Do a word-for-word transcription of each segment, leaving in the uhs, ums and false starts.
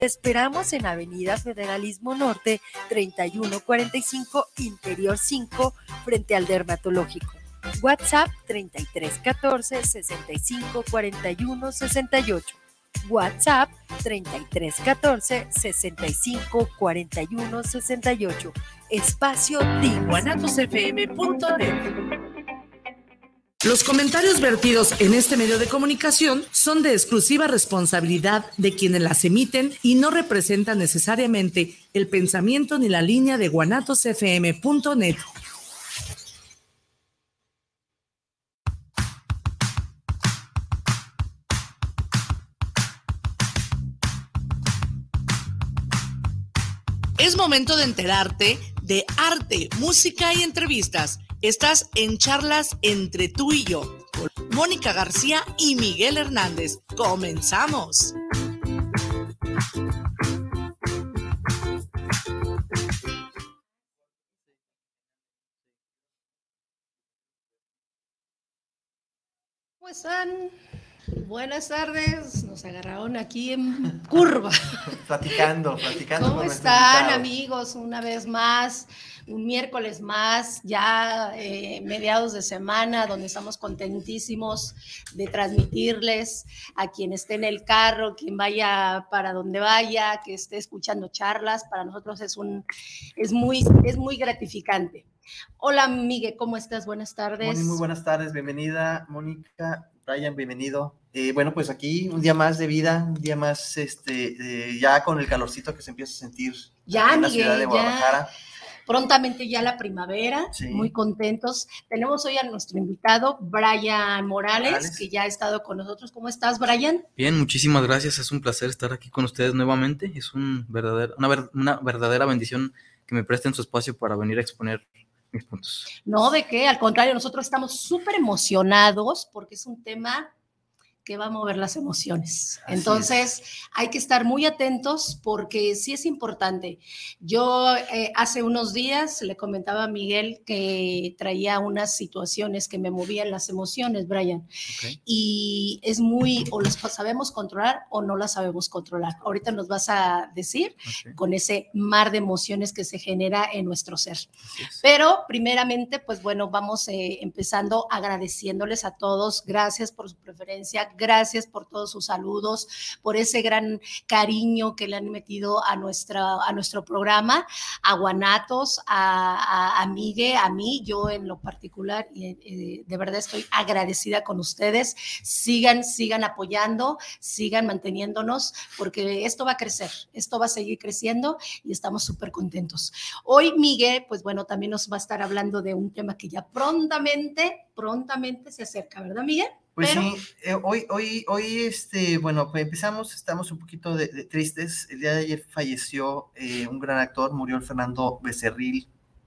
Te esperamos en Avenida Federalismo Norte, treinta y uno cuarenta y cinco, Interior cinco, frente al Dermatológico. WhatsApp treinta y tres catorce, sesenta y cinco cuarenta y uno sesenta y ocho. WhatsApp treinta y tres catorce, sesenta y cinco cuarenta y uno sesenta y ocho. Espacio Teams. guanatos f m punto net. Los comentarios vertidos en este medio de comunicación son de exclusiva responsabilidad de quienes las emiten y no representan necesariamente el pensamiento ni la línea de guanatos f m punto net. Es momento de enterarte de arte, música y entrevistas. Estás en Charlas Entre Tú y Yo, con Mónica García y Miguel Hernández. ¡Comenzamos! ¿Cómo están? Buenas tardes, nos agarraron aquí en curva. platicando, platicando. ¿Cómo están, amigos? Una vez más, un miércoles más, ya eh, mediados de semana, donde estamos contentísimos de transmitirles a quien esté en el carro, quien vaya para donde vaya, que esté escuchando charlas. Para nosotros es, un, es, muy, es muy gratificante. Hola, Miguel, ¿cómo estás? Buenas tardes. Muy, muy buenas tardes, bienvenida, Mónica. Brian, bienvenido. Eh, bueno, pues aquí un día más de vida, un día más, este, eh, ya con el calorcito que se empieza a sentir ya, en la Miguel, ciudad de Guadalajara. Ya. Prontamente ya la primavera, sí. Muy contentos. Tenemos hoy a nuestro invitado, Brian Morales, Morales, que ya ha estado con nosotros. ¿Cómo estás, Brian? Bien, muchísimas gracias. Es un placer estar aquí con ustedes nuevamente. Es un verdadero, una, ver, una verdadera bendición que me presten su espacio para venir a exponer mis puntos. No, ¿de qué? Al contrario, nosotros estamos súper emocionados porque es un tema que va a mover las emociones. Así Entonces, es. Hay que estar muy atentos porque sí es importante. Yo eh, hace unos días le comentaba a Miguel que traía unas situaciones que me movían las emociones, Brian, okay. Y es muy, o las sabemos controlar o no las sabemos controlar. Ahorita nos vas a decir okay. Con ese mar de emociones que se genera en nuestro ser. Pero primeramente, pues bueno, vamos eh, empezando agradeciéndoles a todos. Gracias por su preferencia. Gracias por todos sus saludos, por ese gran cariño que le han metido a, nuestra, a nuestro programa, a Guanatos, a, a, a Migue, a mí, yo en lo particular, y eh, de verdad estoy agradecida con ustedes. Sigan, sigan apoyando, sigan manteniéndonos, porque esto va a crecer, esto va a seguir creciendo y estamos súper contentos. Hoy Migue, pues bueno, también nos va a estar hablando de un tema que ya prontamente, prontamente se acerca, ¿verdad, Miguel? Pues Pero, sí, eh, hoy, hoy, hoy, este, bueno, pues empezamos, estamos un poquito de, de tristes. El día de ayer falleció eh, un gran actor, murió el Fernando Becerril,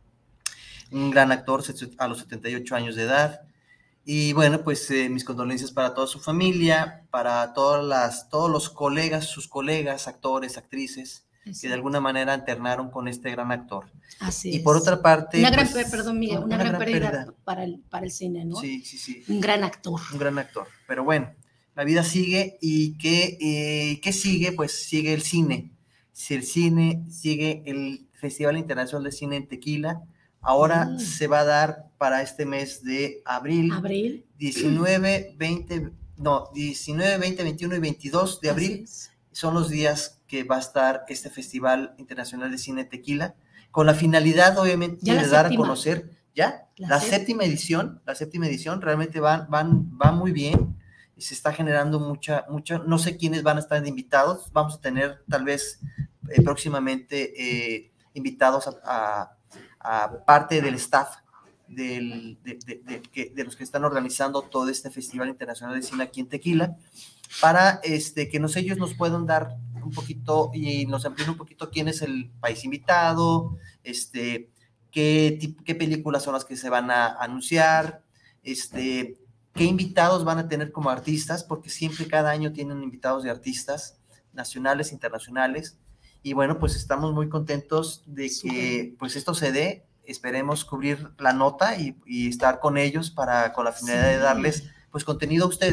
un gran actor a los setenta y ocho años de edad. Y bueno, pues eh, mis condolencias para toda su familia, para todas las, todos los colegas, sus colegas, actores, actrices, Exacto. Que de alguna manera alternaron con este gran actor. Así y es. por otra parte... Una gran, pues, perdón, Miguel, una, una gran, gran pérdida, pérdida para, el, para el cine, ¿no? Sí, sí, sí. Un gran actor. Un gran actor. Pero bueno, la vida sigue y ¿qué, eh, ¿qué sigue? Pues sigue el cine. Si el cine sigue el Festival Internacional de Cine en Tequila, ahora mm. se va a dar para este mes de abril. Abril. diecinueve, veinte, no, diecinueve, veinte, veintiuno y veintidós de abril son los días que va a estar este Festival Internacional de Cine Tequila, con la finalidad, obviamente, de séptima. dar a conocer, ¿ya? La, la séptima. séptima edición, la séptima edición, realmente van, van, va muy bien, y se está generando mucha, mucha, no sé quiénes van a estar de invitados, vamos a tener tal vez eh, próximamente eh, invitados a, a, a parte del staff del, de, de, de, de, de los que están organizando todo este Festival Internacional de Cine aquí en Tequila, para este, que nos, ellos nos puedan dar un poquito y nos amplíen un poquito quién es el país invitado, este, qué, tipo, qué películas son las que se van a anunciar, este, qué invitados van a tener como artistas, porque siempre cada año tienen invitados de artistas nacionales, internacionales, y bueno, pues estamos muy contentos de que pues esto se dé. Esperemos cubrir la nota y, y estar con ellos para, con la finalidad sí. de darles pues contenido a ustedes.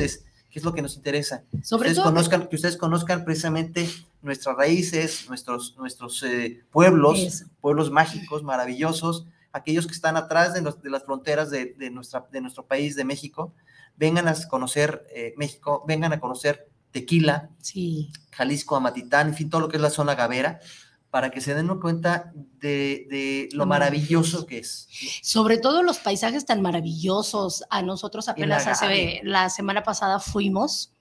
que es lo que nos interesa. Sobre ustedes todo conozcan, que ustedes conozcan precisamente nuestras raíces, nuestros, nuestros eh, pueblos, Eso. pueblos mágicos, maravillosos, aquellos que están atrás de, los, de las fronteras de, de, nuestra, de nuestro país, de México. Vengan a conocer eh, México, vengan a conocer Tequila, sí. Jalisco, Amatitán, en fin, todo lo que es la zona gavera, para que se den cuenta de, de lo maravilloso que es. Sobre todo los paisajes tan maravillosos. A nosotros apenas hace, la semana pasada fuimos.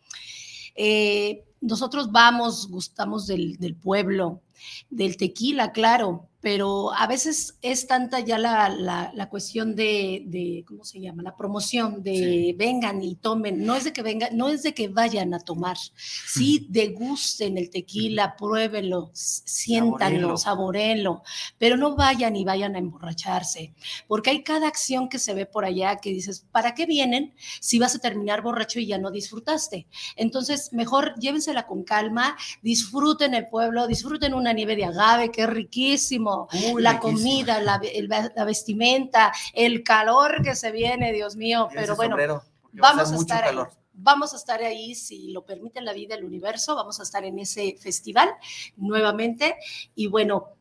Eh, nosotros vamos, gustamos del, del pueblo, del tequila, claro, pero a veces es tanta ya la, la, la cuestión de, de, ¿cómo se llama? La promoción de sí. vengan y tomen, no es de que vengan, no es de que vayan a tomar, sí degusten el tequila, pruébenlo, siéntanlo, saboréenlo, pero no vayan y vayan a emborracharse, porque hay cada acción que se ve por allá que dices, ¿para qué vienen si vas a terminar borracho y ya no disfrutaste? Entonces, mejor llévensela con calma, disfruten el pueblo, disfruten una nieve de agave, que es riquísimo, Uy, la riquísimo. comida, la, el, la vestimenta, el calor que se viene, Dios mío, y pero bueno, sombrero, vamos a, a estar ahí. Vamos a estar ahí, si lo permite la vida, el universo, vamos a estar en ese festival nuevamente. Y bueno,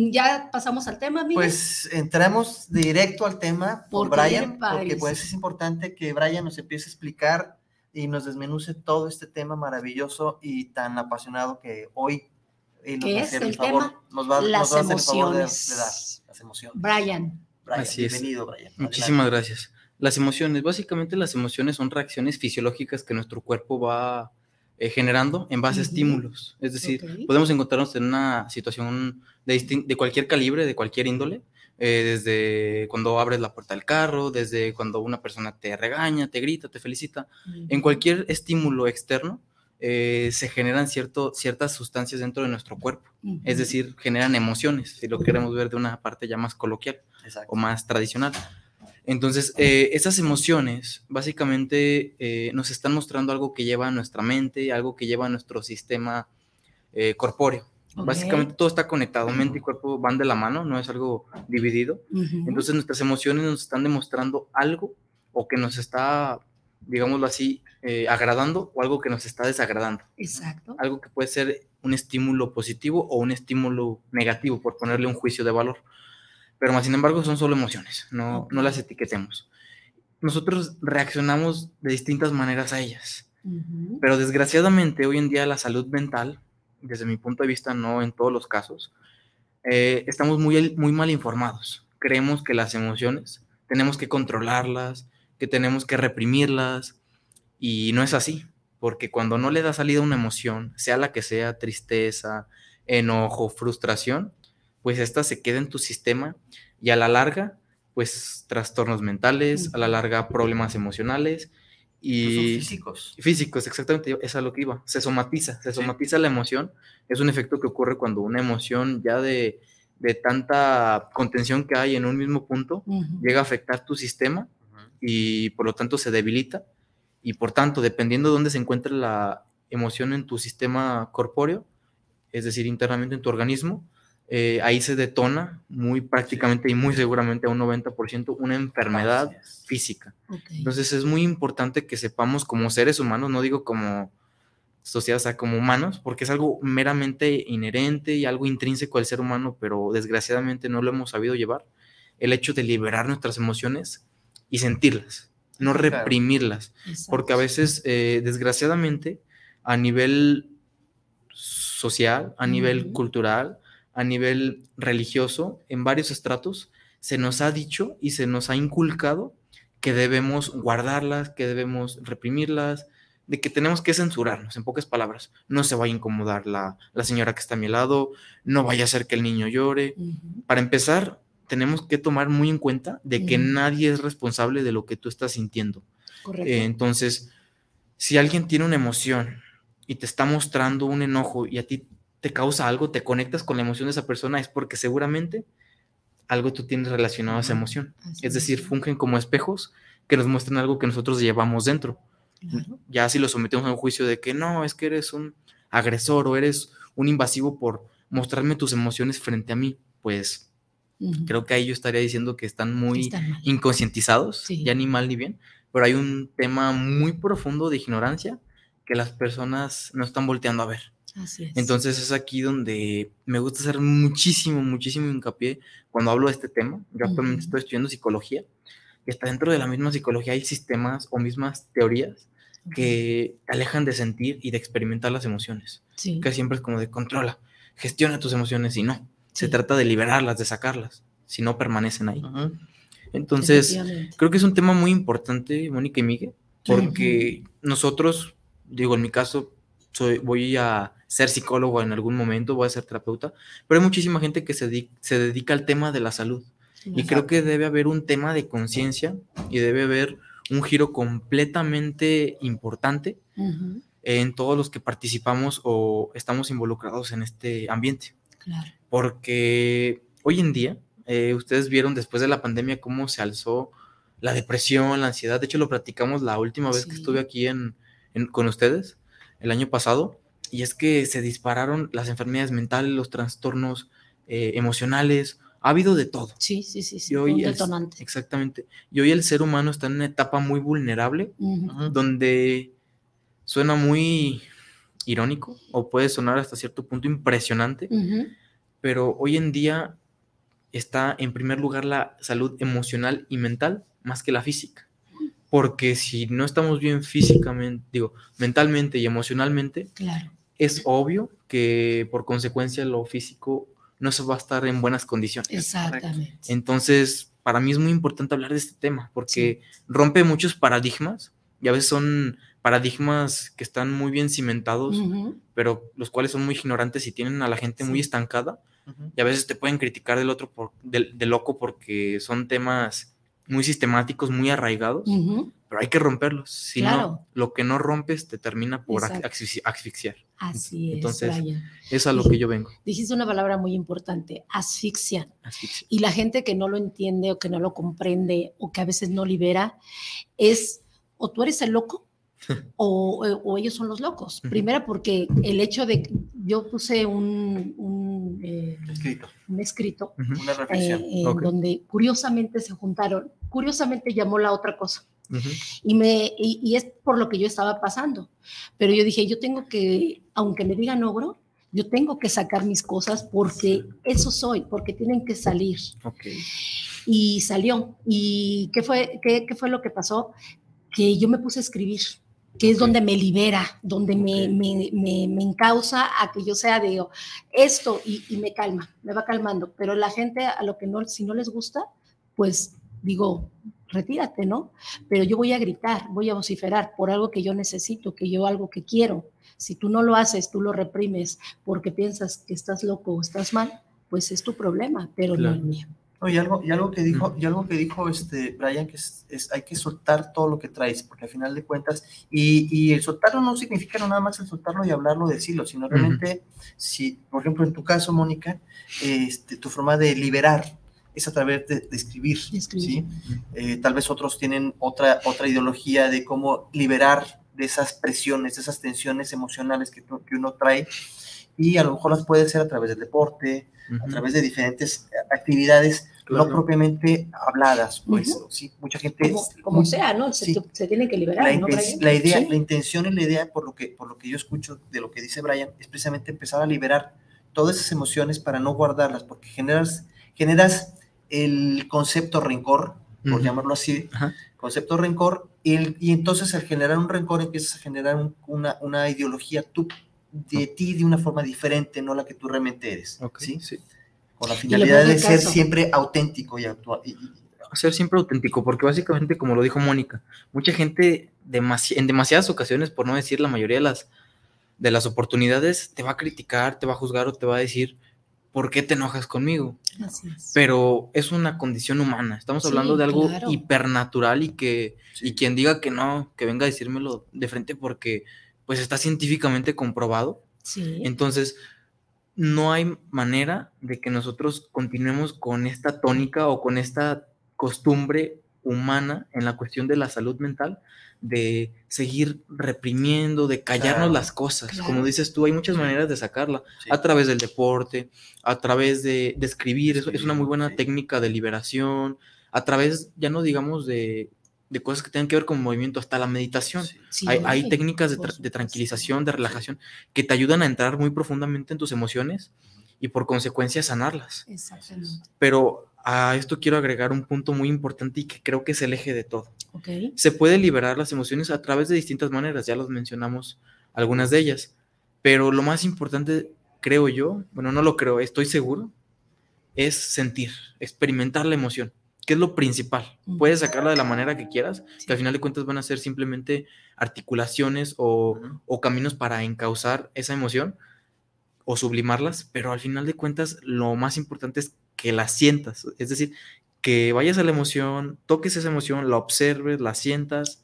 ya pasamos al tema, Miguel. Pues entramos directo al tema con Brian, porque pues es importante que Brian nos empiece a explicar y nos desmenuce todo este tema maravilloso y tan apasionado que hoy y nos ¿Qué es el, el favor, tema? Nos va, las nos va a hacer el favor de, de dar las emociones. Brian. Brian Así bienvenido, es. Brian. Muchísimas Adelante. gracias. Las emociones, básicamente las emociones son reacciones fisiológicas que nuestro cuerpo va eh, generando en base uh-huh. a estímulos. Es decir, okay. podemos encontrarnos en una situación de, distin- de cualquier calibre, de cualquier índole, eh, desde cuando abres la puerta del carro, desde cuando una persona te regaña, te grita, te felicita. Uh-huh. En cualquier estímulo externo, Eh, se generan cierto, ciertas sustancias dentro de nuestro cuerpo, uh-huh. es decir, generan emociones, si lo queremos ver de una parte ya más coloquial Exacto. o más tradicional. Entonces, eh, esas emociones básicamente eh, nos están mostrando algo que lleva a nuestra mente, algo que lleva a nuestro sistema eh, corpóreo. Okay. Básicamente todo está conectado, mente y cuerpo van de la mano, no es algo dividido. Uh-huh. Entonces nuestras emociones nos están demostrando algo o que nos está, digámoslo así, eh, agradando o algo que nos está desagradando. Exacto. Algo que puede ser un estímulo positivo o un estímulo negativo, por ponerle un juicio de valor. Pero más sin embargo son solo emociones, no, okay. no las etiquetemos. Nosotros reaccionamos de distintas maneras a ellas. Uh-huh. Pero desgraciadamente hoy en día la salud mental, desde mi punto de vista, no en todos los casos, eh, estamos muy, muy mal informados. Creemos que las emociones tenemos que controlarlas, que tenemos que reprimirlas, y no es así, porque cuando no le da salida a una emoción, sea la que sea, tristeza, enojo, frustración, pues esta se queda en tu sistema y a la larga, pues trastornos mentales, uh-huh. a la larga problemas emocionales y físicos. Físicos, exactamente, es a lo que iba. Se somatiza, se somatiza sí. la emoción. Es un efecto que ocurre cuando una emoción ya de, de tanta contención que hay en un mismo punto uh-huh. llega a afectar tu sistema uh-huh. y por lo tanto se debilita. Y por tanto, dependiendo de dónde se encuentre la emoción en tu sistema corpóreo, es decir, internamente en tu organismo, eh, ahí se detona muy prácticamente sí. y muy seguramente a un noventa por ciento una enfermedad Gracias. física. Okay. Entonces es muy importante que sepamos como seres humanos, no digo como sociedad, o sea, como humanos, porque es algo meramente inherente y algo intrínseco al ser humano, pero desgraciadamente no lo hemos sabido llevar, el hecho de liberar nuestras emociones y sentirlas. No reprimirlas, Exacto. porque a veces, eh, desgraciadamente, a nivel social, a nivel uh-huh. cultural, a nivel religioso, en varios estratos, se nos ha dicho y se nos ha inculcado que debemos guardarlas, que debemos reprimirlas, de que tenemos que censurarnos, en pocas palabras. No se vaya a incomodar la, la señora que está a mi lado, no vaya a hacer que el niño llore. Uh-huh. Para empezar, tenemos que tomar muy en cuenta de que uh-huh. nadie es responsable de lo que tú estás sintiendo. Correcto. Eh, entonces, si alguien tiene una emoción y te está mostrando un enojo y a ti te causa algo, te conectas con la emoción de esa persona, es porque seguramente algo tú tienes relacionado uh-huh. a esa emoción. Así es decir, es. fungen como espejos que nos muestran algo que nosotros llevamos dentro. Claro. Ya si lo sometemos a un juicio de que no, es que eres un agresor o eres un invasivo por mostrarme tus emociones frente a mí, pues... Uh-huh. Creo que ahí yo estaría diciendo que están muy están inconscientizados, sí. ya ni mal ni bien, pero hay un tema muy profundo de ignorancia que las personas no están volteando a ver. Así es. Entonces es aquí donde me gusta hacer muchísimo, muchísimo hincapié cuando hablo de este tema. Yo actualmente uh-huh. estoy estudiando psicología, y hasta dentro de la misma psicología hay sistemas o mismas teorías uh-huh. que te alejan de sentir y de experimentar las emociones. Sí. Que siempre es como de controla, gestiona tus emociones, y no. Sí. Se trata de liberarlas, de sacarlas, si no permanecen ahí. Uh-huh. Entonces, creo que es un tema muy importante, Mónica y Miguel, porque uh-huh. nosotros, digo, en mi caso, soy, voy a ser psicólogo en algún momento, voy a ser terapeuta, pero hay muchísima gente que se, di- se dedica al tema de la salud. Exacto. Y creo que debe haber un tema de conciencia y debe haber un giro completamente importante uh-huh. en todos los que participamos o estamos involucrados en este ambiente. Claro. Porque hoy en día, eh, ustedes vieron después de la pandemia cómo se alzó la depresión, la ansiedad. De hecho, lo platicamos la última vez sí. que estuve aquí en, en, con ustedes, el año pasado, y es que se dispararon las enfermedades mentales, los trastornos eh, emocionales. Ha habido de todo. Sí, sí, sí, sí. Y hoy un el, detonante. Exactamente. Y hoy el ser humano está en una etapa muy vulnerable, uh-huh. donde suena muy irónico, o puede sonar hasta cierto punto impresionante, uh-huh. pero hoy en día está en primer lugar la salud emocional y mental más que la física. Porque si no estamos bien físicamente, digo, mentalmente y emocionalmente, claro. es obvio que por consecuencia lo físico no se va a estar en buenas condiciones. Exactamente. Correcto. Entonces, para mí es muy importante hablar de este tema, porque sí. rompe muchos paradigmas, y a veces son paradigmas que están muy bien cimentados, uh-huh. pero los cuales son muy ignorantes y tienen a la gente sí. muy estancada, uh-huh. y a veces te pueden criticar del otro, por, del, del loco, porque son temas muy sistemáticos, muy arraigados, uh-huh. pero hay que romperlos. Si claro. no, lo que no rompes te termina por asfixi- asfixiar. Así es, Entonces, Brian. es a lo Dij- que yo vengo. Dijiste una palabra muy importante, asfixian. Asfixia. Y la gente que no lo entiende o que no lo comprende o que a veces no libera, es o tú eres el loco o, o ellos son los locos. Uh-huh. Primero porque el hecho de, yo puse un, un, eh, escrito, un escrito uh-huh. una reflexión. Eh, okay. donde curiosamente se juntaron, curiosamente llamó la otra cosa. Uh-huh. Y, me, y, y es por lo que yo estaba pasando. Pero yo dije, yo tengo que, aunque me digan ogro, yo tengo que sacar mis cosas porque eso soy, porque tienen que salir. Okay. Y salió. ¿Y qué fue, qué, qué fue lo que pasó? Que yo me puse a escribir, que okay. es donde me libera, donde okay. me, me, me, me encausa a que yo sea de esto y, y me calma, me va calmando. Pero la gente, a lo que no, si no les gusta, pues digo, retírate, ¿no? Pero yo voy a gritar, voy a vociferar por algo que yo necesito, que yo algo que quiero. Si tú no lo haces, tú lo reprimes porque piensas que estás loco o estás mal, pues es tu problema, pero claro. no el mío. No, y algo, y algo que dijo, y algo que dijo este Brian, que es, es hay que soltar todo lo que traes, porque al final de cuentas, y, y el soltarlo no significa no nada más el soltarlo y hablarlo, decirlo, sino realmente, uh-huh. si, por ejemplo, en tu caso, Mónica, este, tu forma de liberar es a través de, de escribir, de escribir. ¿Sí? Eh, tal vez otros tienen otra, otra ideología de cómo liberar de esas presiones, de esas tensiones emocionales que, que uno trae, y a lo mejor las puede hacer a través del deporte, uh-huh. a través de diferentes actividades, claro. no propiamente habladas, pues, uh-huh. ¿sí? Mucha gente... Como, como muy, sea, ¿no? Se, sí. se tiene que liberar, la ¿no, inten- La idea, sí. la intención y la idea, por lo, que, por lo que yo escucho de lo que dice Brian, es precisamente empezar a liberar todas esas emociones para no guardarlas, porque generas, generas el concepto rencor, por uh-huh. llamarlo así, uh-huh. concepto rencor, y, el, y entonces al generar un rencor empiezas a generar un, una, una ideología tú, de ti de una forma diferente, no la que tú realmente eres, okay, ¿sí? Sí. Con la finalidad de ser caso. siempre auténtico y actual. Y, y, ser siempre auténtico, porque básicamente, como lo dijo Mónica, mucha gente demasi- en demasiadas ocasiones, por no decir la mayoría de las, de las oportunidades, te va a criticar, te va a juzgar o te va a decir, ¿por qué te enojas conmigo? Así es. Pero es una condición humana, estamos sí, hablando de algo claro. hipernatural y que sí. y quien diga que no, que venga a decírmelo de frente porque pues está científicamente comprobado. Sí. Entonces, no hay manera de que nosotros continuemos con esta tónica o con esta costumbre humana en la cuestión de la salud mental, de seguir reprimiendo, de callarnos claro, las cosas. Claro. Como dices tú, hay muchas maneras de sacarla, sí. a través del deporte, a través de, de escribir, sí, es una muy buena sí. técnica de liberación, a través, ya no digamos de de cosas que tengan que ver con movimiento, hasta la meditación. Sí, sí, hay, hay sí, técnicas de, tra- de tranquilización, de relajación, que te ayudan a entrar muy profundamente en tus emociones y por consecuencia sanarlas. Exactamente. Pero a esto quiero agregar un punto muy importante y que creo que es el eje de todo. Okay. Se puede liberar las emociones a través de distintas maneras, ya los mencionamos algunas de ellas, pero lo más importante, creo yo, bueno, no lo creo, estoy seguro, es sentir, experimentar la emoción, que es lo principal. Puedes sacarla de la manera que quieras, sí. que al final de cuentas van a ser simplemente articulaciones o, uh-huh. o caminos para encauzar esa emoción o sublimarlas, pero al final de cuentas lo más importante es que la sientas, es decir, que vayas a la emoción, toques esa emoción, la observes, la sientas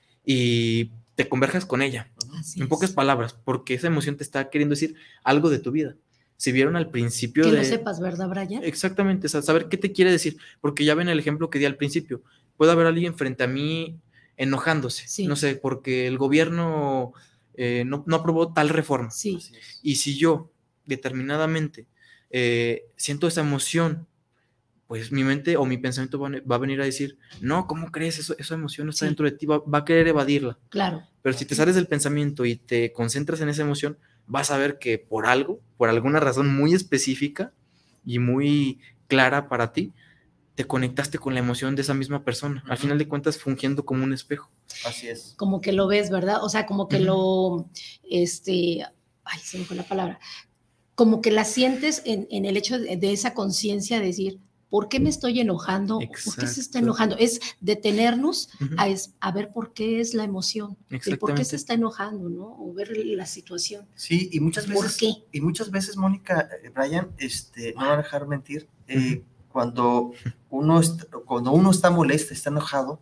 y te converjas con ella, Así en es. pocas palabras, porque esa emoción te está queriendo decir algo de tu vida. Si vieron al principio que de... lo sepas, ¿verdad, Brian? Exactamente, saber qué te quiere decir, porque ya ven el ejemplo que di al principio. Puede haber alguien frente a mí enojándose, sí. no sé, porque el gobierno eh, no, no aprobó tal reforma. Sí. Y si yo, determinadamente, eh, siento esa emoción, pues mi mente o mi pensamiento va, va a venir a decir, no, ¿cómo crees? Eso, esa emoción no está sí. dentro de ti, va, va a querer evadirla. Claro. Pero si te sales del pensamiento y te concentras en esa emoción, vas a ver que por algo, por alguna razón muy específica y muy clara para ti, te conectaste con la emoción de esa misma persona. Uh-huh. Al final de cuentas, fungiendo como un espejo. Así es. Como que lo ves, ¿verdad? O sea, como que uh-huh. lo, este, ay, se me fue la palabra, como que la sientes en, en el hecho de, de esa conciencia de decir, ¿por qué me estoy enojando? Exacto. ¿Por qué se está enojando? Es detenernos uh-huh. a, es, a ver por qué es la emoción, de por qué se está enojando, ¿no? O ver la situación. Sí, y muchas veces, ¿por qué? Y muchas veces, Mónica, Brian, este, no van a dejar mentir, eh, uh-huh. cuando, uno está, cuando uno está molesto, está enojado,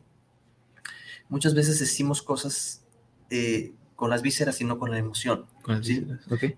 muchas veces decimos cosas eh, con las vísceras y no con la emoción. Con las vísceras, ¿sí? Ok.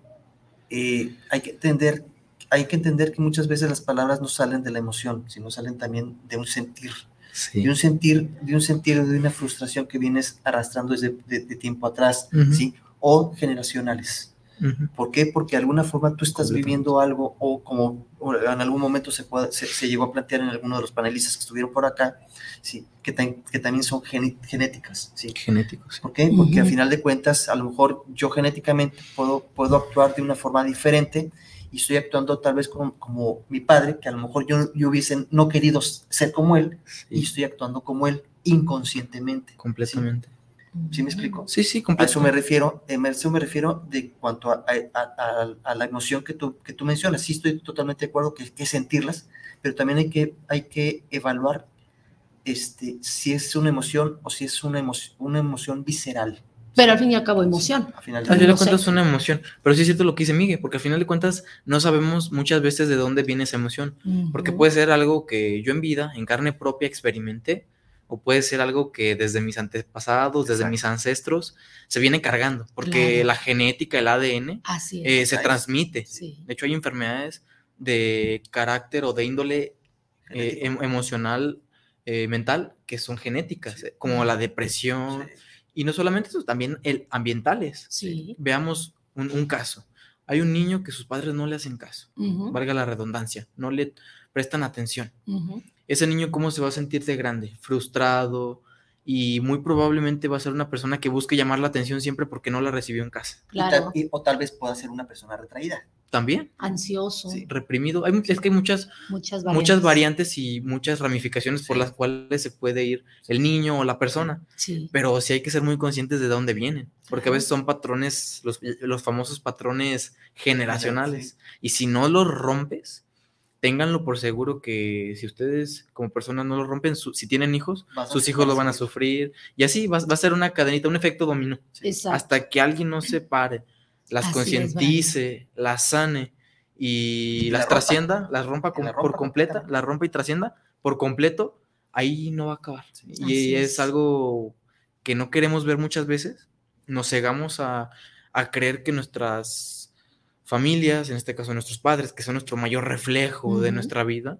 Eh, hay que entender Hay que entender que muchas veces las palabras no salen de la emoción, sino salen también de un sentir, sí. de un sentir, de un sentir, de una frustración que vienes arrastrando desde de, de tiempo atrás, uh-huh. ¿sí? O generacionales. Uh-huh. ¿Por qué? Porque de alguna forma tú estás viviendo algo, o como o en algún momento se, puede, se, se llegó a plantear en alguno de los panelistas que estuvieron por acá, ¿sí? que, tan, que también son gen, genéticas. ¿sí? Genéticos. ¿Por qué? Porque uh-huh. al final de cuentas, a lo mejor yo genéticamente puedo, puedo actuar de una forma diferente, y estoy actuando tal vez como, como mi padre, que a lo mejor yo, yo hubiese no querido ser como él, sí. y estoy actuando como él inconscientemente. Completamente. ¿Sí, ¿Sí me explico? Sí, sí, completamente. A eso me refiero, a eso me refiero de cuanto a, a, a, a la emoción que tú, que tú mencionas. Sí, estoy totalmente de acuerdo que hay que sentirlas, pero también hay que, hay que evaluar este, si es una emoción o si es una, emo, una emoción visceral. Pero al fin y al cabo, emoción. Al final de, al final de cuentas es una emoción, pero sí es cierto lo que dice Miguel, porque al final de cuentas no sabemos muchas veces de dónde viene esa emoción, uh-huh. porque puede ser algo que yo en vida, en carne propia experimenté, o puede ser algo que desde mis antepasados, Exacto. desde mis ancestros, se viene cargando, porque claro. la genética, el A D N, Así es. Eh, se transmite. Sí. De hecho, hay enfermedades de carácter o de índole eh, em- emocional, eh, mental, que son genéticas, sí. como la depresión. Sí. Y no solamente eso, también el, ambientales. Sí. Veamos un, un caso. Hay un niño que sus padres no le hacen caso, uh-huh. valga la redundancia, no le prestan atención. Uh-huh. Ese niño, ¿cómo se va a sentir de grande? Frustrado, y muy probablemente va a ser una persona que busque llamar la atención siempre porque no la recibió en casa. Claro. Y tal, y, o tal vez pueda ser una persona retraída. También. Ansioso. Sí, reprimido. Hay, es que hay muchas, muchas, variantes. muchas variantes y muchas ramificaciones sí. por las cuales se puede ir el niño o la persona. Sí. Pero sí hay que ser muy conscientes de dónde vienen, porque Ajá. a veces son patrones, los, los famosos patrones generacionales. Sí. Y si no los rompes, ténganlo por seguro que si ustedes como personas no lo rompen, su, si tienen hijos, sus hijos lo van a sufrir. Y así va, va a ser una cadenita, un efecto dominó. Exacto. Hasta que alguien no se pare, las concientice, las sane y, y las trascienda, las rompa, con, la rompa por completa, las rompa y trascienda por completo, ahí no va a acabar. Sí. Y Así es. es algo que no queremos ver muchas veces. Nos cegamos a, a creer que nuestras familias, en este caso nuestros padres, que son nuestro mayor reflejo uh-huh. de nuestra vida,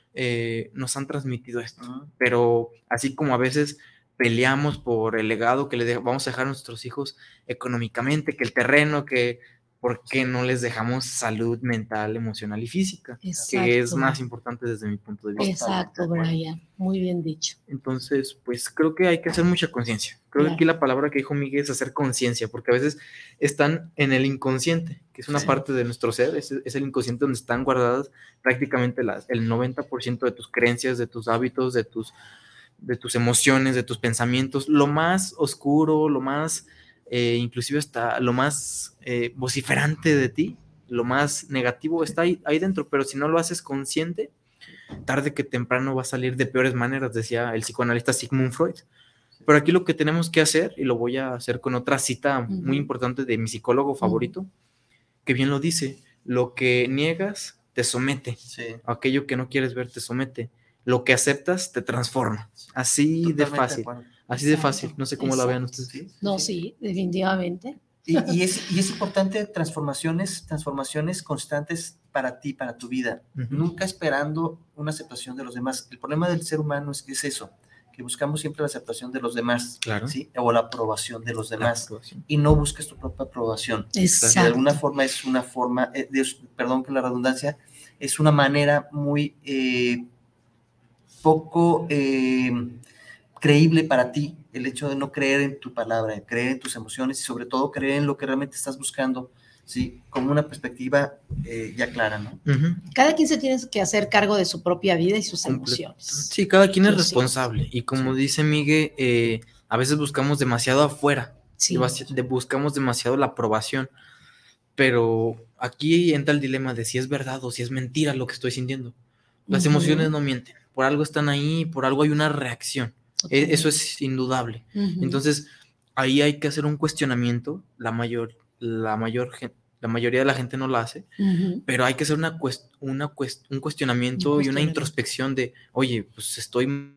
eh, nos han transmitido esto. Uh-huh. Pero así como a veces peleamos por el legado que le de- vamos a dejar a nuestros hijos económicamente, que el terreno, que ¿por qué no les dejamos salud mental, emocional y física? Exacto. Que es más importante desde mi punto de vista. Exacto, Brian, muy bien dicho. Entonces, pues creo que hay que hacer mucha conciencia. Creo claro. que aquí la palabra que dijo Miguel es hacer conciencia, porque a veces están en el inconsciente, que es una sí. parte de nuestro ser, es, es el inconsciente donde están guardadas prácticamente las, el noventa por ciento de tus creencias, de tus hábitos, de tus, de tus emociones, de tus pensamientos, lo más oscuro, lo más... Eh, inclusive hasta lo más eh, vociferante de ti, lo más negativo está ahí, ahí dentro, pero si no lo haces consciente, tarde que temprano va a salir de peores maneras, decía el psicoanalista Sigmund Freud. Pero aquí lo que tenemos que hacer, y lo voy a hacer con otra cita uh-huh. muy importante de mi psicólogo favorito, uh-huh. que bien lo dice, lo que niegas te somete, sí. aquello que no quieres ver te somete, lo que aceptas te transforma, así Totalmente de fácil. De Así Exacto. de fácil, no sé cómo Exacto. la vean ustedes. ¿Sí? No, sí, definitivamente. Y, y, es, y es importante transformaciones, transformaciones constantes para ti, para tu vida, uh-huh. nunca esperando una aceptación de los demás. El problema del ser humano es que es eso, que buscamos siempre la aceptación de los demás, claro. ¿sí? O la aprobación de los demás, y no busques tu propia aprobación. Exacto. De alguna forma es una forma, eh, de, perdón que la redundancia, es una manera muy eh, poco... Eh, creíble para ti, el hecho de no creer en tu palabra, creer en tus emociones y sobre todo creer en lo que realmente estás buscando, ¿sí? Como una perspectiva eh, ya clara, ¿no? Uh-huh. Cada quien se tiene que hacer cargo de su propia vida y sus emociones. Sí, cada quien es responsable. Y como sí. dice Miguel, eh, a veces buscamos demasiado afuera, sí. de, buscamos demasiado la aprobación, pero aquí entra el dilema de si es verdad o si es mentira lo que estoy sintiendo. Las uh-huh. emociones no mienten, por algo están ahí, por algo hay una reacción. Okay. Eso es indudable. Uh-huh. Entonces, ahí hay que hacer un cuestionamiento. La mayor, la mayor, la mayoría de la gente no lo hace, uh-huh. pero hay que hacer una, cuest, una cuest, un cuestionamiento y una introspección de, oye, pues estoy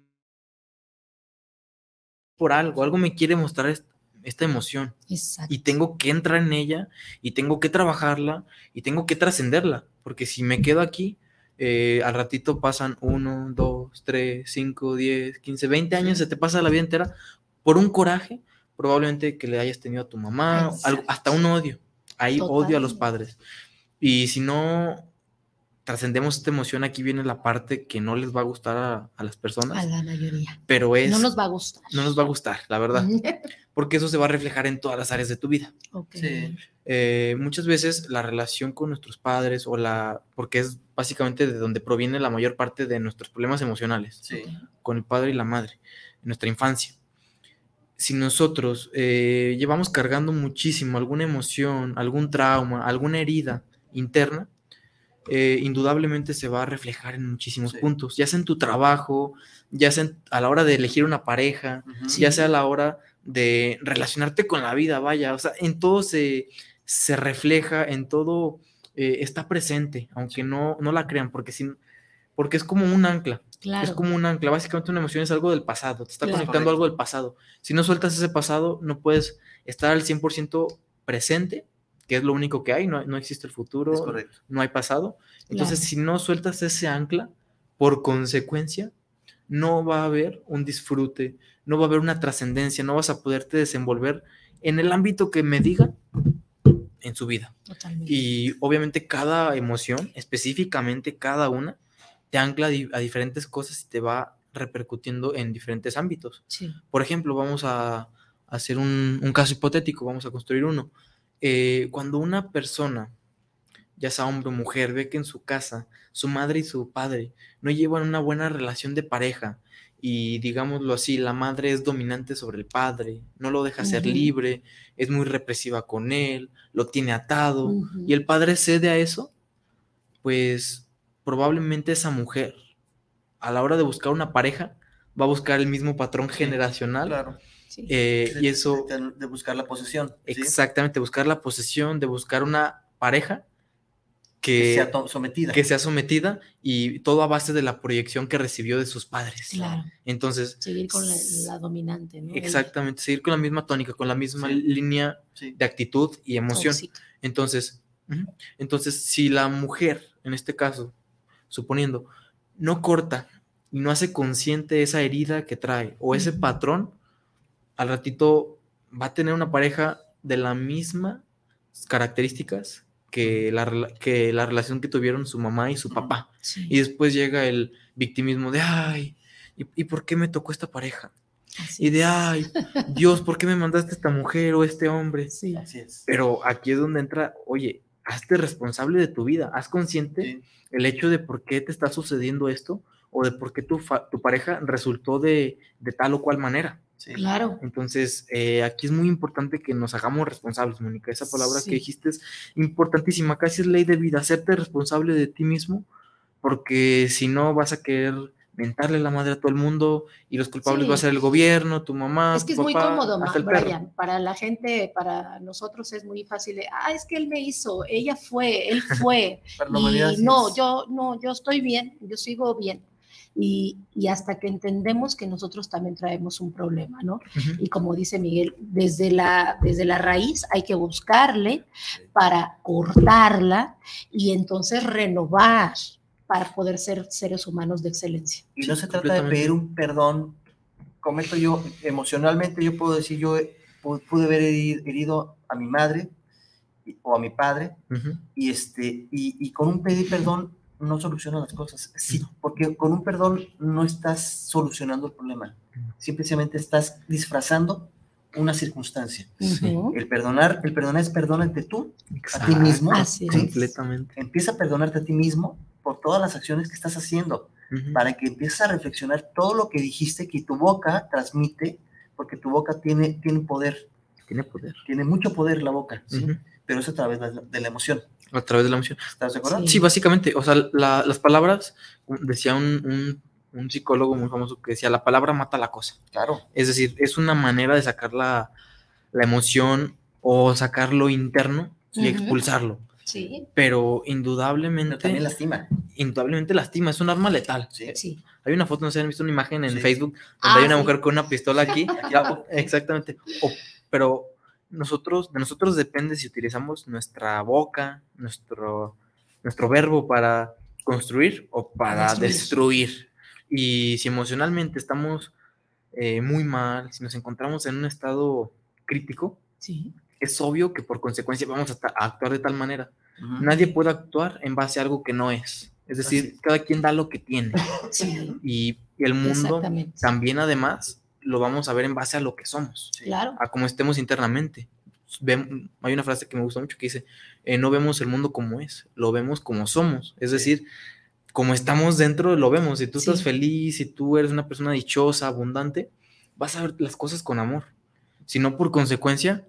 por algo, algo me quiere mostrar esta, esta emoción. Exacto. Y tengo que entrar en ella y tengo que trabajarla y tengo que trascenderla, porque si me quedo aquí, Eh, al ratito pasan uno, dos, tres, cinco, diez, quince, veinte años, sí. se te pasa la vida entera por un coraje, probablemente que le hayas tenido a tu mamá, algo, hasta un odio. Hay Total. odio a los padres. Y si no trascendemos esta emoción, aquí viene la parte que no les va a gustar a, a las personas. A la mayoría. Pero es... No nos va a gustar. No nos va a gustar, la verdad. Porque eso se va a reflejar en todas las áreas de tu vida. Okay. Sí. Eh, muchas veces la relación con nuestros padres o la... Porque es básicamente de donde proviene la mayor parte de nuestros problemas emocionales. Sí. Con el padre y la madre, en nuestra infancia. Si nosotros eh, llevamos cargando muchísimo alguna emoción, algún trauma, alguna herida interna, eh, indudablemente se va a reflejar en muchísimos sí. puntos, ya sea en tu trabajo, ya sea en, a la hora de elegir una pareja, uh-huh. ya sea a la hora de relacionarte con la vida, vaya, o sea, en todo se, se refleja, en todo eh, está presente, aunque no, no la crean, porque, si, porque es como un ancla, claro. es como un ancla, básicamente una emoción es algo del pasado, te está claro. conectando algo del pasado, si no sueltas ese pasado, no puedes estar al cien por ciento presente, que es lo único que hay, no, no existe el futuro, no hay pasado. Entonces, claro. si no sueltas ese ancla, por consecuencia, no va a haber un disfrute, no va a haber una trascendencia, no vas a poderte desenvolver en el ámbito que me diga en su vida. Totalmente. Y obviamente cada emoción, específicamente cada una, te ancla a diferentes cosas y te va repercutiendo en diferentes ámbitos. Sí. Por ejemplo, vamos a hacer un, un caso hipotético, vamos a construir uno. Eh, cuando una persona, ya sea hombre o mujer, ve que en su casa su madre y su padre no llevan una buena relación de pareja y, digámoslo así, la madre es dominante sobre el padre, no lo deja uh-huh. ser libre, es muy represiva con él, lo tiene atado uh-huh. y el padre cede a eso, pues probablemente esa mujer a la hora de buscar una pareja va a buscar el mismo patrón sí, generacional. Claro. Sí. Eh, de, y eso de, de buscar la posesión. Exactamente, ¿sí? buscar la posesión, de buscar una pareja que, que sea to- sometida. Que sea sometida y todo a base de la proyección que recibió de sus padres. Claro. Entonces, seguir con la, la dominante, ¿no? Exactamente, seguir con la misma tónica, con la misma sí. línea sí. de actitud y emoción. Tóxica. Entonces, uh-huh. entonces, si la mujer, en este caso, suponiendo, no corta y no hace consciente esa herida que trae o ese uh-huh. patrón, al ratito va a tener una pareja de la misma características que la, que la relación que tuvieron su mamá y su papá. Sí. Y después llega el victimismo de, ay, ¿y, y por qué me tocó esta pareja? Así y de, es. ay, Dios, ¿por qué me mandaste esta mujer o este hombre? Sí. Así es. Pero aquí es donde entra, oye, hazte responsable de tu vida, haz consciente Sí. el hecho de por qué te está sucediendo esto o de por qué tu, fa- tu pareja resultó de, de tal o cual manera. Sí. Claro. Entonces, eh, aquí es muy importante que nos hagamos responsables, Mónica. Esa palabra Sí. que dijiste es importantísima, casi es ley de vida, hacerte responsable de ti mismo, porque si no vas a querer mentarle la madre a todo el mundo y los culpables Sí. va a ser el gobierno, tu mamá, Es que tu es muy papá, cómodo, hasta el Brian. perro. Para la gente, para nosotros es muy fácil. De, ah, es que él me hizo, ella fue, él fue. Para la humanidad y sí no, es. yo no, yo estoy bien, yo sigo bien. Y, y hasta que entendemos que nosotros también traemos un problema, ¿no? Ujú. Y como dice Miguel, desde la, desde la raíz hay que buscarle para cortarla y entonces renovar para poder ser seres humanos de excelencia. Y Sí, no se trata de completamente. pedir un perdón. Cometo yo, emocionalmente, yo puedo decir, yo pu- pude haber heri- herido a mi madre y- o a mi padre, Ujú. y, este, y, y con un pedir perdón no solucionan las cosas. Sí, No. porque con un perdón no estás solucionando el problema. Simplemente estás disfrazando una circunstancia. Sí. Ujú. El perdonar, el perdonar es perdónate tú, a ti Exacto. mismo. Así es. Completamente. Empieza a perdonarte a ti mismo por todas las acciones que estás haciendo, Ujú. para que empieces a reflexionar todo lo que dijiste, que tu boca transmite, porque tu boca tiene, tiene poder, Tiene poder. tiene mucho poder la boca, ¿sí? Ujú. Pero es a través de la, de la emoción. A través de la emoción. ¿Estás de acuerdo? Sí. Sí, básicamente, o sea, la- las palabras, decía un, un, un psicólogo muy famoso que decía, la palabra mata la cosa. Claro. Es decir, es una manera de sacar la, la emoción o sacar lo interno y Ujú. expulsarlo. Sí, Pero Pero indudablemente, también lastima. indudablemente lastima, es un arma letal. Sí. sí. Hay una foto, no sé si han visto una imagen en Sí. Facebook donde Ah, hay una sí. mujer con una pistola aquí. Aquí abajo. Exactamente. O- pero nosotros, de nosotros depende si utilizamos nuestra boca, nuestro, nuestro verbo para construir o para Destruir. destruir. Y si emocionalmente estamos eh, muy mal, si nos encontramos en un estado crítico, Sí. es obvio que por consecuencia vamos a, ta- a actuar de tal manera. Ujú. Nadie puede actuar en base a algo que no es. Es decir, Así es. cada quien da lo que tiene. Sí, Y el mundo exactamente. también además lo vamos a ver en base a lo que somos, Sí. Claro. a cómo estemos internamente. Vem- hay una frase que me gusta mucho que dice, eh, no vemos el mundo como es, lo vemos como somos. Es Sí. decir, como estamos dentro, lo vemos. Si tú Sí. estás feliz, si tú eres una persona dichosa, abundante, vas a ver las cosas con amor. Si no, por consecuencia,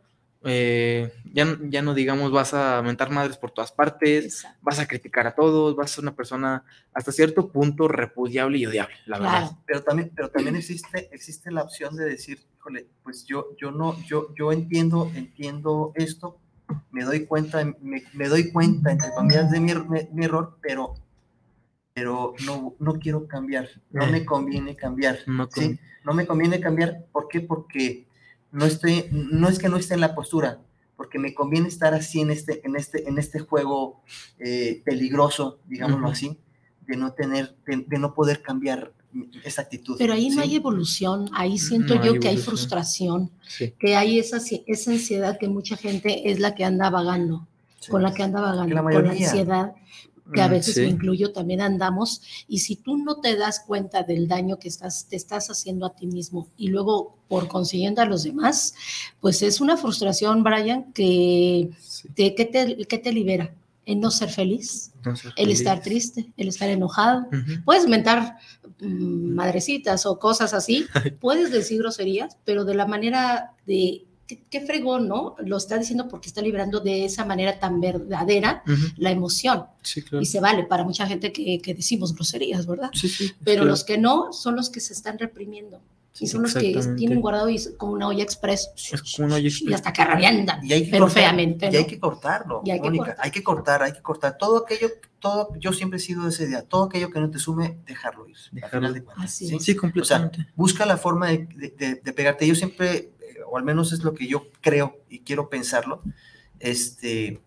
eh, ya, no- ya no digamos vas a mentar madres por todas partes, Exacto. vas a criticar a todos, vas a ser una persona hasta cierto punto repudiable y odiable, la verdad. Claro. Pero también, pero también existe, existe la opción de decir, híjole, pues yo, yo no, yo, yo entiendo, entiendo esto, me doy cuenta, me, me doy cuenta, entre comillas, de mi, mi, mi error, pero, pero no, no quiero cambiar, no Eh. me conviene cambiar, No ¿sí? con- No me conviene cambiar, ¿por qué? Porque no estoy, no es que no esté en la postura, porque me conviene estar así en este, en este, en este juego eh, peligroso, digámoslo Ujú. así, de no tener, de, de no poder cambiar esa actitud. Pero ahí no ¿sí? hay evolución, ahí siento No yo hay que hay evolución. frustración, Sí. que hay esa, esa ansiedad que mucha gente es la que anda vagando, Sí. con la que anda vagando, Que la con la mayoría. ansiedad, que a Mm, veces sí. me incluyo, también andamos, y si tú no te das cuenta del daño que estás, te estás haciendo a ti mismo y luego por consiguiente a los demás, pues es una frustración, Brian, que, Sí. te, que, te, que te libera en no ser feliz, No ser el feliz. estar triste, el estar enojado. Ujú. Puedes mentar mmm, madrecitas o cosas así, puedes decir groserías, pero de la manera de, qué, qué fregón, ¿no? Lo está diciendo porque está librando de esa manera tan verdadera Ujú. la emoción. Sí, claro. Y se vale para mucha gente que, que decimos groserías, ¿verdad? Sí, sí, Pero claro. los que no son los que se están reprimiendo. Y son los que Exactamente. tienen guardado y como una olla express. Es como una olla Y express. hasta que rabiandan, Y hay que pero cortar, feamente, y ¿no? hay que cortarlo, Y hay que Mónica, cortar. hay que cortar, hay que cortar todo aquello, todo, yo siempre he sido de ese día, todo aquello que no te sume, dejarlo ir, al Dejarlo. final de cuentas, Así ¿sí? es. Sí, O sea, completamente. busca la forma de, de, de, de pegarte. Yo siempre, eh, o al menos es lo que yo creo y quiero pensarlo, este,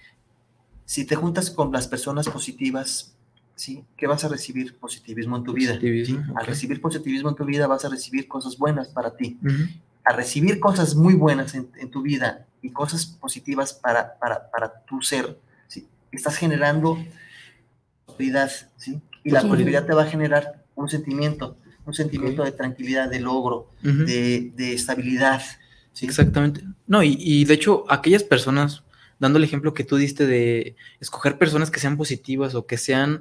si te juntas con las personas positivas, ¿sí? ¿Qué vas a recibir? Positivismo en tu vida. Positivismo, ¿sí? ok. Al recibir positivismo en tu vida vas a recibir cosas buenas para ti. Ujú. a recibir cosas muy buenas en, en tu vida y cosas positivas para, para, para tu ser, ¿sí? Estás generando prosperidad, ¿sí? Y la prosperidad te va a generar un sentimiento, un sentimiento okay. de tranquilidad, de logro, uh-huh. de, de estabilidad, ¿sí? Exactamente. No, y, y de hecho, aquellas personas, dando el ejemplo que tú diste de escoger personas que sean positivas o que sean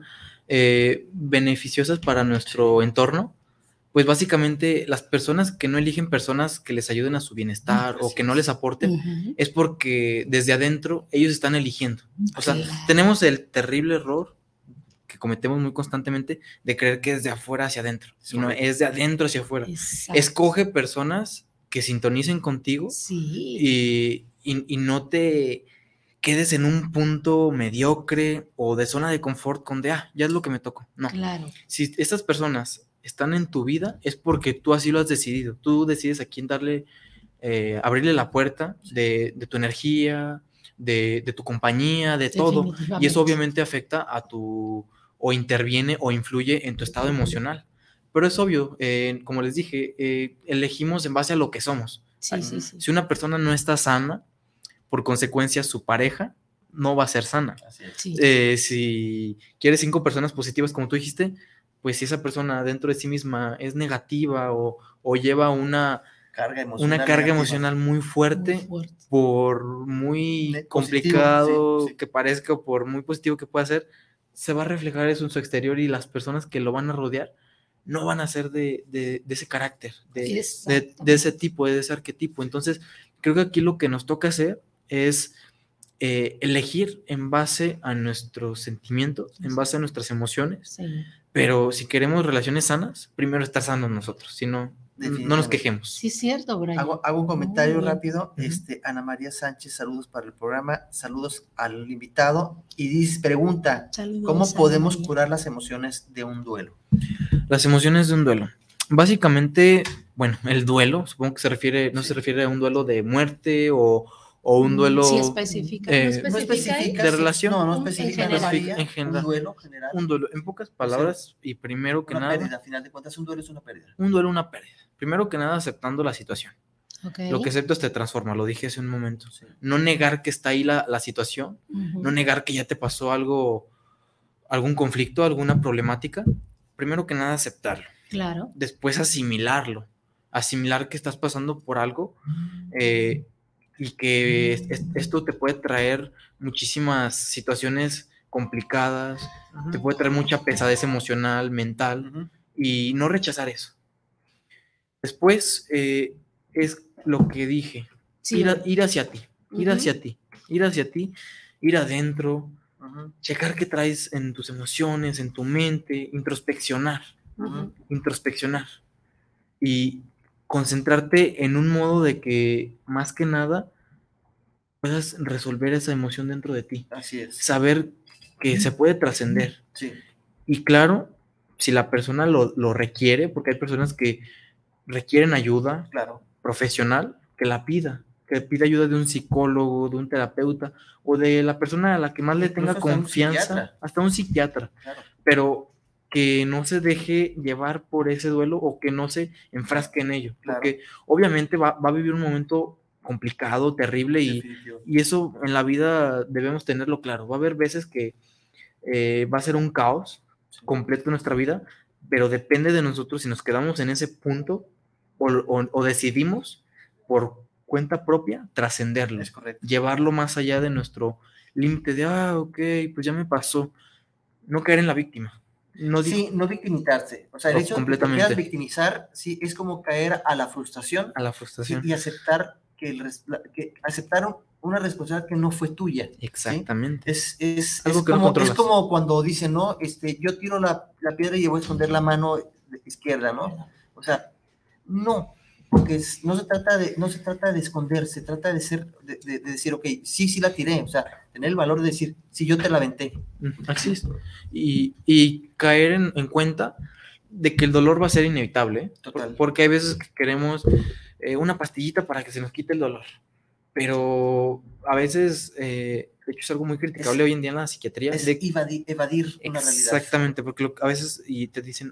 eh, beneficiosas para nuestro entorno, pues básicamente las personas que no eligen personas que les ayuden a su bienestar uh-huh. o que no les aporten, uh-huh. es porque desde adentro ellos están eligiendo. O sea, claro. tenemos el terrible error que cometemos muy constantemente de creer que es de afuera hacia adentro, sino sí. es de adentro hacia afuera. Exacto. Escoge personas que sintonicen contigo sí. y, y, y no te quedes en un punto mediocre o de zona de confort con de, ah, ya es lo que me tocó. No. Claro. Si estas personas están en tu vida, es porque tú así lo has decidido. Tú decides a quién darle, eh, abrirle la puerta de, de tu energía, de, de tu compañía, de todo. Y eso obviamente afecta a tu, o interviene o influye en tu estado emocional. Pero es obvio, eh, como les dije, eh, elegimos en base a lo que somos. Sí, sí, sí. Si una persona no está sana, por consecuencia su pareja no va a ser sana. Sí. Eh, si quieres cinco personas positivas, como tú dijiste, pues si esa persona dentro de sí misma es negativa o, o lleva una carga emocional, una carga emocional muy fuerte, muy fuerte, por muy positivo, complicado sí, sí. que parezca o por muy positivo que pueda ser, se va a reflejar eso en su exterior y las personas que lo van a rodear no van a ser de, de, de ese carácter, de, de, de ese tipo, de ese arquetipo. Entonces, creo que aquí lo que nos toca hacer es eh, elegir en base a nuestros sentimientos, en base a nuestras emociones, sí. Pero si queremos relaciones sanas, primero estar sanos nosotros, si no, no nos quejemos. Sí, es cierto, Brian. Hago, hago un comentario rápido. Uh-huh. este, Ana María Sánchez, saludos para el programa, saludos al invitado, y dice, pregunta, saludos, ¿cómo podemos María. curar las emociones de un duelo? Las emociones de un duelo. Básicamente, bueno, el duelo, supongo que se refiere, no sí. se refiere a un duelo de muerte o... o un duelo sí, específica. Eh, ¿No especifica, no especifica de relación. No, no especifica en general. En general. Un duelo general. Un duelo, en pocas palabras, o sea, y primero que una nada. Una pérdida, a final de cuentas, un duelo es una pérdida. Un duelo, una pérdida. Primero que nada, aceptando la situación. Okay. Lo que aceptas te transforma, lo dije hace un momento. Sí. No negar que está ahí la, la situación, uh-huh. no negar que ya te pasó algo, algún conflicto, alguna problemática. Primero que nada, aceptarlo. Claro. Después, asimilarlo. Asimilar que estás pasando por algo. Eh, y que esto te puede traer muchísimas situaciones complicadas, uh-huh. te puede traer mucha pesadez emocional, mental, uh-huh. y no rechazar eso. Después eh, es lo que dije, sí. ir, a, ir hacia ti, ir uh-huh. hacia ti, ir hacia ti, ir adentro, uh-huh. checar qué traes en tus emociones, en tu mente, introspeccionar, uh-huh. introspeccionar y concentrarte en un modo de que más que nada puedas resolver esa emoción dentro de ti. Así es. Saber que se puede trascender. Sí. Y claro, si la persona lo, lo requiere, porque hay personas que requieren ayuda claro. profesional, que la pida, que pida ayuda de un psicólogo, de un terapeuta, o de la persona a la que más le tenga hasta confianza, un hasta un psiquiatra. Claro. Pero que no se deje llevar por ese duelo o que no se enfrasque en ello. Claro. Porque obviamente va, va a vivir un momento complicado, terrible, y, y eso en la vida debemos tenerlo claro. Va a haber veces que eh, va a ser un caos completo en nuestra vida, pero depende de nosotros si nos quedamos en ese punto o, o, o decidimos por cuenta propia trascenderlo, llevarlo más allá de nuestro límite de, ah, ok, pues ya me pasó. No caer en la víctima. No sí, digo, no victimizarse. O sea, el hecho de que te quieras victimizar, sí, es como caer a la frustración. A la frustración. Sí, y aceptar que, el, que aceptaron una responsabilidad que no fue tuya. Exactamente. ¿sí? Es, es, es, como, no es como cuando dicen, ¿no? Este, yo tiro la, la piedra y voy a esconder la mano izquierda, ¿no? O sea, no. Porque es, no, se trata de, no se trata de esconder, se trata de, ser, de, de, de decir, ok, sí, sí la tiré, o sea, tener el valor de decir, sí, yo te la aventé. Así es. Y, y caer en, en cuenta de que el dolor va a ser inevitable, ¿eh? Total. Porque hay veces que queremos eh, una pastillita para que se nos quite el dolor, pero a veces, eh, de hecho es algo muy criticable es, hoy en día en la psiquiatría. Es de evadir, evadir una realidad. Exactamente, porque lo, a veces y te dicen,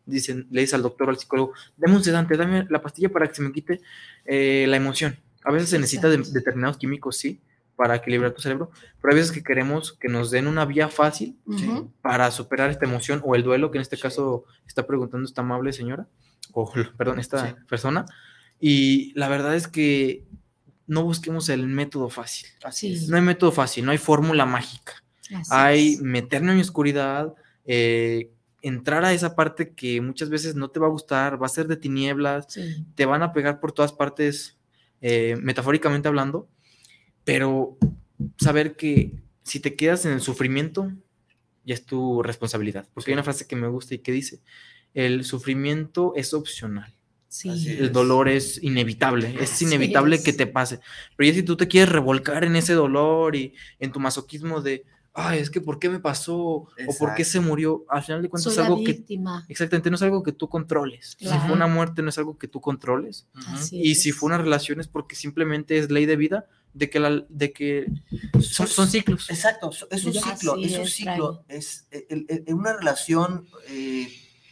dicen, le dice al doctor o al psicólogo, dame un sedante, dame la pastilla para que se me quite eh, la emoción. A veces se necesita de, determinados químicos, sí, para equilibrar tu cerebro, pero hay veces que queremos que nos den una vía fácil uh-huh. para superar esta emoción o el duelo, que en este sí. caso está preguntando esta amable señora, o perdón, esta sí. persona, y la verdad es que no busquemos el método fácil. Así es. No hay método fácil, no hay fórmula mágica. Así hay es. meterme en mi oscuridad, eh, entrar a esa parte que muchas veces no te va a gustar, va a ser de tinieblas, sí. te van a pegar por todas partes, eh, metafóricamente hablando, pero saber que si te quedas en el sufrimiento, ya es tu responsabilidad. Porque sí. hay una frase que me gusta y que dice, el sufrimiento es opcional. Sí. El dolor es inevitable, es inevitable es. que te pase. Pero ya si tú te quieres revolcar en ese dolor y en tu masoquismo de, ay, es que ¿por qué me pasó? Exacto. O ¿por qué se murió? Al final de cuentas Soy es algo víctima. que... Exactamente, no es algo que tú controles. Claro. Si fue una muerte, no es algo que tú controles. Uh-huh. Y es. si fue una relación es porque simplemente es ley de vida de que, la, de que son, son ciclos. Exacto, es un ciclo, es un ciclo. Es, el, el, el, una relación... Eh,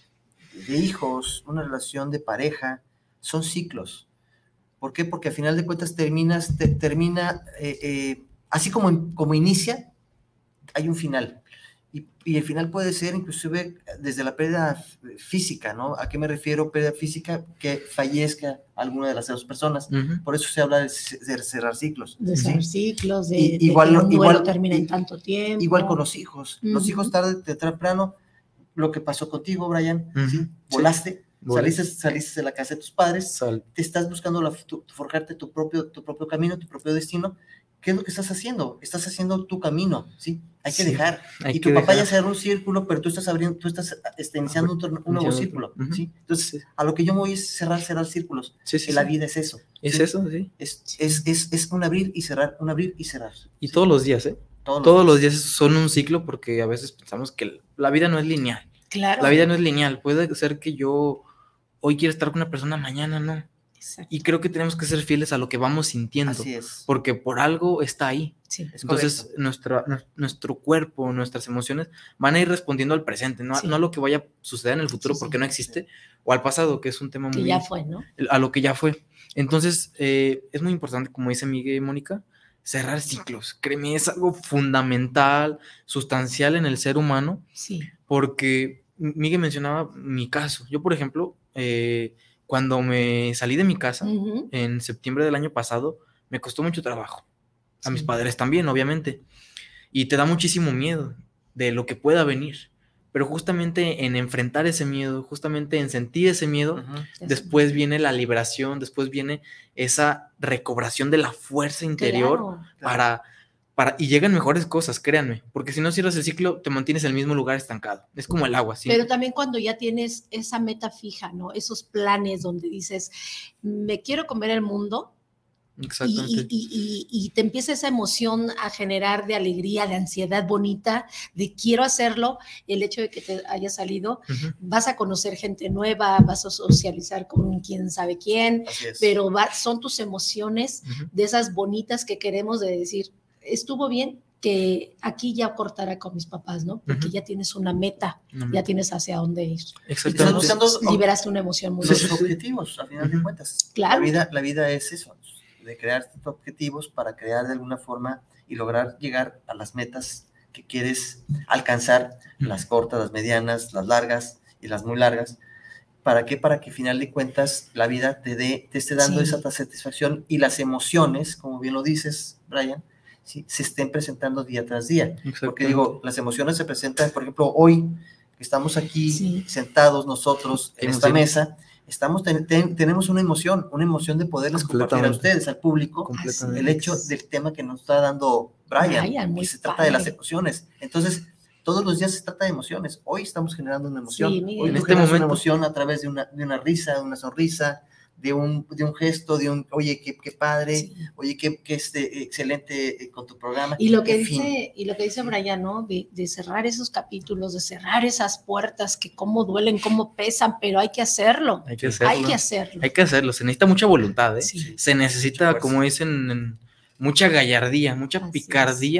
de hijos, una relación de pareja, son ciclos. ¿Por qué? Porque al final de cuentas terminas, te, termina, eh, eh, así como, como inicia, hay un final. Y, y el final puede ser inclusive desde la pérdida física, ¿no? ¿A qué me refiero pérdida física? Que fallezca alguna de las dos personas. Uh-huh. Por eso se habla de, de cerrar ciclos. De cerrar ¿sí? ciclos, de, y, de igual, que un duelo igual, termine en tanto tiempo. Igual con los hijos. Uh-huh. Los hijos tarde o temprano, lo que pasó contigo, Brian, uh-huh. ¿sí? Volaste, sí. saliste, saliste de la casa de tus padres, Sal. te estás buscando la, tu, forjarte tu propio, tu propio camino, tu propio destino. ¿Qué es lo que estás haciendo? Estás haciendo tu camino, ¿sí? Hay que sí, dejar. Hay y tu papá dejar. ya cerró un círculo, pero tú estás abriendo, tú estás este, iniciando ah, un, un nuevo círculo, uh-huh. ¿sí? Entonces, sí. a lo que yo me voy es cerrar, cerrar círculos. Sí, sí, la sí. vida es eso. Es ¿sí? eso, sí. Es, es, es, es un abrir y cerrar, un abrir y cerrar. Y ¿sí? todos los días, ¿eh? Todos, todos los días. los días son un ciclo porque a veces pensamos que la vida no es lineal. Claro. La vida no es lineal. Puede ser que yo hoy quiera estar con una persona, mañana no. Exacto. Y creo que tenemos que ser fieles a lo que vamos sintiendo. Así es. Porque por algo está ahí. Sí, Entonces, nuestro, nuestro cuerpo, nuestras emociones van a ir respondiendo al presente, no, sí. no a lo que vaya a suceder en el futuro, sí, porque sí, no existe, sí. o al pasado, que es un tema que muy... Que ya fue, ¿no? A lo que ya fue. Entonces, eh, es muy importante, como dice Miguel y Mónica, cerrar ciclos. Créeme, es algo fundamental, sustancial en el ser humano. Sí. Porque Miguel mencionaba mi caso. Yo, por ejemplo... Eh, Cuando me salí de mi casa, uh-huh. en septiembre del año pasado, me costó mucho trabajo. A sí. mis padres también, obviamente. Y te da muchísimo miedo de lo que pueda venir. Pero justamente en enfrentar ese miedo, justamente en sentir ese miedo, uh-huh. después viene la liberación, después viene esa recobración de la fuerza interior claro, para... Claro. Para, y llegan mejores cosas, créanme, porque si no cierras el ciclo, te mantienes en el mismo lugar estancado. Es como el agua. ¿sí? Pero también cuando ya tienes esa meta fija, ¿no? Esos planes donde dices, me quiero comer el mundo. Exactamente. Y, y, y, y te empieza esa emoción a generar de alegría, de ansiedad bonita, de quiero hacerlo, el hecho de que te hayas salido, uh-huh. vas a conocer gente nueva, vas a socializar con quién sabe quién, pero va, son tus emociones uh-huh. de esas bonitas que queremos de decir, estuvo bien que aquí ya cortara con mis papás, ¿no? Porque uh-huh. ya tienes una meta, uh-huh. ya tienes hacia dónde ir. Exactamente. Entonces, liberaste una emoción muy Los objetivos, al final uh-huh. de cuentas. Claro. La vida, la vida es eso, de crear objetivos para crear de alguna forma y lograr llegar a las metas que quieres alcanzar, uh-huh. las cortas, las medianas, las largas y las muy largas. ¿Para qué? Para que al final de cuentas la vida te, dé, te esté dando sí. esa satisfacción y las emociones, como bien lo dices, Brian, ¿sí? se estén presentando día tras día. Porque digo, las emociones se presentan, por ejemplo, hoy que estamos aquí sí. sentados nosotros en esta mesa, estamos ten, ten, tenemos una emoción, una emoción de poderles compartir a ustedes, al público, el hecho del tema que nos está dando Brian, Brian que se trata padre. de las emociones. Entonces, todos los días se trata de emociones. Hoy estamos generando una emoción. Sí, hoy en este momento una emoción a través de una, de una risa, de una sonrisa, de un, de un gesto, de un, oye, qué, qué padre, sí. oye, qué, qué este, excelente con tu programa. Y lo que, dice, y lo que dice Brian, ¿no? De, de cerrar esos capítulos, de cerrar esas puertas que cómo duelen, cómo pesan, pero hay que hacerlo. Hay que hacerlo. Hay que hacerlo. Hay que hacerlo. Se necesita mucha voluntad, ¿eh? Sí. Se necesita, como dicen, mucha gallardía, mucha Así picardía es.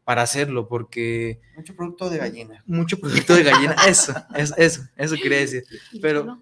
para hacerlo, porque... Mucho producto de gallina. Mucho producto de gallina, eso, es, eso, eso quería decir. Pero,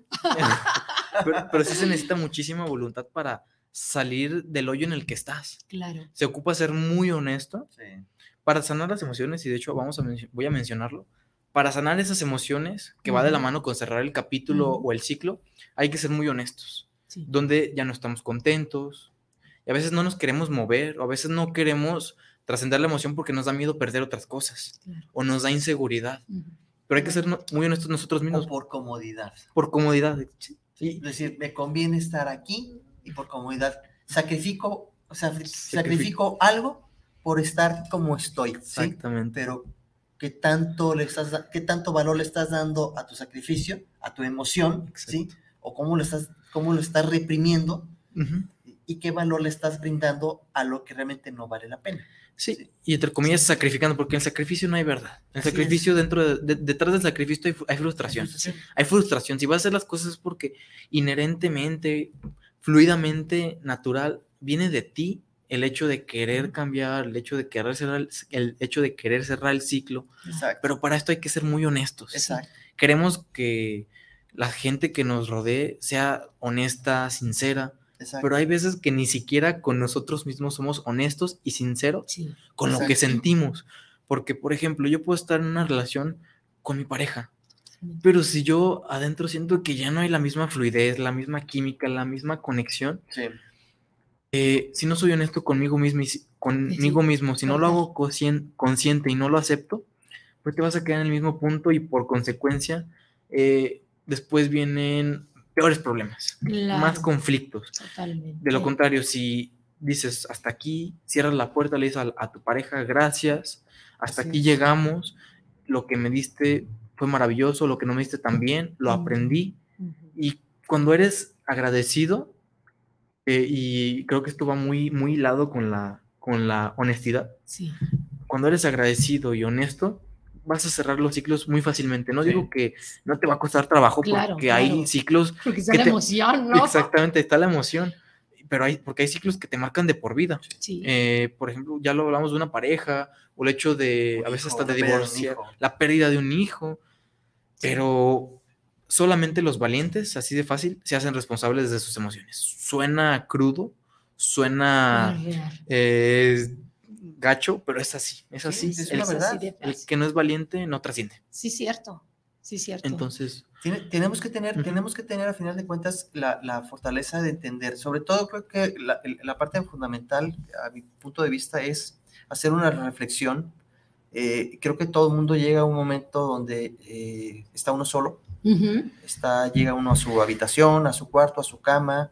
pero, pero sí se necesita muchísima voluntad para salir del hoyo en el que estás. Claro. Se ocupa ser muy honesto Sí. para sanar las emociones, y de hecho vamos a menc- voy a mencionarlo. Para sanar esas emociones, que uh-huh. va de la mano con cerrar el capítulo uh-huh. o el ciclo, hay que ser muy honestos. Sí. Donde ya no estamos contentos, y a veces no nos queremos mover, o a veces no queremos trascender la emoción porque nos da miedo perder otras cosas, claro. o nos da inseguridad. Uh-huh. Pero hay que ser no, muy honestos nosotros mismos. O por comodidad. Por comodidad. Sí. Es decir, me conviene estar aquí y por comodidad. Sacrifico, o sea, sacrifico, sacrifico algo por estar como estoy. Exactamente. ¿sí? Pero ¿qué tanto, le estás, qué tanto valor le estás dando a tu sacrificio, a tu emoción? ¿sí? O cómo lo estás, cómo lo estás reprimiendo. Uh-huh. Y qué valor le estás brindando a lo que realmente no vale la pena. Sí, sí. Y entre comillas sí. sacrificando, porque en el sacrificio no hay verdad. En el Así sacrificio, es. dentro de, de, detrás del sacrificio hay, hay frustración. Sí. Hay frustración. Si vas a hacer las cosas es porque inherentemente, fluidamente, natural, viene de ti el hecho de querer cambiar, el hecho de querer cerrar el, el hecho de querer cerrar el ciclo. Exacto. Pero para esto hay que ser muy honestos. Exacto. Queremos que la gente que nos rodee sea honesta, sincera. Exacto. Pero hay veces que ni siquiera con nosotros mismos somos honestos y sinceros sí. con Exacto. lo que sentimos. Porque, por ejemplo, yo puedo estar en una relación con mi pareja, sí. pero si yo adentro siento que ya no hay la misma fluidez, la misma química, la misma conexión, sí. eh, si no soy honesto conmigo mismo, y si, conmigo sí. mismo, si no lo hago consciente y no lo acepto, pues te vas a quedar en el mismo punto y por consecuencia eh, después vienen peores problemas, claro. más conflictos. Totalmente. De lo contrario, si dices hasta aquí, cierras la puerta, le dices a, a tu pareja gracias, hasta Así aquí es. llegamos, lo que me diste fue maravilloso, lo que no me diste también, lo uh-huh. aprendí. Uh-huh. Y cuando eres agradecido, eh, y creo que esto va muy, muy hilado con la, con la honestidad, sí. cuando eres agradecido y honesto, vas a cerrar los ciclos muy fácilmente. No sí. digo que no te va a costar trabajo, claro, porque claro. hay ciclos... Porque está la te... emoción, ¿no? Exactamente, está la emoción. Pero hay, porque hay ciclos que te marcan de por vida. Sí. Eh, por ejemplo, ya lo hablamos de una pareja, o el hecho de, un a veces hijo, hasta de divorciar, la pérdida de un hijo. Sí. Pero solamente los valientes, así de fácil, se hacen responsables de sus emociones. Suena crudo, suena... Eh, gacho, pero es así, es así. Sí, es el, una verdad. El que no es valiente no trasciende. Sí, cierto. Sí, cierto. Entonces, Tiene, tenemos que tener, uh-huh. tenemos que tener a final de cuentas la, la fortaleza de entender. Sobre todo creo que la, la parte fundamental, a mi punto de vista, es hacer una reflexión. Eh, creo que todo el mundo llega a un momento donde eh, está uno solo. Uh-huh. Está, llega uno a su habitación, a su cuarto, a su cama,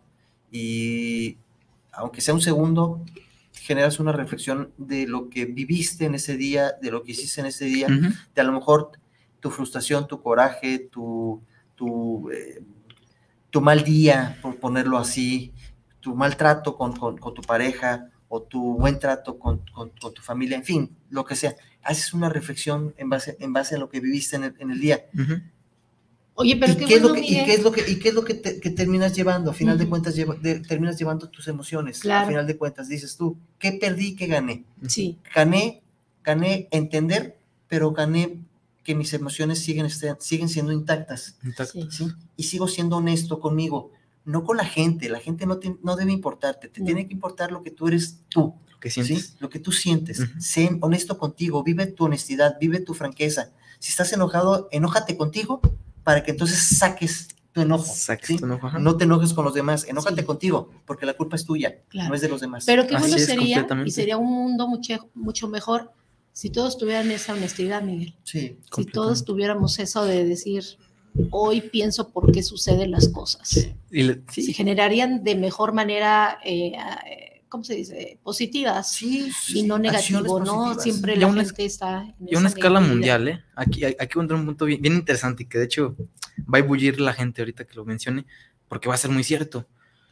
y aunque sea un segundo, generas una reflexión de lo que viviste en ese día, de lo que hiciste en ese día, uh-huh. de a lo mejor tu frustración, tu coraje, tu, tu, eh, tu mal día, por ponerlo así, tu maltrato con, con, con tu pareja o tu buen trato con, con, con tu familia, en fin, lo que sea. Haces una reflexión en base, en base a lo que viviste en el, en el día. Uh-huh. Oye, pero ¿Y qué, qué, bueno, es lo que, ¿Y qué es lo que, y qué es lo que, te, que terminas llevando? A final uh-huh. de cuentas, lleva, de, terminas llevando tus emociones. Claro. A final de cuentas, dices tú, ¿qué perdí, qué gané? Sí. Gané, gané entender, pero gané que mis emociones siguen, siguen siendo intactas. Intactas. ¿sí? Y sigo siendo honesto conmigo, no con la gente. La gente no, te, no debe importarte, te no. tiene que importar lo que tú eres tú. Lo que sientes. ¿sí? Lo que tú sientes. Uh-huh. Sé honesto contigo, vive tu honestidad, vive tu franqueza. Si estás enojado, enójate contigo para que entonces saques tu enojo. ¿sí? Tu enojo no te enojes con los demás, enójate sí. contigo, porque la culpa es tuya, claro. no es de los demás. Pero qué bueno sería, y sería un mundo mucho, mucho mejor si todos tuvieran esa honestidad, Miguel. Sí, si todos tuviéramos eso de decir, hoy pienso por qué suceden las cosas. Sí. Y le, sí. Se generarían de mejor manera, eh, ¿cómo se dice? Positivas sí, y sí. no negativo, ¿no? Siempre y la una, gente está en y a una escala mundial, ¿eh? Aquí, aquí encontré un punto bien, bien interesante y que de hecho va a ebullir la gente ahorita que lo mencione, porque va a ser muy cierto.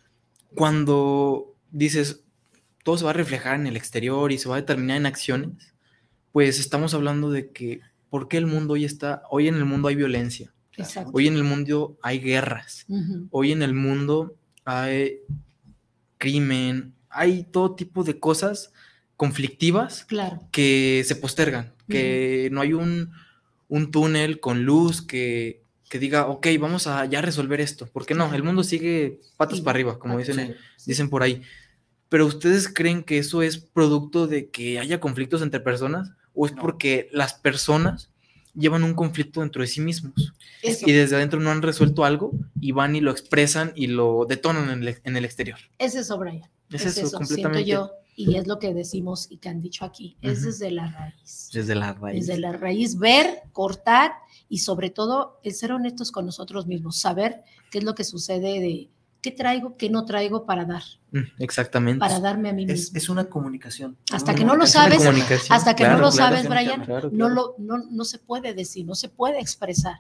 Cuando dices, todo se va a reflejar en el exterior y se va a determinar en acciones, pues estamos hablando de que, ¿por qué el mundo hoy está? Hoy en el mundo hay violencia. Exacto. Hoy en el mundo hay guerras. Uh-huh. Hoy en el mundo hay crimen, hay todo tipo de cosas conflictivas claro. que se postergan, que uh-huh. no hay un, un túnel con luz que, que diga, ok, vamos a ya resolver esto. Porque no, el mundo sigue patas sí. para arriba, como dicen, sí. dicen por ahí. Pero ¿ustedes creen que eso es producto de que haya conflictos entre personas? ¿O es no. porque las personas llevan un conflicto dentro de sí mismos? Eso. Y desde adentro no han resuelto algo y van y lo expresan y lo detonan en el, en el exterior. Es eso, Brian. Es, es eso, eso, completamente. Siento yo, y es lo que decimos y que han dicho aquí, uh-huh. es desde la raíz. Desde la raíz. Desde la raíz, ver, cortar y sobre todo el ser honestos con nosotros mismos, saber qué es lo que sucede de qué traigo, qué no traigo para dar. Exactamente. Para darme a mí es, mismo. Es una comunicación. Hasta una que no lo sabes, hasta que claro, no lo claro, sabes, claro, Brian, claro, claro. No, lo, no, no se puede decir, no se puede expresar.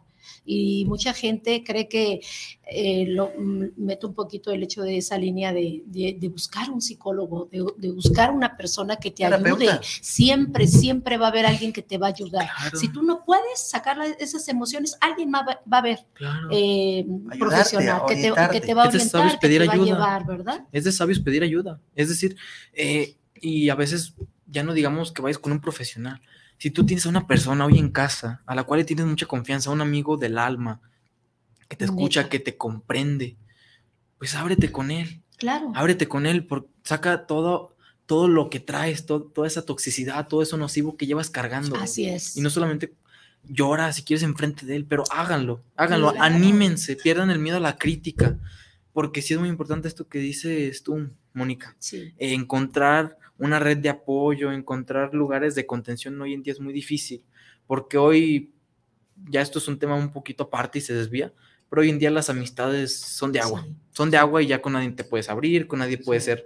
Y mucha gente cree que eh, lo, meto un poquito el hecho de esa línea de, de, de buscar un psicólogo, de, de buscar una persona que te Terapeuta. ayude. Siempre, siempre va a haber alguien que te va a ayudar. Claro. Si tú no puedes sacar esas emociones, alguien va, va a haber claro. eh, profesional que te, que te va a orientar, es de pedir que te ayuda. va a llevar, ¿verdad? Es de sabios pedir ayuda. Es decir, eh, y a veces ya no digamos que vayas con un profesional. Si tú tienes a una persona hoy en casa a la cual le tienes mucha confianza, un amigo del alma, que te escucha, Neta. que te comprende, pues ábrete con él. Claro. Ábrete con él, porque saca todo, todo lo que traes, todo, toda esa toxicidad, todo eso nocivo que llevas cargando. Así es. Y no solamente llora si quieres enfrente de él, pero háganlo, háganlo, Claro. anímense, pierdan el miedo a la crítica, porque sí es muy importante esto que dices tú, Mónica. Sí. Eh, encontrar una red de apoyo, encontrar lugares de contención hoy en día es muy difícil, porque hoy ya esto es un tema un poquito aparte y se desvía, pero hoy en día las amistades son de agua, sí. son de agua y ya con nadie te puedes abrir, con nadie puedes sí. ser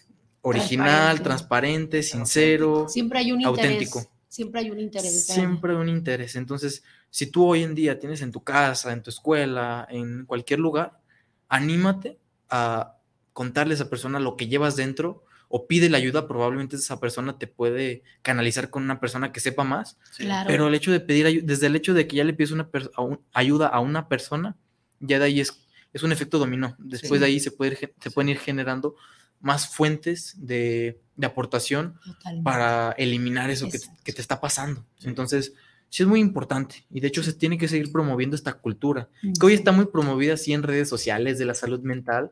original, transparente, transparente sincero, siempre hay un auténtico. Interés, siempre hay un interés. Siempre hay un interés. Entonces, si tú hoy en día tienes en tu casa, en tu escuela, en cualquier lugar, anímate a contarle a esa persona lo que llevas dentro o pídele ayuda, probablemente esa persona te puede canalizar con una persona que sepa más, claro. pero el hecho de pedir ayuda, desde el hecho de que ya le pides una per- a un, ayuda a una persona, ya de ahí es, es un efecto dominó, después sí. de ahí se, puede, se pueden ir generando más fuentes de, de aportación Totalmente. Para eliminar eso que, que te está pasando, sí. Entonces sí es muy importante y de hecho se tiene que seguir promoviendo esta cultura, sí. que hoy está muy promovida así en redes sociales de la salud mental,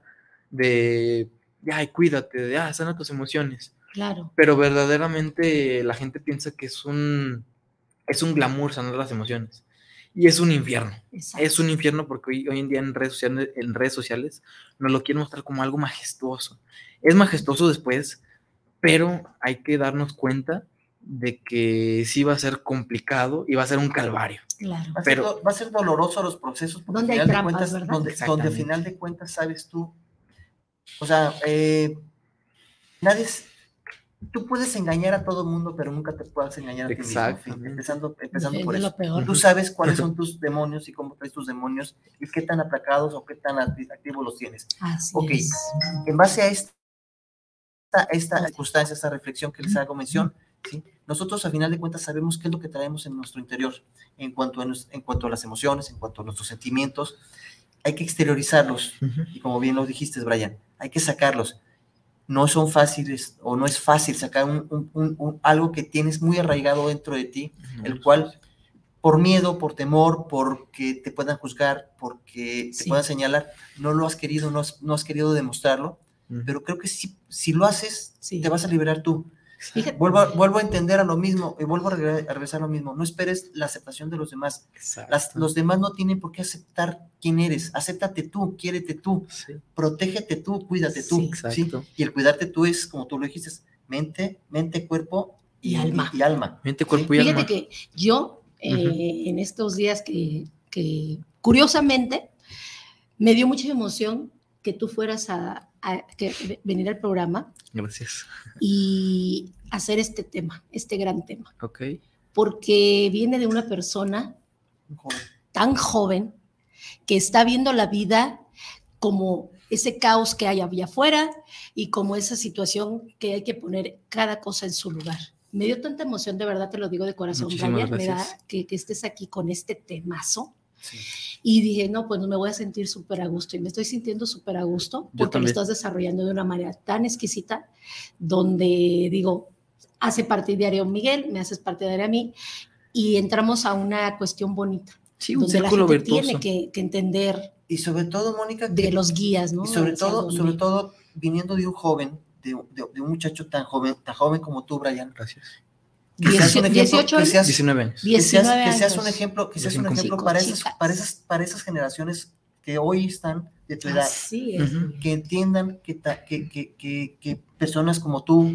de ay, cuídate, de ah, sana tus emociones. Claro. Pero verdaderamente la gente piensa que es un, es un glamour sanar las emociones. Y es un infierno. Exacto. Es un infierno porque hoy, hoy en día en redes, sociales, en redes sociales nos lo quieren mostrar como algo majestuoso. Es majestuoso después, pero hay que darnos cuenta de que sí va a ser complicado y va a ser un calvario. Claro. Va a, pero, ser, va a ser doloroso los procesos. Donde hay trampas, cuentas, ¿verdad? Donde, donde al final de cuentas sabes tú. O sea, eh, nadie es, tú puedes engañar a todo el mundo, pero nunca te puedes engañar a ti mismo. Empezando, empezando sí, por eso. Tú sabes cuáles son tus demonios y cómo traes tus demonios y qué tan aplacados o qué tan activos los tienes. Así ok, es. En base a esta, esta circunstancia, esta reflexión que les hago mención, ¿sí? Nosotros a final de cuentas sabemos qué es lo que traemos en nuestro interior, en cuanto a, en cuanto a las emociones, en cuanto a nuestros sentimientos. Hay que exteriorizarlos, uh-huh. y como bien lo dijiste, Brian, hay que sacarlos. No son fáciles, o no es fácil sacar un, un, un, un, algo que tienes muy arraigado dentro de ti, uh-huh. el cual, por miedo, por temor, porque te puedan juzgar, porque te sí. puedan señalar, no lo has querido, no has, no has querido demostrarlo, uh-huh. pero creo que si, si lo haces, sí. te vas a liberar tú. Vuelvo, vuelvo a entender a lo mismo y vuelvo a regresar a lo mismo. No esperes la aceptación de los demás. Las, los demás no tienen por qué aceptar quién eres. Acéptate tú, quiérete tú, sí. protégete tú, cuídate tú. Sí, ¿sí? Y el cuidarte tú es, como tú lo dijiste, mente, mente, cuerpo y, y alma. Y, y alma. Mente, cuerpo y Fíjate alma. Fíjate que yo, eh, uh-huh. en estos días que, que, curiosamente, me dio mucha emoción que tú fueras a, a que, venir al programa. Gracias. Y hacer este tema, este gran tema. Ok. Porque viene de una persona joven. tan joven que está viendo la vida como ese caos que hay allá afuera y como esa situación que hay que poner cada cosa en su lugar. Me dio tanta emoción, de verdad te lo digo de corazón, Muchísimas Brian, me da que, que estés aquí con este temazo. Sí. Y dije, no, pues me voy a sentir súper a gusto y me estoy sintiendo súper a gusto porque lo estás desarrollando de una manera tan exquisita donde digo, hace partidario Miguel, me haces partidario a mí, y entramos a una cuestión bonita. Sí, un donde círculo la gente virtuoso. tiene que, que entender. Y sobre todo, Mónica, de que, los guías, ¿no? Y sobre Hacia todo, dónde. sobre todo, viniendo de un joven, de, de, de un muchacho tan joven, tan joven como tú, Brian. Gracias. Que seas un ejemplo, dieciocho que seas, diecinueve años. Que seas, diecinueve que seas años. un ejemplo, que seas un Chicos, ejemplo para esas, chicas. para esas, para esas generaciones que hoy están de tu edad. Así es. Ujú. Que entiendan que, ta, que, que, que, que personas como tú,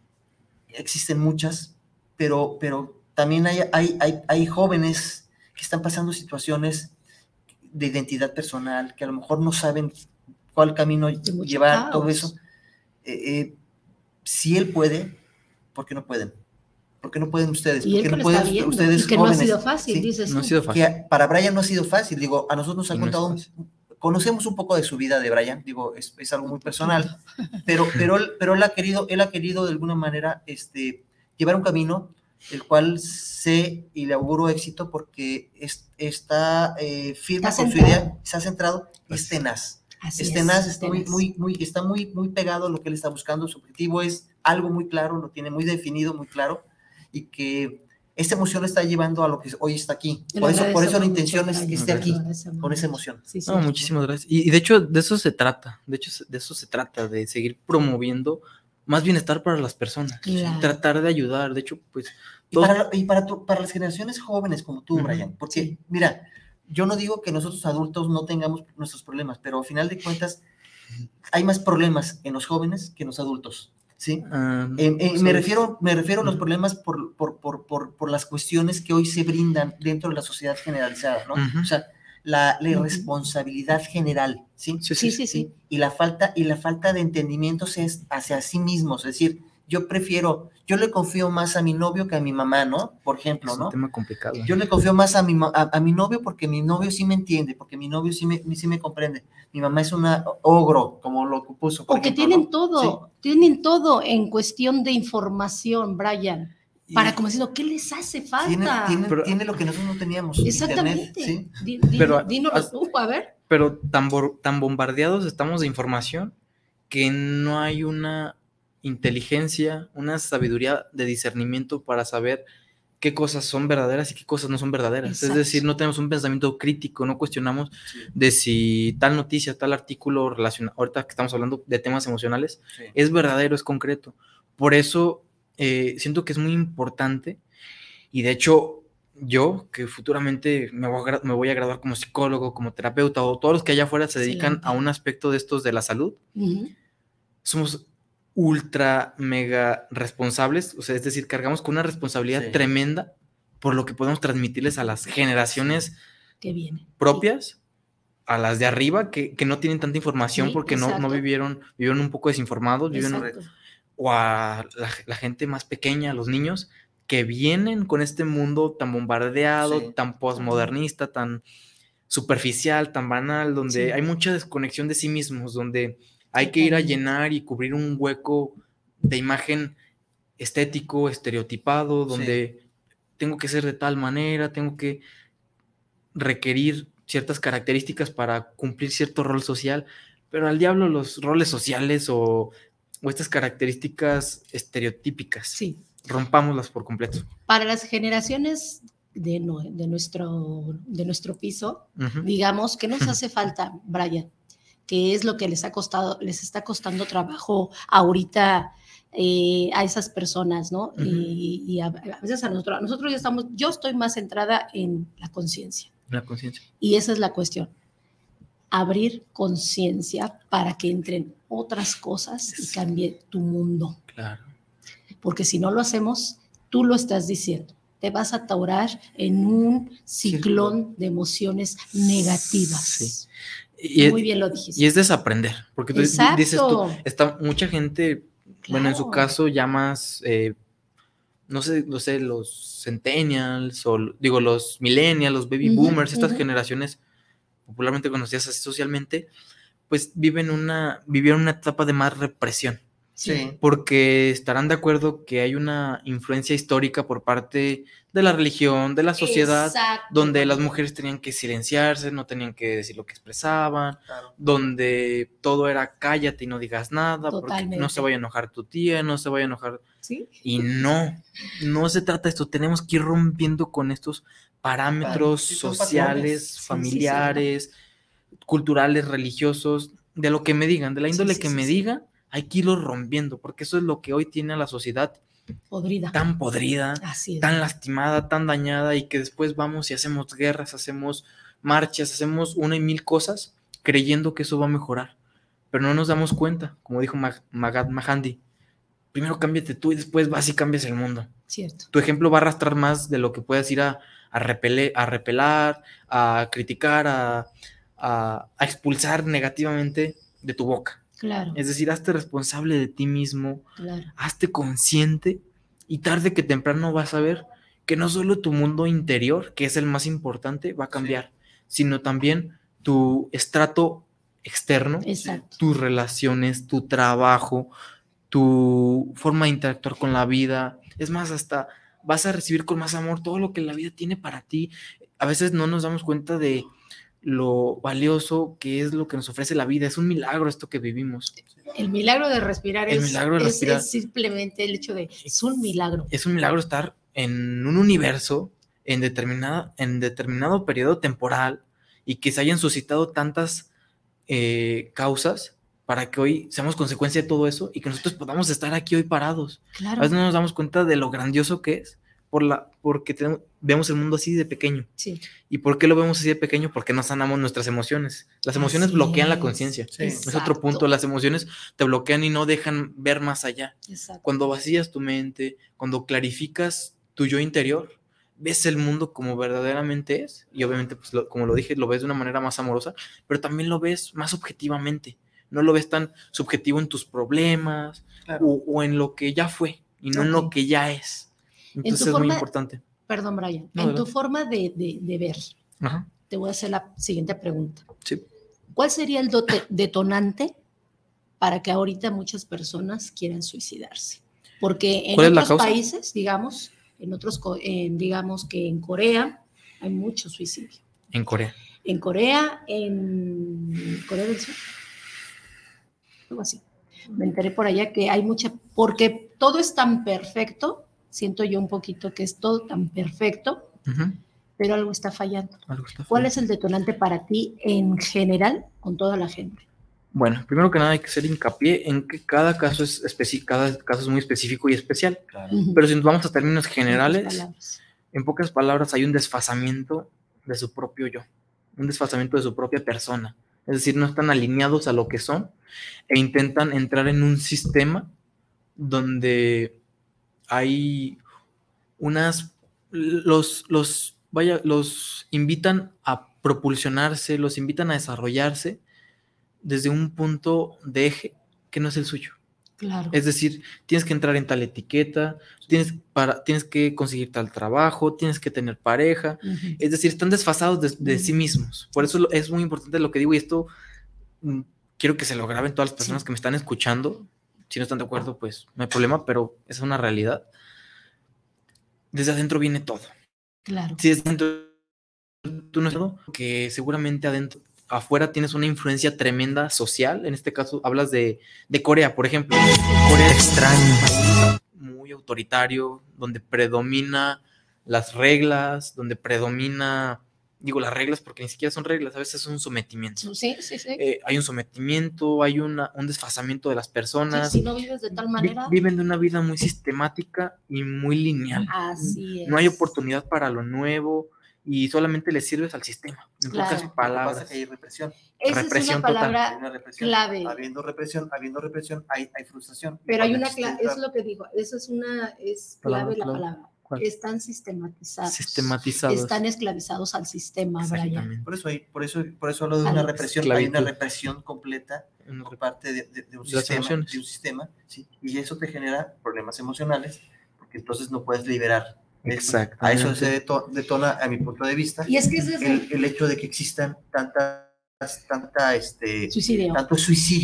existen muchas, pero, pero también hay, hay, hay, hay jóvenes que están pasando situaciones de identidad personal, que a lo mejor no saben cuál camino llevar, caos. todo eso. Eh, eh, si él puede, ¿por qué no pueden? ¿Por qué no pueden ustedes? Y ¿Por qué él no que pueden está viendo, ustedes y que jóvenes? no ha sido fácil, ¿Sí? dices No ha tú. sido fácil. Que para Brian no ha sido fácil. Digo, a nosotros nos ha Y no es contado, fácil. un, conocemos un poco de su vida de Brian, digo, es, es algo muy personal, pero, pero, él, pero él, ha querido, él ha querido de alguna manera este, llevar un camino, el cual sé y le auguro éxito porque es, está eh, firme Está con su centrado. idea, se ha centrado, es tenaz. Así Es es, tenaz, es está, muy, tenaz. muy, muy, está muy, muy pegado a lo que él está buscando. Su objetivo es algo muy claro, lo tiene muy definido, muy claro, y que esta emoción le está llevando a lo que hoy está aquí. Le Por eso, por eso la agradecemos intención mucho, es que Brian. esté aquí, Le agradecemos con esa mucho. emoción. Sí, sí. No, muchísimas gracias. Y, y de hecho, de eso se trata. De hecho, de eso se trata, de seguir promoviendo más bienestar para las personas. Claro. Tratar de ayudar. De hecho, pues. Y Todos... para, y para, tu, para las generaciones jóvenes como tú, Uh-huh. Brian, porque Sí. mira, yo no digo que nosotros adultos no tengamos nuestros problemas, pero al final de cuentas hay más problemas en los jóvenes que en los adultos, ¿sí? Um, eh, eh, ¿sabes? me refiero, me refiero a los Uh-huh. problemas por, por, por, por, por las cuestiones que hoy se brindan dentro de la sociedad generalizada, ¿no? Uh-huh. O sea, la, la Uh-huh. irresponsabilidad general, ¿sí? Sí, Sí, sí, sí. Y la falta, y la falta de entendimiento hacia sí mismos, es decir, yo prefiero, yo le confío más a mi novio que a mi mamá, ¿no? Por ejemplo, Es un ¿no? tema complicado. Yo le confío más a mi, a, a mi novio porque mi novio sí me entiende, porque mi novio sí me, sí me comprende. Mi mamá es una ogro, como lo puso. Por O que ejemplo, tienen ¿no? todo, Sí. tienen todo en cuestión de información, Brian. Y Para como diciendo, ¿qué les hace falta? Tiene, tiene, Pero- tiene lo que nosotros no teníamos. Exactamente. Internet, ¿sí? Di- di- Pero- dínoslo as- tú, a ver. Pero tan, bor- tan bombardeados estamos de información que no hay una inteligencia, una sabiduría de discernimiento para saber qué cosas son verdaderas y qué cosas no son verdaderas. Exacto. Es decir, no tenemos un pensamiento crítico, no cuestionamos Sí. de si tal noticia, tal artículo relacionado, ahorita que estamos hablando de temas emocionales, Sí. es verdadero, es concreto. Por eso eh, siento que es muy importante y de hecho yo, que futuramente me voy, a, me voy a graduar como psicólogo, como terapeuta o todos los que allá afuera se dedican Excelente. a un aspecto de estos de la salud, Uh-huh. somos ultra mega responsables, o sea, es decir, cargamos con una responsabilidad Sí. tremenda por lo que podemos transmitirles a las generaciones Que viene. propias, a las de arriba que, que no tienen tanta información Sí, porque no, no exacto. vivieron, vivieron un poco desinformados, vivieron, Exacto. o a la, la gente más pequeña, a los niños que vienen con este mundo tan bombardeado, Sí. tan postmodernista, tan superficial, tan banal, donde Sí. hay mucha desconexión de sí mismos, donde hay que ir a Totalmente. llenar y cubrir un hueco de imagen estético, estereotipado, donde sí. tengo que ser de tal manera, tengo que requerir ciertas características para cumplir cierto rol social, pero al diablo los roles sociales o, o estas características estereotípicas. Sí. Rompámoslas por completo. Para las generaciones de, no, de, nuestro, de nuestro piso, uh-huh. digamos, ¿qué nos hace falta, Brian? ¿Qué es lo que les ha costado, les está costando trabajo ahorita eh, a esas personas, ¿no? Uh-huh. Y, y a, a veces a nosotros, a nosotros ya estamos, yo estoy más centrada en la conciencia. La conciencia. Y esa es la cuestión. Abrir conciencia para que entren otras cosas y cambie tu mundo. Claro. Porque si no lo hacemos, tú lo estás diciendo, te vas a atorar en un ciclón Círculo. de emociones negativas. Sí. Y Muy es, bien lo dijiste. Y es desaprender, porque tú Exacto. dices tú, está mucha gente, claro. bueno, en su caso ya más, eh, no sé, no sé, los centennials, o digo, los millennials, los baby uh-huh, boomers, estas uh-huh. generaciones popularmente conocidas así socialmente, pues viven una, vivieron una etapa de más represión. Sí. Porque estarán de acuerdo que hay una influencia histórica por parte de la religión, de la sociedad, Exacto. donde las mujeres tenían que silenciarse, no tenían que decir lo que expresaban, Claro. donde todo era cállate y no digas nada, Totalmente. porque no se vaya a enojar tu tía, no se vaya a enojar. ¿Sí? Y no, no se trata de esto, tenemos que ir rompiendo con estos parámetros Sí, son sociales, patrones. Sí, familiares, culturales, religiosos, de lo que me digan, de la índole Sí, sí, que sí, me sí. diga, hay que irlo rompiendo, porque eso es lo que hoy tiene a la sociedad Podrida. tan podrida, Así es. tan lastimada, tan dañada, y que después vamos y hacemos guerras, hacemos marchas, hacemos una y mil cosas, creyendo que eso va a mejorar, pero no nos damos cuenta, como dijo Mag- Mahatma Gandhi, primero cámbiate tú y después vas y cambias el mundo. Cierto. Tu ejemplo va a arrastrar más de lo que puedas ir a, a, repele, a repelar, a criticar, a, a, a expulsar negativamente de tu boca. Claro. Es decir, hazte responsable de ti mismo, Claro. hazte consciente y tarde que temprano vas a ver que no solo tu mundo interior, que es el más importante, va a cambiar, sí. sino también tu estrato externo, Exacto. tus relaciones, tu trabajo, tu forma de interactuar con la vida. Es más, hasta vas a recibir con más amor todo lo que la vida tiene para ti. A veces no nos damos cuenta de lo valioso que es lo que nos ofrece la vida. Es un milagro esto que vivimos. El milagro de respirar, el es, milagro de es, respirar. es simplemente el hecho de, es un milagro. Es un milagro estar en un universo, en, determinada, en determinado periodo temporal, y que se hayan suscitado tantas eh, causas para que hoy seamos consecuencia de todo eso y que nosotros podamos estar aquí hoy parados. Claro. A veces no nos damos cuenta de lo grandioso que es, por la, porque tenemos, vemos el mundo así de pequeño. Sí. ¿Y por qué lo vemos así de pequeño? Porque no sanamos nuestras emociones. Las emociones Así bloquean es. la conciencia. Sí. Es otro punto. Las emociones te bloquean y no dejan ver más allá. Exacto. Cuando vacías tu mente, cuando clarificas tu yo interior, ves el mundo como verdaderamente es. Y obviamente, pues, lo, como lo dije, lo ves de una manera más amorosa, pero también lo ves más objetivamente. No lo ves tan subjetivo en tus problemas, claro. o, o en lo que ya fue y no okay. en lo que ya es. Entonces es forma, muy importante. Perdón, Brian. No, en ¿verdad? Tu forma de, de, de ver, ajá. Te voy a hacer la siguiente pregunta. Sí. ¿Cuál sería el dote, detonante para que ahorita muchas personas quieran suicidarse? Porque en otros países, digamos, en otros, en, digamos que en Corea hay mucho suicidio. En Corea. En Corea, en Corea del Sur. Algo así. Me enteré por allá que hay mucha, porque todo es tan perfecto, siento yo un poquito que es todo tan perfecto, uh-huh. pero algo está fallando. Algo está fallando. ¿Cuál es el detonante para ti en general con toda la gente? Bueno, primero que nada hay que hacer hincapié en que cada caso es específico, cada caso es muy específico y especial. Claro. Uh-huh. Pero si nos vamos a términos generales, en pocas, en pocas palabras hay un desfasamiento de su propio yo, un desfasamiento de su propia persona. Es decir, no están alineados a lo que son e intentan entrar en un sistema donde hay unas, los, los, vaya, los invitan a propulsionarse, los invitan a desarrollarse desde un punto de eje que no es el suyo. Claro. Es decir, tienes que entrar en tal etiqueta, tienes, para, tienes que conseguir tal trabajo, tienes que tener pareja. Uh-huh. Es decir, están desfasados de, de uh-huh. sí mismos. Por eso es muy importante lo que digo, y esto mm, quiero que se lo graben todas las personas sí. que me están escuchando. Si no están de acuerdo, pues no hay problema, pero es una realidad. Desde adentro viene todo. Claro. Si desde adentro tú no estás, que seguramente adentro, afuera tienes una influencia tremenda social. En este caso hablas de, de Corea, por ejemplo. Corea es extraño, muy autoritario, donde predomina las reglas, donde predomina, digo las reglas porque ni siquiera son reglas, a veces es un sometimiento. Sí, sí, sí. Eh, hay un sometimiento, hay una, un desfasamiento de las personas. Sí, si no vives de tal manera. Vi, viven de una vida muy sistemática y muy lineal. Así es. No hay oportunidad para lo nuevo. Y solamente le sirves al sistema. En claro. pocas palabras. Lo que pasa es que hay represión. Esa represión es una palabra hay una represión. clave. Habiendo represión, habiendo represión, hay, hay frustración. Pero hay una clave, es lo que digo, eso es una, es clave la claro. palabra. ¿Cuál? Están sistematizados. Sistematizados. Están esclavizados al sistema, Brian. Por eso, hay, por eso, por eso hablo de una represión. Hay una represión completa por parte de, de, de un de sistema, de un sistema, ¿sí? Y eso te genera problemas emocionales, porque entonces no puedes liberar. Exacto. A eso se detona, a mi punto de vista, y es que es desde... el, el hecho de que existan tantas, tanta, este, suicidio. tanto suicidio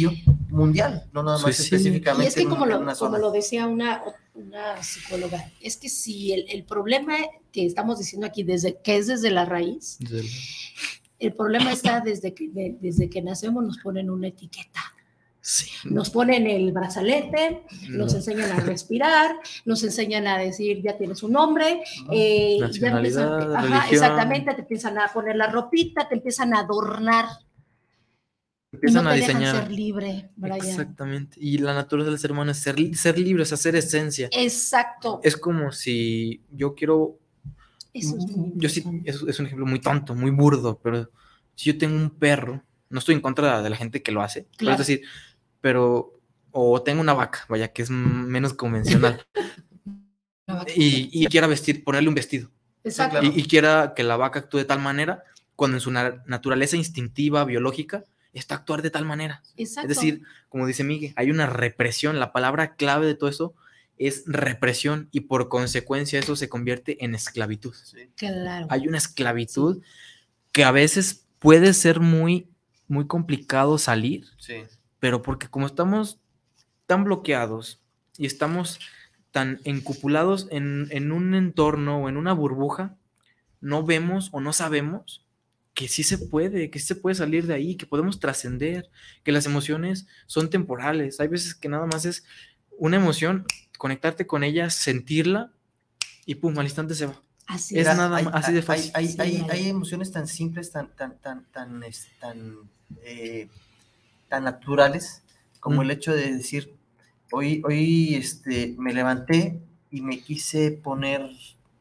mundial, no nada más Sí, sí. específicamente Y es que como, en, lo, en una zona. como lo decía una, una psicóloga, es que si el, el problema que estamos diciendo aquí, desde, que es desde la raíz, Del- el problema está desde que, de, desde que nacemos nos ponen una etiqueta. Sí. Nos ponen el brazalete, No. nos enseñan a respirar, nos enseñan a decir ya tienes un nombre, eh, ya Nacionalidad, empiezan, ajá, religión. exactamente, te empiezan a poner la ropita, te empiezan a adornar. Empiezan y no a te diseñar. dejan ser libre, Brian. Exactamente. Y la naturaleza del ser humano es ser, ser libre, o sea, ser esencia. Exacto. Es como si yo quiero. Eso es muy yo sí, importante. es, es un ejemplo muy tonto, muy burdo, pero si yo tengo un perro, no estoy en contra de la gente que lo hace, pero Claro. es decir, pero, o tengo una vaca, vaya, que es menos convencional, La vaca. y, y quiera vestir, ponerle un vestido, Exacto. claro. y, y quiera que la vaca actúe de tal manera, cuando en su na- naturaleza instintiva, biológica, está a actuar de tal manera. Exacto. Es decir, como dice Miguel, hay una represión, la palabra clave de todo eso es represión, y por consecuencia eso se convierte en esclavitud. Sí. Claro. Hay una esclavitud que a veces puede ser muy, muy complicado salir, Sí. pero porque como estamos tan bloqueados y estamos tan encupulados en, en un entorno o en una burbuja, no vemos o no sabemos que sí se puede, que sí se puede salir de ahí, que podemos trascender, que las emociones son temporales. Hay veces que nada más es una emoción, conectarte con ella, sentirla y pum, al instante se va. Así Es es. nada hay, más, así de hay- fácil. Hay, Sí, hay, Brian. hay emociones tan simples, tan, tan, tan, tan, es- tan, eh, tan naturales, como Mm. el hecho de decir, hoy, hoy este, me levanté y me quise poner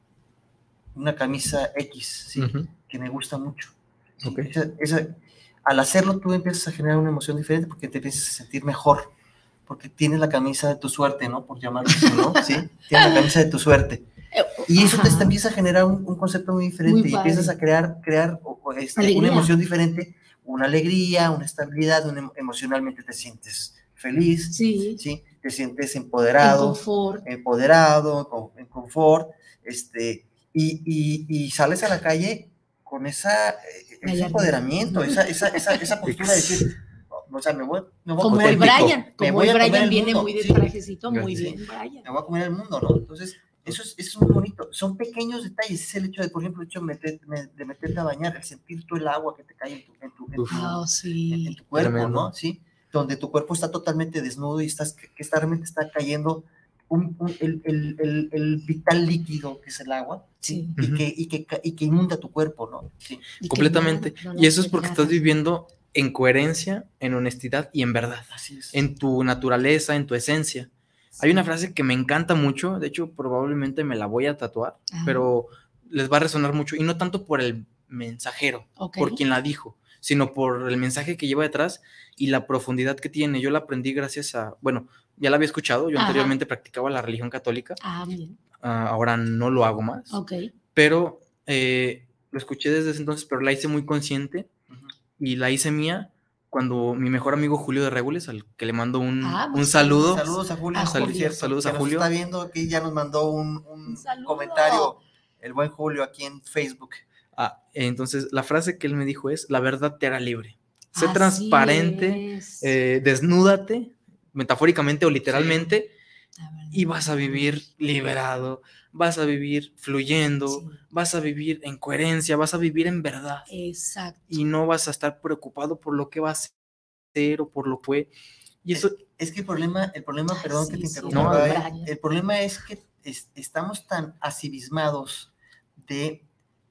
una camisa X, ¿sí? Ujú. Que me gusta mucho. ¿sí? Ok. Esa- esa- al hacerlo tú empiezas a generar una emoción diferente porque te empiezas a sentir mejor, porque tienes la camisa de tu suerte, ¿no? Por llamarlo así, ¿no? ¿Sí? Tienes la camisa de tu suerte. Y eso te, Ajá. te empieza a generar un, un concepto muy diferente Muy y empiezas padre. a crear, crear o- o este, Alegría. una emoción diferente, una alegría, una estabilidad, una, em- emocionalmente te sientes feliz, Sí. ¿sí? Te sientes En empoderado, confort. empoderado, con- en confort, este, y, y, y sales a la calle con esa, eh, ese Gallardía. empoderamiento, esa, esa, esa, esa postura de decir, o sea, me voy, me voy a Como comer el el mundo, Brian. me Como voy el a comer Brian el viene mundo, muy de sí. trajecito, muy Sí. bien, Brian. Me voy a comer el mundo, ¿no? Entonces, eso es, eso es muy bonito. Son pequeños detalles. Es el hecho de, por ejemplo, el hecho de, meter, de meterte a bañar, el sentir tú el agua que te cae en tu, en tu, en tu, Oh, en, sí. en tu cuerpo, Tremendo. ¿no? Sí. Donde tu cuerpo está totalmente desnudo y estás, que, que está, realmente está cayendo un, un, el, el, el, el vital líquido que es el agua, ¿sí? Sí. Y, que, y, que, y que inunda tu cuerpo, ¿no? Sí. Y que Completamente. no- no Y eso nos es porque desgarra. estás viviendo en coherencia, en honestidad y en verdad, Así es. en tu naturaleza, en tu esencia. Hay una frase que me encanta mucho, de hecho probablemente me la voy a tatuar, Ah. pero les va a resonar mucho, y no tanto por el mensajero, Ok. por quien la dijo, sino por el mensaje que lleva detrás y la profundidad que tiene. Yo la aprendí gracias a, bueno, ya la había escuchado, yo Ajá. anteriormente practicaba la religión católica, Ah, bien. ah, ahora no lo hago más, Ok. pero eh, lo escuché desde ese entonces, pero la hice muy consciente Ujú. y la hice mía cuando mi mejor amigo Julio de Regules, al que le mando un, Ah, un pues, saludo. Saludos a Julio. A por Julio. cierto, Saludos que a nos Julio. está viendo, aquí ya nos mandó un, un Un saludo. comentario, el buen Julio, aquí en Facebook. Ah, entonces, la frase que él me dijo es: la verdad te hará libre. Sé Así transparente, es. eh, desnúdate, metafóricamente o literalmente, La verdad. y vas a vivir liberado, vas a vivir fluyendo, Sí. vas a vivir en coherencia, vas a vivir en verdad. Exacto. Y no vas a estar preocupado por lo que va a ser o por lo que fue. Y eso, Es que el problema, el problema, Ay, perdón sí, que te sí, interrumpa, no, Brian, Brian. el problema es que es- estamos tan asimismados de,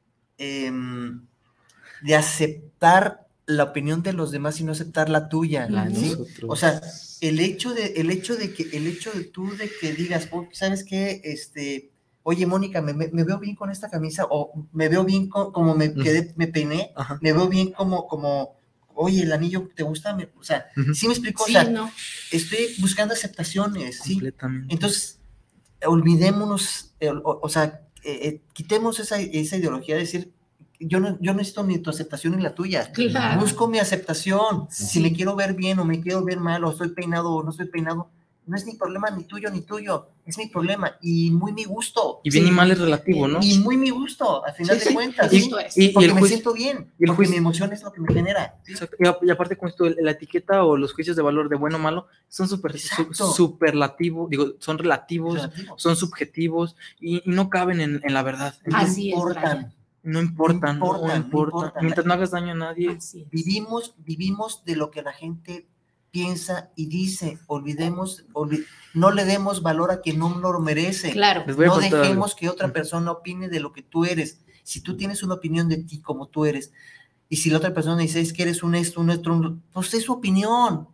em, de aceptar la opinión de los demás y no aceptar la tuya, La de ¿sí? nosotros. O sea, el hecho de, el hecho de que, el hecho de tú de que digas, oh, ¿sabes qué? Este, oye, Mónica, me, me, me veo bien con esta camisa, o me veo bien con, como me quedé, me peiné, Ajá. me veo bien como, como, oye, el anillo, ¿te gusta? Me- o sea, Ujú. ¿sí me explico? Sí, o sea, no. estoy buscando aceptaciones, ¿sí? Completamente. Entonces, olvidémonos, eh, o, o sea, eh, eh, quitemos esa, esa ideología de decir, yo no, yo no necesito ni tu aceptación ni la tuya. Claro. Busco mi aceptación. Sí. Si me quiero ver bien o me quiero ver mal, o estoy peinado o no estoy peinado, no es ni problema ni tuyo ni tuyo, es mi problema y muy mi gusto. Y bien sí. y mal es relativo, ¿no? Y muy mi gusto, al final sí, de sí. cuentas. Y, y, porque y el me juicio, siento bien, y el porque juicio, mi emoción es lo que me genera. Exacto. Y, y aparte con esto, la etiqueta o los juicios de valor de bueno o malo son super, su, superlativos, digo, son relativos, relativos, son subjetivos y, y no caben en, en la verdad. Así no es, importan. No importa, no, importan, no, importa. no importa. Mientras no hagas daño a nadie. Vivimos, vivimos de lo que la gente piensa y dice. Olvidemos, olvid no le demos valor a quien no lo merece. Claro. No dejemos que otra persona opine de lo que tú eres. Si tú tienes una opinión de ti como tú eres, y si la otra persona dice es que eres un esto, un esto, pues es su opinión.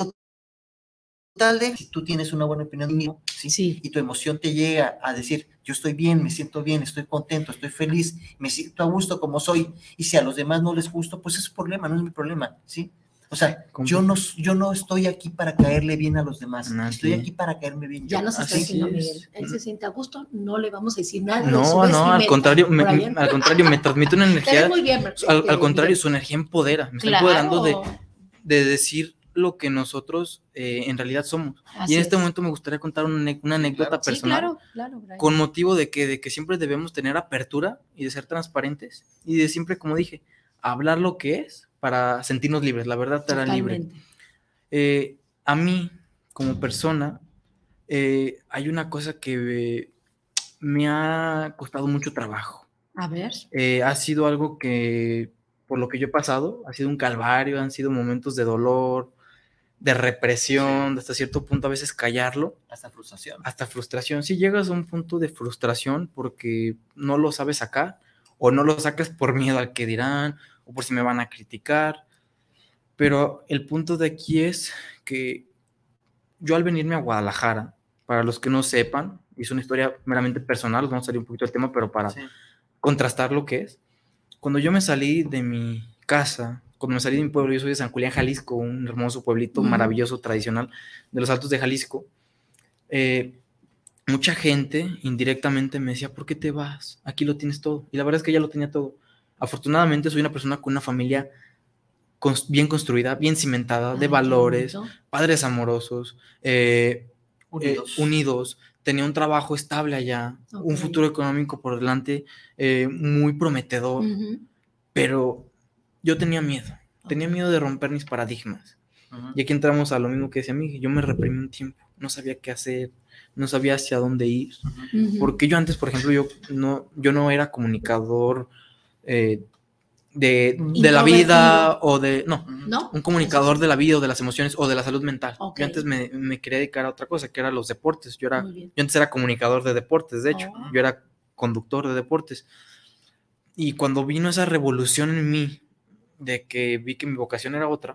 Total de, si tú tienes una buena opinión de mí, ¿sí? Sí. Y tu emoción te llega a decir, yo estoy bien, me siento bien, estoy contento, estoy feliz, me siento a gusto como soy, y si a los demás no les gusto, pues es su problema, no es mi problema, ¿sí? O sea, yo no, yo no estoy aquí para caerle bien a los demás, no, estoy aquí para caerme bien. Ya nos está diciendo Miguel, él se siente a gusto, no le vamos a decir nada. No, no, al contrario, me, al contrario, me transmite una energía, muy bien, al, al contrario, su energía empodera, me está claro. empoderando de, de decir lo que nosotros eh, en realidad somos. Así y en este es. momento me gustaría contar una, una anécdota claro, personal, sí, claro, claro, con motivo de que, de que siempre debemos tener apertura y de ser transparentes y de siempre, como dije, hablar lo que es para sentirnos libres, la verdad te hará libre. Eh, a mí, como persona, eh, hay una cosa que eh, me ha costado mucho trabajo. A ver. Eh, ha sido algo que, por lo que yo he pasado, ha sido un calvario, han sido momentos de dolor, de represión, sí. de hasta cierto punto a veces callarlo. Hasta frustración. Hasta frustración. Si sí, llegas a un punto de frustración porque no lo sabes sacar, o no lo sacas por miedo al que dirán, o por si me van a criticar. Pero el punto de aquí es que yo al venirme a Guadalajara, para los que no sepan, y es una historia meramente personal, vamos a salir un poquito del tema, pero para sí. contrastar lo que es. Cuando yo me salí de mi casa, cuando me salí de mi pueblo, yo soy de San Julián, Jalisco, un hermoso pueblito mm. maravilloso, tradicional, de los Altos de Jalisco. Eh, mucha gente indirectamente me decía, ¿por qué te vas? Aquí lo tienes todo. Y la verdad es que ya lo tenía todo. Afortunadamente soy una persona con una familia bien construida, bien cimentada, de Ay, valores, padres amorosos, eh, unidos. Eh, unidos. Tenía un trabajo estable allá, okay. un futuro económico por delante eh, muy prometedor, uh-huh. pero yo tenía miedo, okay. tenía miedo de romper mis paradigmas. Uh-huh. Y aquí entramos a lo mismo que decía Miguel, yo me reprimí un tiempo, no sabía qué hacer, no sabía hacia dónde ir, uh-huh. porque yo antes, por ejemplo, yo no, yo no era comunicador eh, de, de la vida o de, no, ¿No? un comunicador de la vida o de las emociones o de la salud mental. Okay. Yo antes me, me quería dedicar a otra cosa, que era los deportes. Yo, era, yo antes era comunicador de deportes, de hecho, oh. yo era conductor de deportes. Y cuando vino esa revolución en mí, de que vi que mi vocación era otra,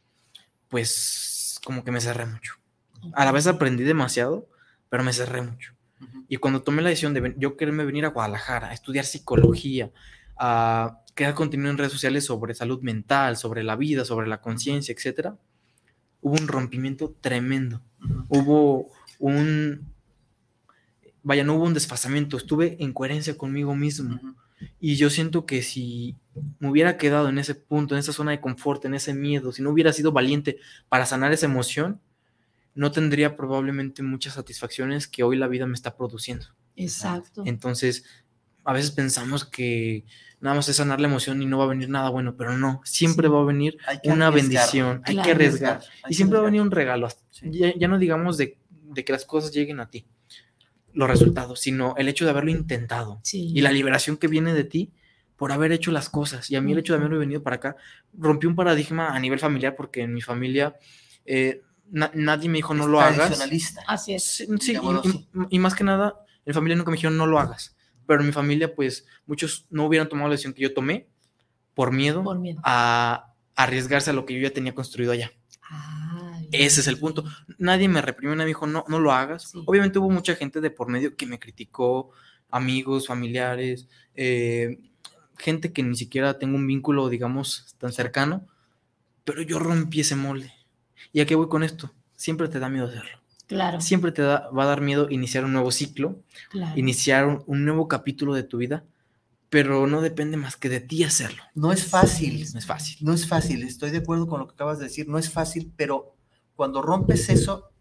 pues como que me cerré mucho. Okay. A la vez aprendí demasiado, pero me cerré mucho. Uh-huh. Y cuando tomé la decisión de ven- yo quererme venir a Guadalajara a estudiar psicología, a crear contenido en redes sociales sobre salud mental, sobre la vida, sobre la conciencia, etcétera, hubo un rompimiento tremendo. Uh-huh. Hubo un... Vaya, no hubo un desfasamiento. Estuve en coherencia conmigo mismo. Uh-huh. Y yo siento que si me hubiera quedado en ese punto, en esa zona de confort, en ese miedo, si no hubiera sido valiente para sanar esa emoción, no tendría probablemente muchas satisfacciones que hoy la vida me está produciendo. Exacto. Entonces, a veces pensamos que nada más es sanar la emoción y no va a venir nada bueno, pero no, siempre sí. va a venir una bendición, hay claro. que arriesgar, hay y siempre arriesgar. va a venir un regalo, sí. ya, ya no digamos de, de que las cosas lleguen a ti, los resultados, sino el hecho de haberlo intentado, sí. y la liberación que viene de ti por haber hecho las cosas, y a mí el hecho de haberme venido para acá, rompió un paradigma a nivel familiar, porque en mi familia eh, na- nadie me dijo no es lo hagas, así es, sí, sí, y, y, y más que nada, en familia nunca me dijeron no lo hagas, pero en mi familia, pues, muchos no hubieran tomado la decisión que yo tomé por miedo, por miedo. A, a arriesgarse a lo que yo ya tenía construido allá. Ay, Ese es el punto. Nadie me reprimió, nadie me dijo, no, no lo hagas. Sí. Obviamente hubo mucha gente de por medio que me criticó, amigos, familiares, eh, gente que ni siquiera tengo un vínculo, digamos, tan cercano, pero yo rompí ese molde. ¿Y a qué voy con esto? Siempre te da miedo hacerlo. Claro. Siempre te da, va a dar miedo iniciar un nuevo ciclo, claro. iniciar un, un nuevo capítulo de tu vida, pero no depende más que de ti hacerlo. No es fácil. No es fácil. No es fácil, estoy de acuerdo con lo que acabas de decir, no es fácil, pero cuando rompes eso,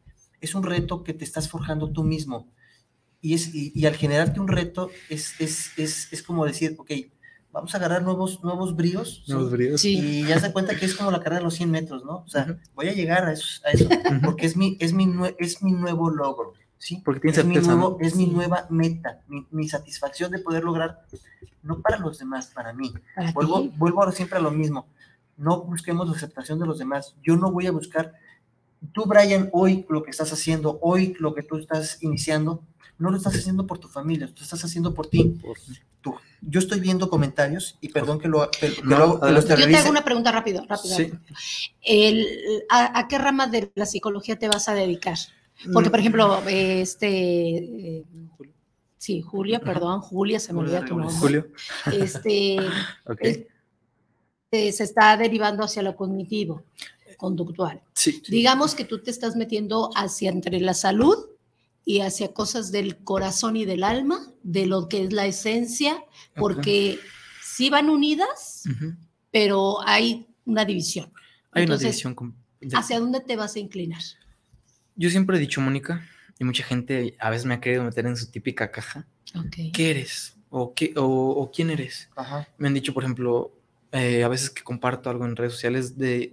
es un reto que te estás forjando tú mismo. Y, es, y, y al generarte un reto, es, es, es, es como decir, ok, vamos a agarrar nuevos, nuevos bríos. Nuevos ¿sí? bríos. Sí. Y ya se cuenta que es como la carrera de los cien metros, ¿no? O sea, uh-huh. voy a llegar a eso, a eso porque es mi, es, mi nue- es mi nuevo logro, ¿sí? Porque tienes es, mi certeza, nuevo, ¿no? es Sí. mi nueva meta, mi, mi satisfacción de poder lograr, no para los demás, para mí. ¿Para vuelvo, ti? vuelvo ahora siempre a lo mismo. No busquemos la aceptación de los demás. Yo no voy a buscar, tú, Brian, hoy lo que estás haciendo, hoy lo que tú estás iniciando, no lo estás haciendo por tu familia, lo estás haciendo por ti. Tú. Yo estoy viendo comentarios y perdón que lo, que, no, lo, que los Yo te hago una pregunta rápido, rápido. Sí. El, a, ¿A qué rama de la psicología te vas a dedicar? Porque, por ejemplo, este... Eh, sí, Julia, perdón, Julia, se me olvida tu nombre. Julio. Este, okay. este, se está derivando hacia lo cognitivo, conductual. Sí, sí. Digamos que tú te estás metiendo hacia entre la salud y hacia cosas del corazón y del alma, de lo que es la esencia, porque okay. sí van unidas, uh-huh. pero hay una división. Hay Entonces, una división. Con... ¿hacia dónde te vas a inclinar? Yo siempre he dicho, Mónica, y mucha gente a veces me ha querido meter en su típica caja. Okay. ¿Qué eres? ¿O, qué, o, o quién eres? Ajá. Me han dicho, por ejemplo, eh, a veces que comparto algo en redes sociales de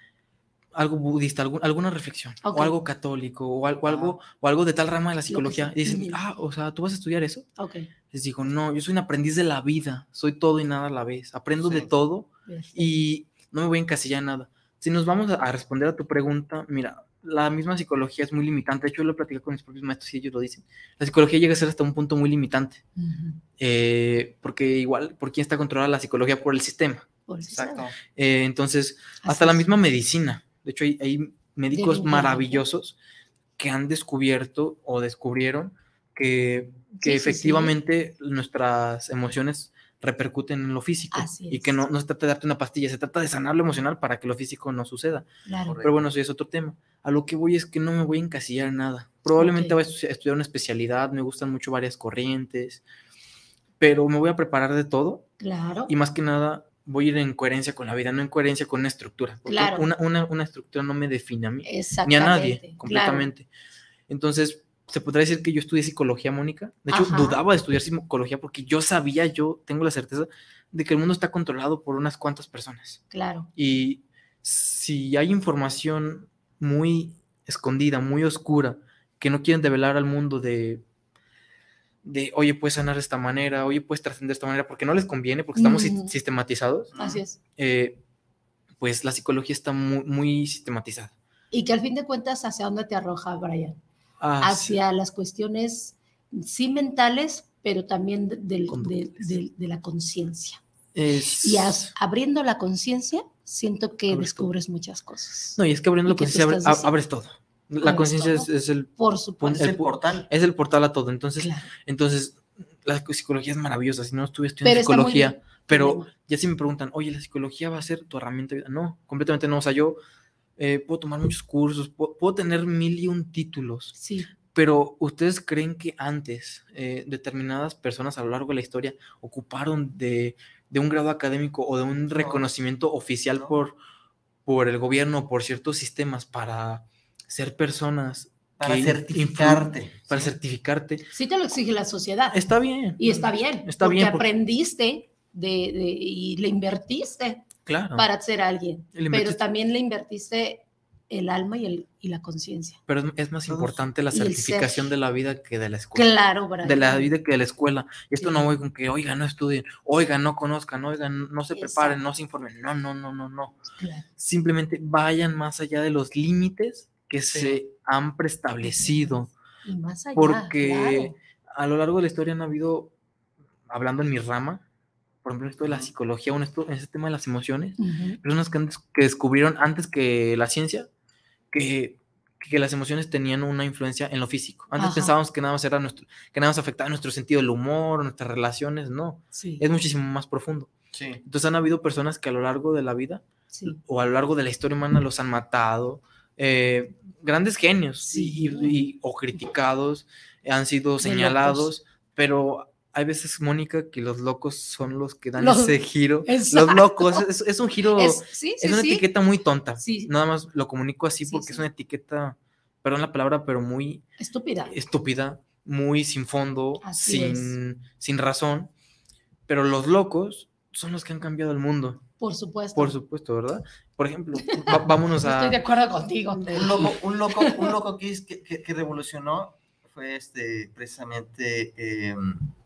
algo budista, algún, alguna reflexión, okay. o algo católico, o algo, algo, o algo de tal rama de la psicología. Y dicen, ah, o sea, ¿tú vas a estudiar eso? Okay. Les digo, no, yo soy un aprendiz de la vida, soy todo y nada a la vez, aprendo sí. de todo Perfecto. Y no me voy a encasillar en nada. Si nos vamos a responder a tu pregunta, mira, la misma psicología es muy limitante. De hecho, yo lo he platicado con mis propios maestros y ellos lo dicen. La psicología llega a ser hasta un punto muy limitante. Uh-huh. Eh, porque igual, ¿por quién está controlada la psicología? Por el sistema. Por el Exacto. Eh, entonces, Así hasta es. la misma medicina. De hecho, hay, hay médicos maravillosos que han descubierto o descubrieron que, que sí, efectivamente sí, sí. nuestras emociones repercuten en lo físico. Así es. Y que no, no se trata de darte una pastilla, se trata de sanar lo emocional para que lo físico no suceda. Claro. Pero bueno, eso es otro tema. A lo que voy es que no me voy a encasillar en nada. Probablemente okay. voy a estudiar una especialidad, me gustan mucho varias corrientes, pero me voy a preparar de todo. Claro. Y más que nada voy a ir en coherencia con la vida, no en coherencia con una estructura. Porque claro. una, una, una estructura no me define a mí, ni a nadie, completamente. Claro. Entonces, ¿se podría decir que yo estudié psicología, Mónica? De hecho, Ajá. dudaba de estudiar psicología porque yo sabía, yo tengo la certeza de que el mundo está controlado por unas cuantas personas. Claro. Y si hay información muy escondida, muy oscura, que no quieren develar al mundo de... de, oye, puedes sanar de esta manera, oye, puedes trascender de esta manera, porque no les conviene, porque estamos mm. sistematizados. Así es. Eh, pues la psicología está muy, muy sistematizada. Y que al fin de cuentas, ¿hacia dónde te arroja, Brian? Ah, hacia sí. las cuestiones, sí mentales, pero también de, de, de, de, de la conciencia. Es... Y as, abriendo la conciencia, siento que abres descubres todo. Muchas cosas. No, y es que abriendo la conciencia abres, abres todo. La conciencia es, es el, por supuesto. El, el portal. Es el portal a todo. Entonces, claro. entonces la psicología es maravillosa. Si no estuve estudiando pero psicología, pero ya si me preguntan, oye, ¿la psicología va a ser tu herramienta de vida? No, completamente no. O sea, yo eh, puedo tomar muchos cursos, puedo, puedo tener mil y un títulos. Sí. Pero ¿ustedes creen que antes eh, determinadas personas a lo largo de la historia ocuparon de, de un grado académico o de un reconocimiento no. oficial no. Por, por el gobierno, por ciertos sistemas para ser personas? Para certificarte. Influ- para sí. certificarte. Sí te lo exige la sociedad. Está bien. Y está bien. Está porque bien. Porque aprendiste de, de, y le invertiste claro. para ser alguien. Pero también le invertiste el alma y, el, y la conciencia. Pero es, es más importante la certificación de la vida que de la escuela. Claro, Brian. De la vida que de la escuela. Y esto sí. no voy con que, oigan, no estudien, oigan, no conozcan, oigan, no se Exacto. preparen, no se informen. No, no, no, no, no. Claro. Simplemente vayan más allá de los límites que sí. se han preestablecido. Y más allá, porque claro. a lo largo de la historia han habido, hablando en mi rama, por ejemplo, esto de la psicología, en, esto, en ese tema de las emociones, uh-huh. personas que, que descubrieron antes que la ciencia que, que las emociones tenían una influencia en lo físico. Antes Ajá. pensábamos que nada más era nuestro, que nada más afectaba nuestro sentido del humor, nuestras relaciones, no. Sí. Es muchísimo más profundo. Sí. Entonces han habido personas que a lo largo de la vida sí. o a lo largo de la historia humana los han matado, eh, grandes genios sí. y, y, o criticados, han sido señalados, pero hay veces, Mónica, que los locos son los que dan los, ese giro. Exacto. Los locos, es, es un giro, es, sí, sí, es una sí. etiqueta muy tonta. Sí. Nada más lo comunico así sí, porque sí. es una etiqueta perdón la palabra, pero muy estúpida, estúpida muy sin fondo, Así sin, sin razón, pero los locos son los que han cambiado el mundo. Por supuesto. Por supuesto, ¿verdad? Por ejemplo, va, vámonos a... Estoy de acuerdo contigo. Un loco, un loco, un loco que, que, que revolucionó fue este, precisamente eh,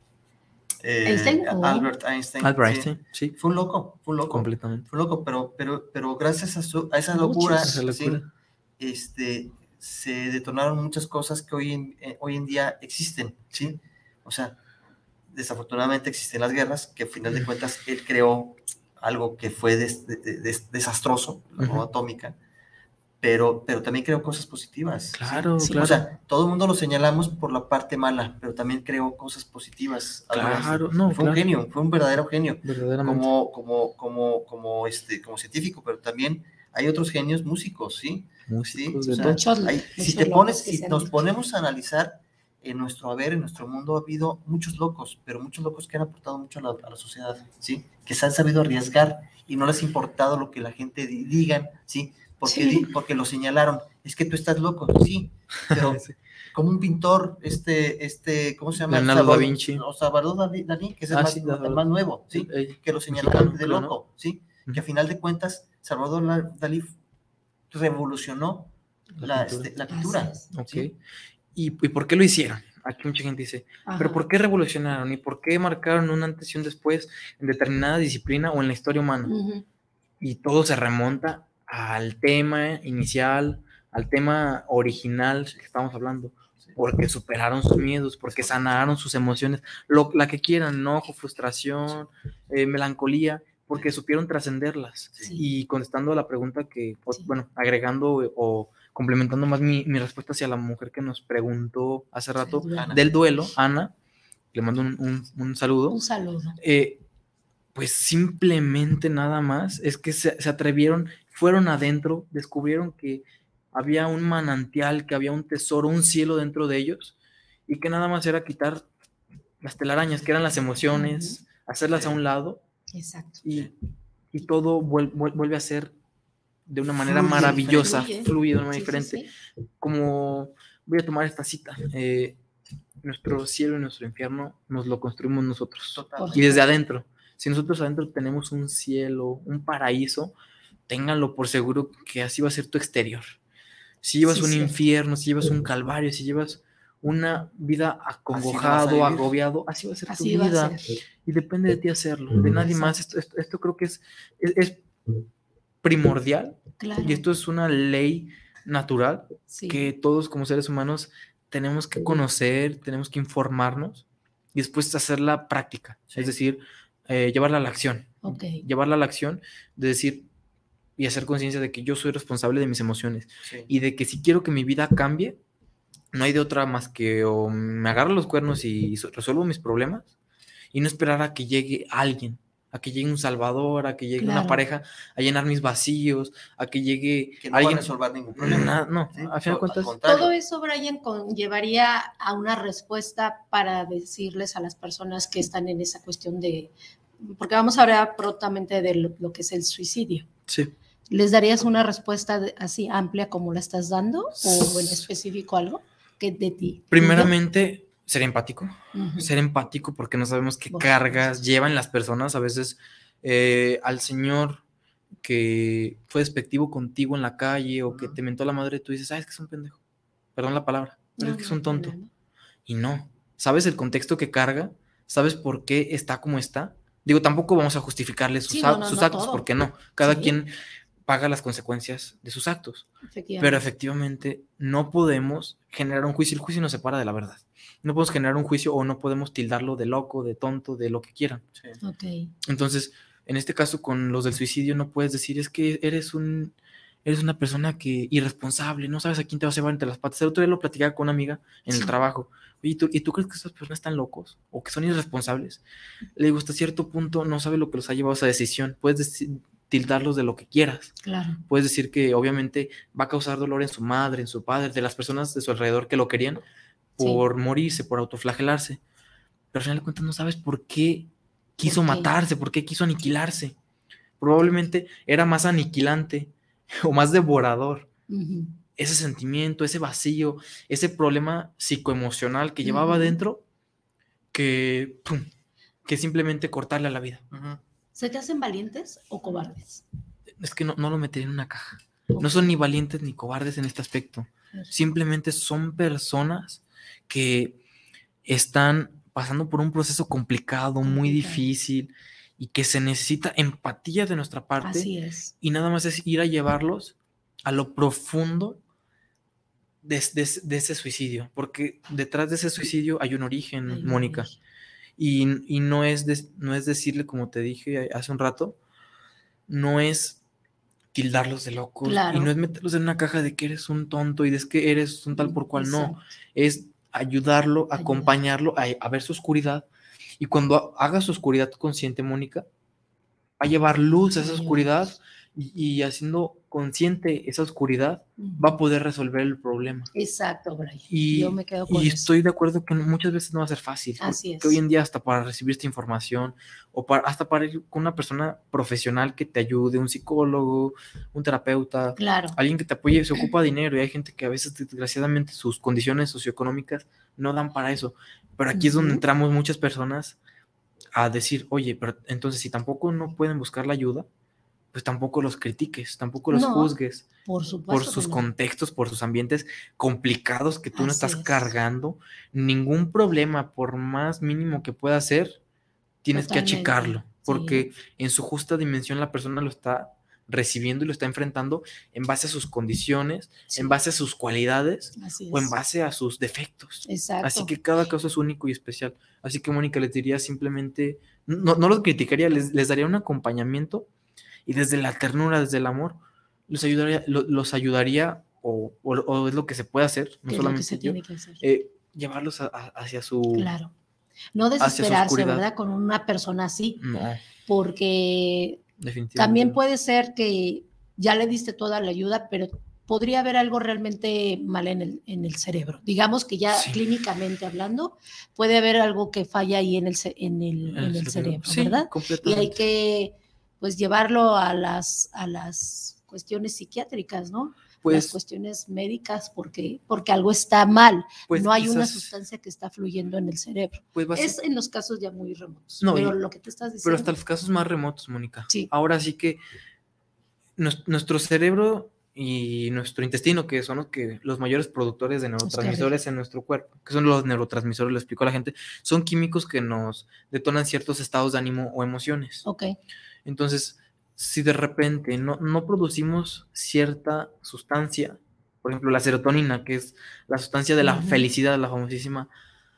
eh, Einstein, Albert Einstein. Albert Einstein, sí. sí. Fue un loco, fue un loco. Completamente. Fue un loco, pero, pero, pero gracias a, su, a esa locura, esa locura. Sí, este, se detonaron muchas cosas que hoy en, eh, hoy en día existen, ¿sí? O sea, desafortunadamente existen las guerras, que al final de cuentas él creó algo que fue des, des, des, desastroso, la bomba uh-huh. atómica, pero, pero también creó cosas positivas. Claro, ¿sí? claro. O sea, todo el mundo lo señalamos por la parte mala, pero también creó cosas positivas. Claro, no, fue claro. un genio, fue un verdadero genio, verdaderamente. Como, como, como, como, este, como científico, pero también hay otros genios músicos, ¿sí? Músicos ¿sí? de o sea, muchos, hay, muchos si te pones, si nos muchos. ponemos a analizar en nuestro haber, en nuestro mundo ha habido muchos locos, pero muchos locos que han aportado mucho a la, a la sociedad, ¿sí? Que se han sabido arriesgar y no les ha importado lo que la gente di, digan, ¿sí? Porque, sí. Di, porque lo señalaron, es que tú estás loco, sí, pero sí. Como un pintor, este, este, ¿cómo se llama? Leonardo Salvador, da Vinci. O Salvador Dalí, Dalí que es el, ah, más, sí, el más nuevo, ¿sí? El, el, que lo señalaron de loco, ¿no? ¿sí? Uh-huh. Que a final de cuentas, Salvador Dalí revolucionó la, la pintura. Este, la pintura ok. ¿sí? ¿Y, ¿Y por qué lo hicieron? Aquí mucha gente dice, Ajá. ¿pero por qué revolucionaron? ¿Y por qué marcaron un antes y un después en determinada disciplina o en la historia humana? Uh-huh. Y todo se remonta al tema inicial, al tema original que estamos hablando, sí. Porque superaron sus miedos, porque sanaron sus emociones, lo, la que quieran, enojo, frustración, eh, melancolía, porque supieron trascenderlas. Sí. Y contestando a la pregunta que, sí. bueno, agregando o, o complementando más mi, mi respuesta hacia la mujer que nos preguntó hace rato, sí, Ana. Del duelo, Ana, le mando un, un, un saludo. Un saludo. Eh, pues simplemente nada más es que se, se atrevieron, fueron adentro, descubrieron que había un manantial, que había un tesoro, un cielo dentro de ellos, y que nada más era quitar las telarañas, que eran las emociones, uh-huh. hacerlas sí. a un lado. Exacto. Y, y todo vuelve, vuelve a ser de una manera fluye, maravillosa, fluye, fluye de una manera sí, diferente. Sí, sí. Como voy a tomar esta cita, eh, nuestro cielo y nuestro infierno nos lo construimos nosotros. Totalmente. Y desde adentro. Si nosotros adentro tenemos un cielo, un paraíso, ténganlo por seguro que así va a ser tu exterior. Si llevas sí, un sí. infierno, si llevas un calvario, si llevas una vida acongojado, así agobiado, así va a ser así tu vida. Ser. Y depende de ti hacerlo, de nadie más. Esto, esto, esto creo que es, es, es primordial. Claro. Y esto es una ley natural sí. que todos como seres humanos tenemos que conocer, tenemos que informarnos y después hacer la práctica. Sí. Es decir, Eh, llevarla a la acción, okay. llevarla a la acción, de decir y hacer conciencia de que yo soy responsable de mis emociones sí. y de que si quiero que mi vida cambie, no hay de otra más que o me agarro los cuernos y resuelvo mis problemas y no esperar a que llegue alguien, a que llegue un salvador, a que llegue claro. una pareja a llenar mis vacíos, a que llegue que no alguien va a resolver ningún problema. No, no, ¿sí? a fin de cuentas. Todo eso, Brian, conllevaría a una respuesta para decirles a las personas que están en esa cuestión de, porque vamos a hablar prontamente de lo, lo que es el suicidio. Sí. ¿Les darías una respuesta de, así amplia como la estás dando o en específico algo que de ti? Primeramente, ser empático, uh-huh. ser empático porque no sabemos qué bueno, cargas llevan las personas. A veces eh, al señor que fue despectivo contigo en la calle o que te mentó la madre, tú dices, ah, es que es un pendejo, perdón la palabra, pero no, es que es un tonto. No, no. Y no, ¿sabes el contexto que carga? ¿Sabes por qué está como está? Digo, tampoco vamos a justificarle sus, sí, no, no, sus no actos, todo. Porque no, cada sí. quien paga las consecuencias de sus actos. Efectivamente. Pero efectivamente no podemos generar un juicio, el juicio nos separa de la verdad. No podemos generar un juicio o no podemos tildarlo de loco, de tonto, de lo que quieran. Sí. Okay. Entonces, en este caso con los del suicidio no puedes decir, es que eres un eres una persona que irresponsable, no sabes a quién te vas a llevar entre las patas. El otro día lo platicaba con una amiga en sí. el trabajo. Oye, ¿y tú, ¿y tú crees que esas personas están locos o que son irresponsables? Le digo, hasta cierto punto no sabe lo que los ha llevado a esa decisión. Puedes decir, tildarlos de lo que quieras. Claro. Puedes decir que obviamente va a causar dolor en su madre, en su padre, de las personas de su alrededor que lo querían por sí. morirse, por autoflagelarse. Pero al final de cuentas no sabes por qué quiso ¿Por qué? matarse, por qué quiso aniquilarse. Probablemente era más aniquilante o más devorador uh-huh. ese sentimiento, ese vacío, ese problema psicoemocional que llevaba Ujú. dentro, que, pum, que simplemente cortarle a la vida. Ujú. ¿Se te hacen valientes o cobardes? Es que no, no lo metería en una caja. Ok. No son ni valientes ni cobardes en este aspecto. Perfecto. Simplemente son personas que están pasando por un proceso complicado, muy Complicado. difícil, y que se necesita empatía de nuestra parte. Así es. Y nada más es ir a llevarlos a lo profundo de, de, de ese suicidio, porque detrás de ese suicidio hay un origen, Hay un Mónica. origen. Y, y no, es de, no es decirle, como te dije hace un rato, no es tildarlos de locos, Claro. y no es meterlos en una caja de que eres un tonto y de que eres un tal por cual. Exacto. No, es ayudarlo, Ayudar. acompañarlo a, a ver su oscuridad, y cuando haga su oscuridad consciente, Mónica, va a llevar luz a esa Va a llevar oscuridad, luz. y, y haciendo consciente esa oscuridad, Ujú. va a poder resolver el problema. Exacto, Brian. Y, Yo me quedo con y eso. estoy de acuerdo que muchas veces no va a ser fácil. Así porque es. hoy en día, hasta para recibir esta información, o para, hasta para ir con una persona profesional que te ayude, un psicólogo, un terapeuta, Claro. alguien que te apoye, se ocupa dinero, y hay gente que a veces, desgraciadamente, sus condiciones socioeconómicas no dan para eso. Pero aquí es donde Ujú. entramos muchas personas a decir, oye, pero entonces si tampoco no pueden buscar la ayuda, pues tampoco los critiques, tampoco los No, juzgues por por supuesto sus que no. contextos, por sus ambientes complicados que tú no Así estás es. cargando. Ningún problema, por más mínimo que pueda ser, tienes que Totalmente. achicarlo, porque Sí. en su justa dimensión la persona lo está recibiendo y lo está enfrentando en base a sus condiciones, Sí. en base a sus cualidades, Así o en es. base a sus defectos. Exacto. Así que cada caso es único y especial. Así que, Mónica, les diría simplemente, no, no los criticaría, les, les daría un acompañamiento, y desde la ternura, desde el amor, los ayudaría, lo, los ayudaría o, o, o es lo que se puede hacer, no ¿Qué es lo que solamente se yo, tiene que hacer? eh, llevarlos a, a, hacia su... Claro. No hacia su desesperarse, oscuridad. ¿verdad? Con una persona así, No, porque definitivamente. también no. puede ser que ya le diste toda la ayuda, pero podría haber algo realmente mal en el, en el cerebro. Digamos que ya Sí. clínicamente hablando, puede haber algo que falla ahí en el, ce- en el, en el Es- cerebro, sí, ¿verdad? Y completamente. hay que, pues, llevarlo a las, a las cuestiones psiquiátricas, ¿no? Pues- las cuestiones médicas, porque, porque algo está mal. Pues no hay una quizás- sustancia que está fluyendo en el cerebro. Pues basi- Es en los casos ya muy remotos. No, pero y- lo que tú estás diciendo. Pero hasta los casos más remotos, Mónica. Sí. Ahora sí que nos- nuestro cerebro y nuestro intestino, que son los, que, los mayores productores de neurotransmisores en nuestro cuerpo, que son los neurotransmisores, lo explico a la gente, son químicos que nos detonan ciertos estados de ánimo o emociones. Ok. Entonces, si de repente no, no producimos cierta sustancia, por ejemplo, la serotonina, que es la sustancia de la Ujú. felicidad, la famosísima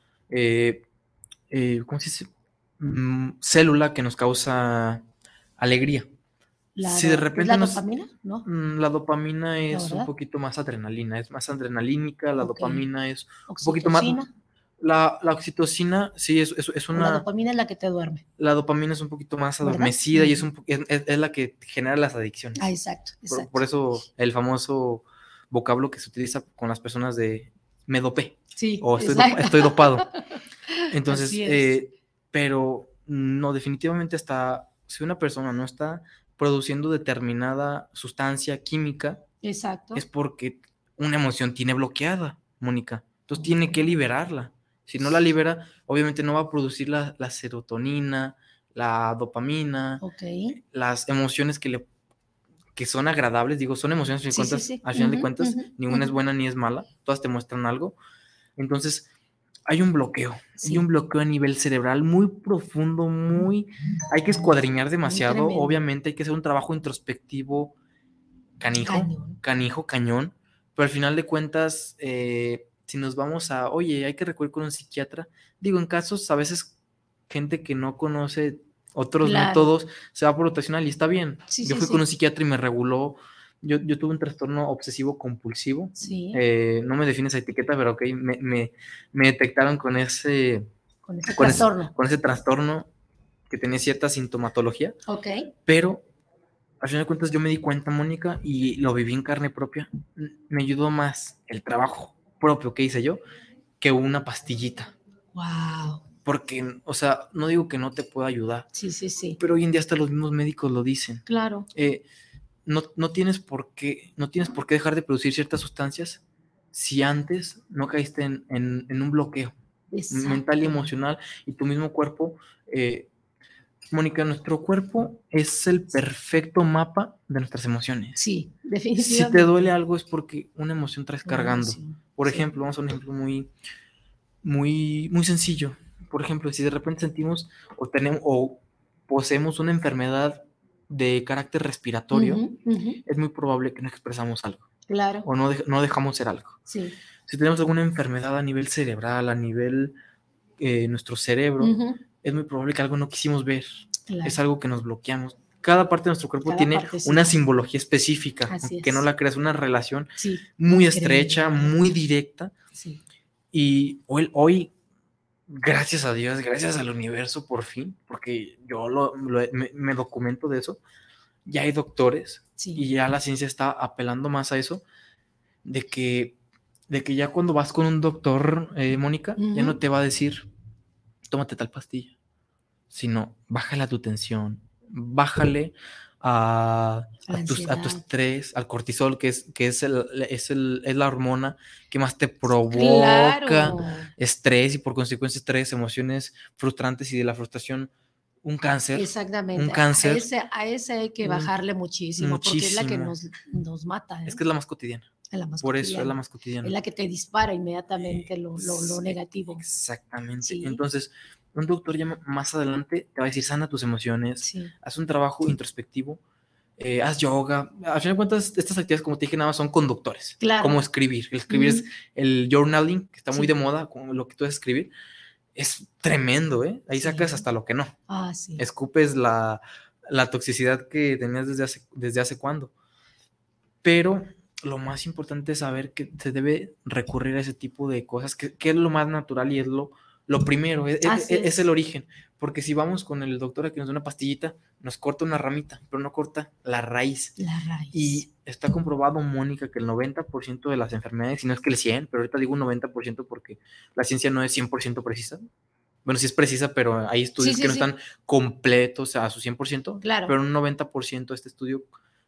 eh, eh, ¿cómo se dice? Mm, célula que nos causa alegría. La, Si de do- repente ¿Es la nos- dopamina? ¿No? Mm, La dopamina es un ¿verdad? poquito más adrenalina, es más adrenalínica, la Ok. dopamina es un poquito más... Oxitocina. La, la oxitocina, sí, es, es, es O la una... dopamina es la que te duerme. La dopamina es un poquito más ¿Verdad? adormecida y es, Ujú. un, po- es, es- es la que genera las adicciones. Ah, exacto. Por, exacto. por eso el famoso vocablo que se utiliza con las personas de me dopé Sí, o estoy, exacto. dopa- estoy dopado. Entonces, Así es. eh, pero no, definitivamente está, si una persona no está produciendo determinada sustancia química, Exacto. es porque una emoción tiene bloqueada, Mónica. Entonces tiene que liberarla. Si no la libera, obviamente no va a producir la, la serotonina, la dopamina, Ok. las emociones que le que son agradables, digo, son emociones al Sí, final, sí, sí. al final de Ujú, cuentas, ujú, ninguna es ujú. buena ni es mala, todas te muestran algo. Entonces, hay un bloqueo, Sí. hay un bloqueo a nivel cerebral muy profundo, muy... Hay que escuadriñar demasiado, tremendo. obviamente hay que hacer un trabajo introspectivo canijo, Cañón. canijo, cañón, pero al final de cuentas, eh, si nos vamos a, oye, hay que recurrir con un psiquiatra, digo, en casos, a veces, gente que no conoce otros Claro. métodos, se va por rotacional y está bien. Sí, yo sí, fui sí. con un psiquiatra y me reguló, yo, yo tuve un trastorno obsesivo compulsivo, Sí. eh, no me define esa etiqueta, pero ok, me, me, me detectaron con ese, Con ese con ese, trastorno. con ese trastorno que tenía cierta sintomatología, Ok. pero al final de cuentas yo me di cuenta, Mónica, y lo viví en carne propia, m- me ayudó más el trabajo propio que hice yo que una pastillita, Wow. porque, o sea, no digo que no te pueda ayudar, Sí, sí, sí. pero hoy en día hasta los mismos médicos lo dicen. Claro. Eh, no, no, tienes por qué, no tienes por qué dejar de producir ciertas sustancias si antes no caíste en, en, en un bloqueo Exacto. mental y emocional, y tu mismo cuerpo. Eh, Mónica, nuestro cuerpo es el perfecto mapa de nuestras emociones. Sí, definitivamente. Si te duele algo es porque una emoción traes una cargando. Emoción. Por sí. ejemplo, vamos a un ejemplo muy, muy, muy sencillo. Por ejemplo, si de repente sentimos o tenemos o poseemos una enfermedad de carácter respiratorio, uh-huh, uh-huh. es muy probable que no expresamos algo. Claro. O no, de, no dejamos ser algo. Sí. Si tenemos alguna enfermedad a nivel cerebral, a nivel eh, nuestro cerebro, uh-huh. es muy probable que algo no quisimos ver. Claro. Es algo que nos bloqueamos. Cada parte de nuestro cuerpo Cada tiene parte, sí. una simbología específica, Así que es. no la creas, una relación sí. muy estrecha, muy directa. Sí. Y hoy, hoy, gracias a Dios, gracias al universo por fin, porque yo lo, lo, me, me documento de eso, ya hay doctores sí. y ya la ciencia está apelando más a eso, de que, de que ya cuando vas con un doctor, eh, Mónica, uh-huh. ya no te va a decir, tómate tal pastilla, sino bájale a tu tensión, bájale a, a, tu, a tu estrés, al cortisol, que es, que es, el, es, el, es la hormona que más te provoca claro. estrés y por consecuencia estrés, emociones frustrantes, y de la frustración un cáncer. Exactamente. Un cáncer. A ese, a ese hay que bajarle muchísimo, muchísimo, porque es la que nos, nos mata. ¿eh? Es que es la más cotidiana. Es la más por cotidiana. eso es la más cotidiana. Es la que te dispara inmediatamente lo, lo, lo negativo. Exactamente. Sí. Entonces, un doctor ya más adelante te va a decir, sana tus emociones, sí. haz un trabajo introspectivo, eh, haz yoga. Al final de cuentas, estas actividades, como te dije, nada más son conductores. Claro. Como escribir. El escribir mm-hmm. es el journaling, que está muy sí. de moda, como lo que tú es escribir. Es tremendo, ¿eh? Ahí sí. sacas hasta lo que no. Ah, sí. Escupes la, la toxicidad que tenías desde hace, desde hace cuándo. Pero lo más importante es saber que se debe recurrir a ese tipo de cosas, que, que es lo más natural y es lo, lo primero, es, es, es el origen. Porque si vamos con el doctor a que nos dé una pastillita, nos corta una ramita, pero no corta la raíz. La raíz. Y está comprobado, Mónica, que el noventa por ciento de las enfermedades, si no es que el cien por ciento, pero ahorita digo un noventa por ciento porque la ciencia no es cien por ciento precisa. Bueno, sí es precisa, pero hay estudios sí, sí, que no sí. están completos a su cien por ciento. Claro. Pero un noventa por ciento de este estudio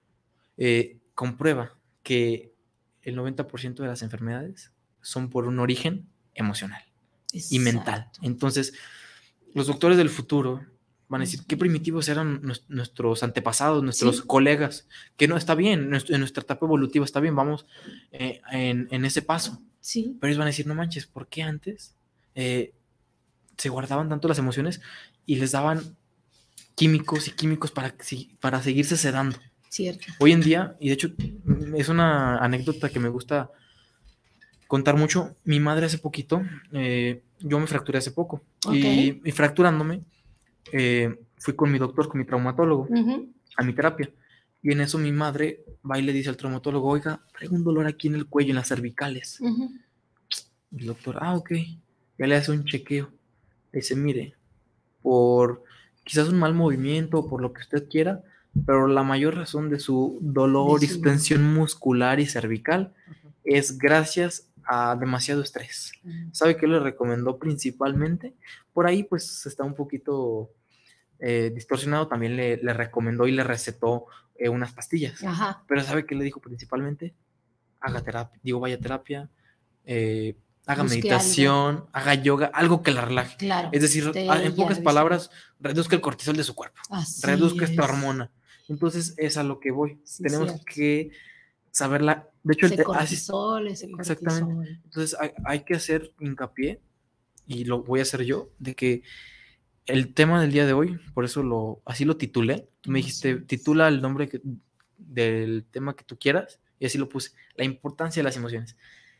eh, comprueba que el noventa por ciento de las enfermedades son por un origen emocional. Exacto. Y mental. Entonces, los doctores del futuro van a decir, qué primitivos eran nuestros antepasados, nuestros sí. colegas, que no está bien, en nuestra etapa evolutiva está bien, vamos eh, en, en ese paso. Sí. Pero ellos van a decir, no manches, ¿por qué antes eh, se guardaban tanto las emociones y les daban químicos y químicos para, para seguirse sedando? Cierto. Hoy en día, y de hecho es una anécdota que me gusta contar mucho, mi madre hace poquito, eh, yo me fracturé hace poco, okay. y, y fracturándome, eh, fui con mi doctor, con mi traumatólogo, uh-huh. a mi terapia, y en eso mi madre va y le dice al traumatólogo, oiga, traigo un dolor aquí en el cuello, en las cervicales. Uh-huh. Y el doctor, ah, ok, ya le hace un chequeo, le dice, mire, por quizás un mal movimiento, o por lo que usted quiera, pero la mayor razón de su dolor y su tensión muscular y cervical uh-huh. es gracias a demasiado estrés. Uh-huh. ¿Sabe qué le recomendó principalmente? Por ahí pues está un poquito eh, distorsionado, también le, le recomendó y le recetó eh, unas pastillas. Ajá. Pero ¿sabe qué le dijo principalmente? Haga terapia, digo vaya a terapia, eh, haga Busque meditación, algo. haga yoga, algo que la relaje. Claro, es decir, en pocas palabras, reduzca el cortisol de su cuerpo, Así reduzca es. esta hormona. Entonces es a lo que voy. Sí, Tenemos cierto. que saberla. De hecho, ese el cortisol, ese cortisol. Exactamente. Entonces hay, hay que hacer hincapié, y lo voy a hacer yo, de que el tema del día de hoy, por eso lo así lo titulé. Tú me dijiste, sí. titula el nombre que, del tema que tú quieras, y así lo puse. La importancia de las emociones.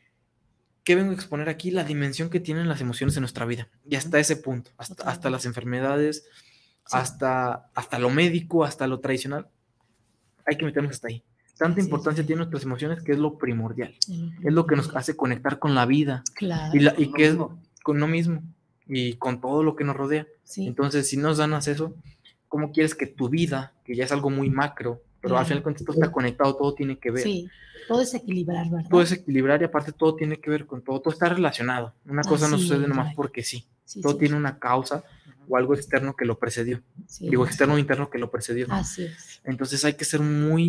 ¿Qué vengo a exponer aquí? La dimensión que tienen las emociones en nuestra vida. Y hasta ese punto, hasta, hasta las enfermedades, sí. hasta, hasta lo médico, hasta lo tradicional. Hay que meternos hasta ahí. Tanta sí, importancia sí. tienen nuestras emociones que es lo primordial. Sí. Es lo que nos hace conectar con la vida. Claro. Y, la, y que es con uno mismo y con todo lo que nos rodea. Sí. Entonces, si nos danas eso, ¿cómo quieres que tu vida, que ya es algo muy macro, pero claro. al final de cuentas todo está conectado, todo tiene que ver? Sí. Todo es equilibrar, ¿verdad? Todo es equilibrar y aparte todo tiene que ver con todo, todo está relacionado. Una cosa Así no sucede es, nomás right. porque sí. sí todo sí, tiene sí. una causa o algo externo que lo precedió. Sí, Digo, externo o interno que lo precedió. Así es. Entonces hay que ser muy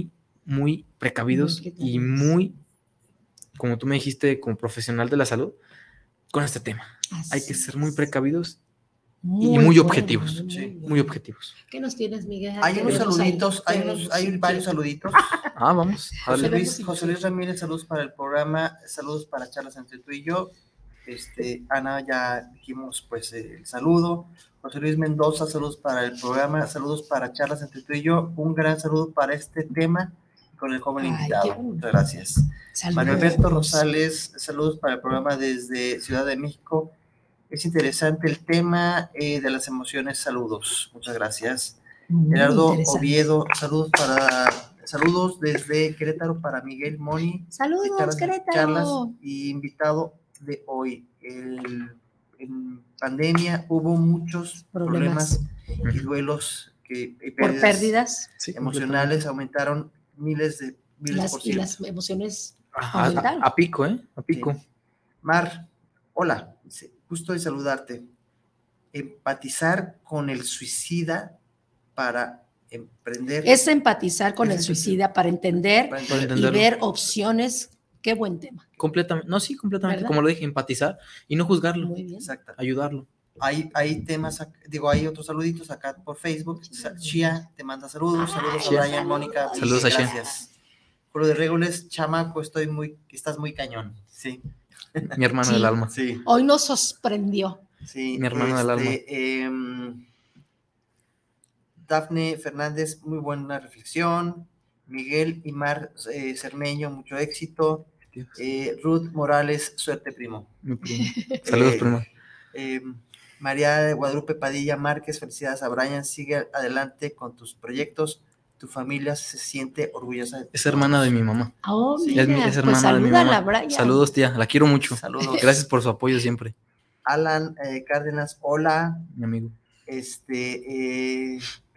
muy precavidos Muy y muy, como tú me dijiste, como profesional de la salud, con este tema. Así Hay que ser es. muy precavidos Muy y muy bueno, objetivos. muy Sí, bueno. Muy objetivos. ¿Qué nos tienes, Miguel? Hay Te unos vemos saluditos, ahí, hay te unos, vemos hay inquieto. varios saluditos. Ah, vamos. José Dale. Luis, vemos José Luis inquieto. Ramírez, saludos para el programa, saludos para charlas entre tú y yo. Este, Ana, ya dijimos pues eh, el saludo. José Luis Mendoza, saludos para el programa, saludos para charlas entre tú y yo. Un gran saludo para este tema con el joven Ay, invitado. qué bueno. Muchas gracias. Saludos. Manuel Alberto Rosales, saludos para el programa desde Ciudad de México. Es interesante el tema eh, de las emociones, saludos. Muchas gracias. Muy Gerardo interesante. Oviedo, saludos para saludos desde Querétaro para Miguel Moni. Saludos, charlas, Querétaro. charlas y invitado de hoy. El, en pandemia hubo muchos problemas, problemas y duelos que y por pérdidas sí, emocionales aumentaron miles de miles las, por y ciento. las emociones a, a, a pico, ¿eh? A pico. Sí. Mar, hola, gusto de saludarte. Empatizar con el suicida para emprender. Es empatizar con el suicida para entender, para entender y ver opciones. Qué buen tema. Completamente, no, sí, completamente, ¿verdad? Como lo dije, empatizar y no juzgarlo. Muy bien. Exacto. Ayudarlo. Hay, hay temas, digo, hay otros saluditos acá por Facebook. Shia te manda saludos, saludos Shia. A Brian, Mónica. Saludos a Shia. Gracias. Julio de Regules, chamaco, estoy muy, estás muy cañón. Sí. Mi hermano sí. del alma. Sí. Hoy nos sorprendió. Sí. Mi hermano este, del alma. Eh, Dafne Fernández, muy buena reflexión. Miguel Imar eh, Cermeño, mucho éxito. Eh, Ruth Morales, suerte, primo. Mi primo. Saludos, eh, primo. Eh, María de Guadalupe Padilla Márquez, felicidades a Brian, sigue adelante con tus proyectos, tu familia se siente orgullosa de ti. Es hermana de mi mamá. Oh, sí, mira, es, mi, es hermana pues de mi mamá. Brian. Saludos, tía, la quiero mucho. Saludos. Gracias por su apoyo siempre. Alan eh, Cárdenas, hola. Mi amigo. Este, eh,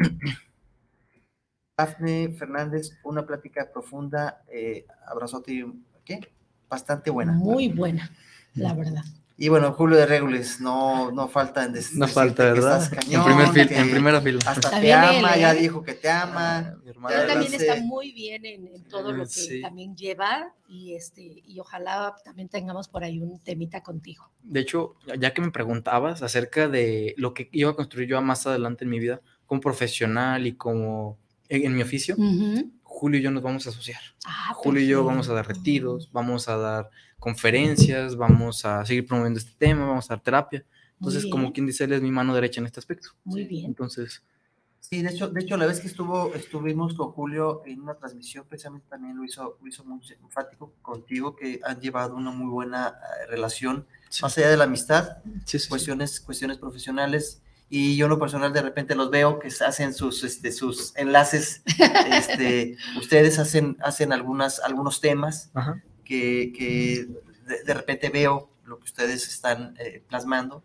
Dafne Fernández, una plática profunda, eh, abrazote, ¿qué? Bastante buena. Muy buena, la verdad. Y bueno, Julio de Regules, no, no falta en decir no falta, ¿verdad? Estás cañón, en, primer fil, que en primera fila. Hasta está te ama, él, ¿eh? ya dijo que te ama. Ah, mi hermano, Pero también dice, está muy bien en, en todo lo que sí. también lleva y, este, y ojalá también tengamos por ahí un temita contigo. De hecho, ya que me preguntabas acerca de lo que iba a construir yo más adelante en mi vida, como profesional y como en, en mi oficio, uh-huh. Julio y yo nos vamos a asociar. Ah, Julio y yo vamos a dar retiros, vamos a dar conferencias, vamos a seguir promoviendo este tema, vamos a dar terapia. Entonces, como quien dice, él es mi mano derecha en este aspecto. Muy bien. Entonces... Sí, de hecho, de hecho, la vez que estuvo, estuvimos con Julio en una transmisión, precisamente también lo hizo, lo hizo muy enfático contigo, que han llevado una muy buena uh, relación, sí. Más allá de la amistad, sí, sí, cuestiones, sí. cuestiones profesionales. Y yo en lo personal de repente los veo que hacen sus, este, sus enlaces, este, ustedes hacen, hacen algunas, algunos temas Ajá. que, que de, de repente veo lo que ustedes están eh, plasmando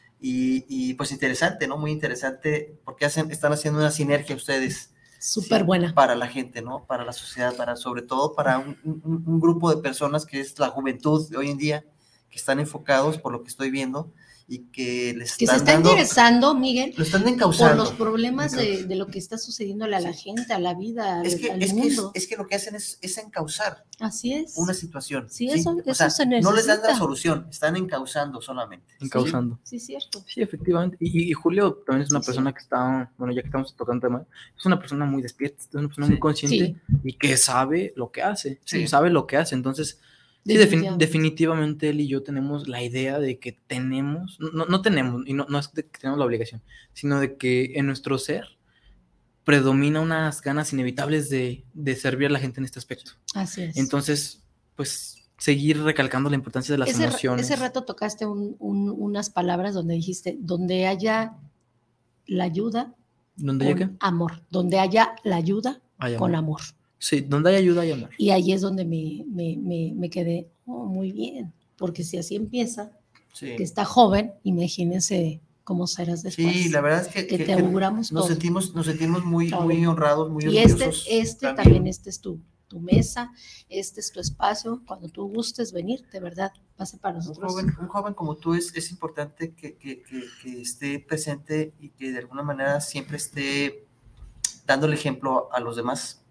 y, y pues interesante, ¿no? Muy interesante porque hacen, están haciendo una sinergia ustedes. Súper sí, buena. Para la gente, ¿no? Para la sociedad, para sobre todo para un, un, un grupo de personas que es la juventud de hoy en día, que están enfocados por lo que estoy viendo y que les que están se está dando, interesando, Miguel, lo están encauzando por los problemas de, de lo que está sucediéndole a la sí. gente, a la vida, es que, al es mundo. Que es, es que lo que hacen es, es encauzar Así es. una situación. Sí, eso, ¿sí? eso o sea, se necesita. No les dan la solución, están encauzando solamente. Encauzando. Sí, sí, cierto. Sí, efectivamente. Y, y Julio también es una sí, persona sí. que está, bueno, ya que estamos tocando tema, es una persona muy despierta, es una persona sí. muy consciente sí. y que sabe lo que hace, sí. sabe lo que hace. Entonces, sí, definitivamente. definitivamente él y yo tenemos la idea de que tenemos, no, no tenemos, y no, no es de que tenemos la obligación, sino de que en nuestro ser predomina unas ganas inevitables de, de servir a la gente en este aspecto. Así es. Entonces, pues, seguir recalcando la importancia de las ese, emociones. Ese rato tocaste un, un, unas palabras donde dijiste, donde haya la ayuda ¿Donde con haya qué? amor, donde haya la ayuda hay con amor. amor. Sí, donde hay ayuda hay amor. Y ahí es donde me, me, me, me quedé, oh, muy bien, porque si así empieza, sí. que está joven, imagínense cómo serás después. Sí, la verdad es que, que, que te auguramos nos todo. sentimos, nos sentimos muy, muy honrados, muy y orgullosos. Y este, este también. también, este es tu, tu mesa, este es tu espacio, cuando tú gustes venir, de verdad, pase para nosotros. Un joven, un joven como tú es, es importante que, que, que, que esté presente y que de alguna manera siempre esté dándole ejemplo a los demás.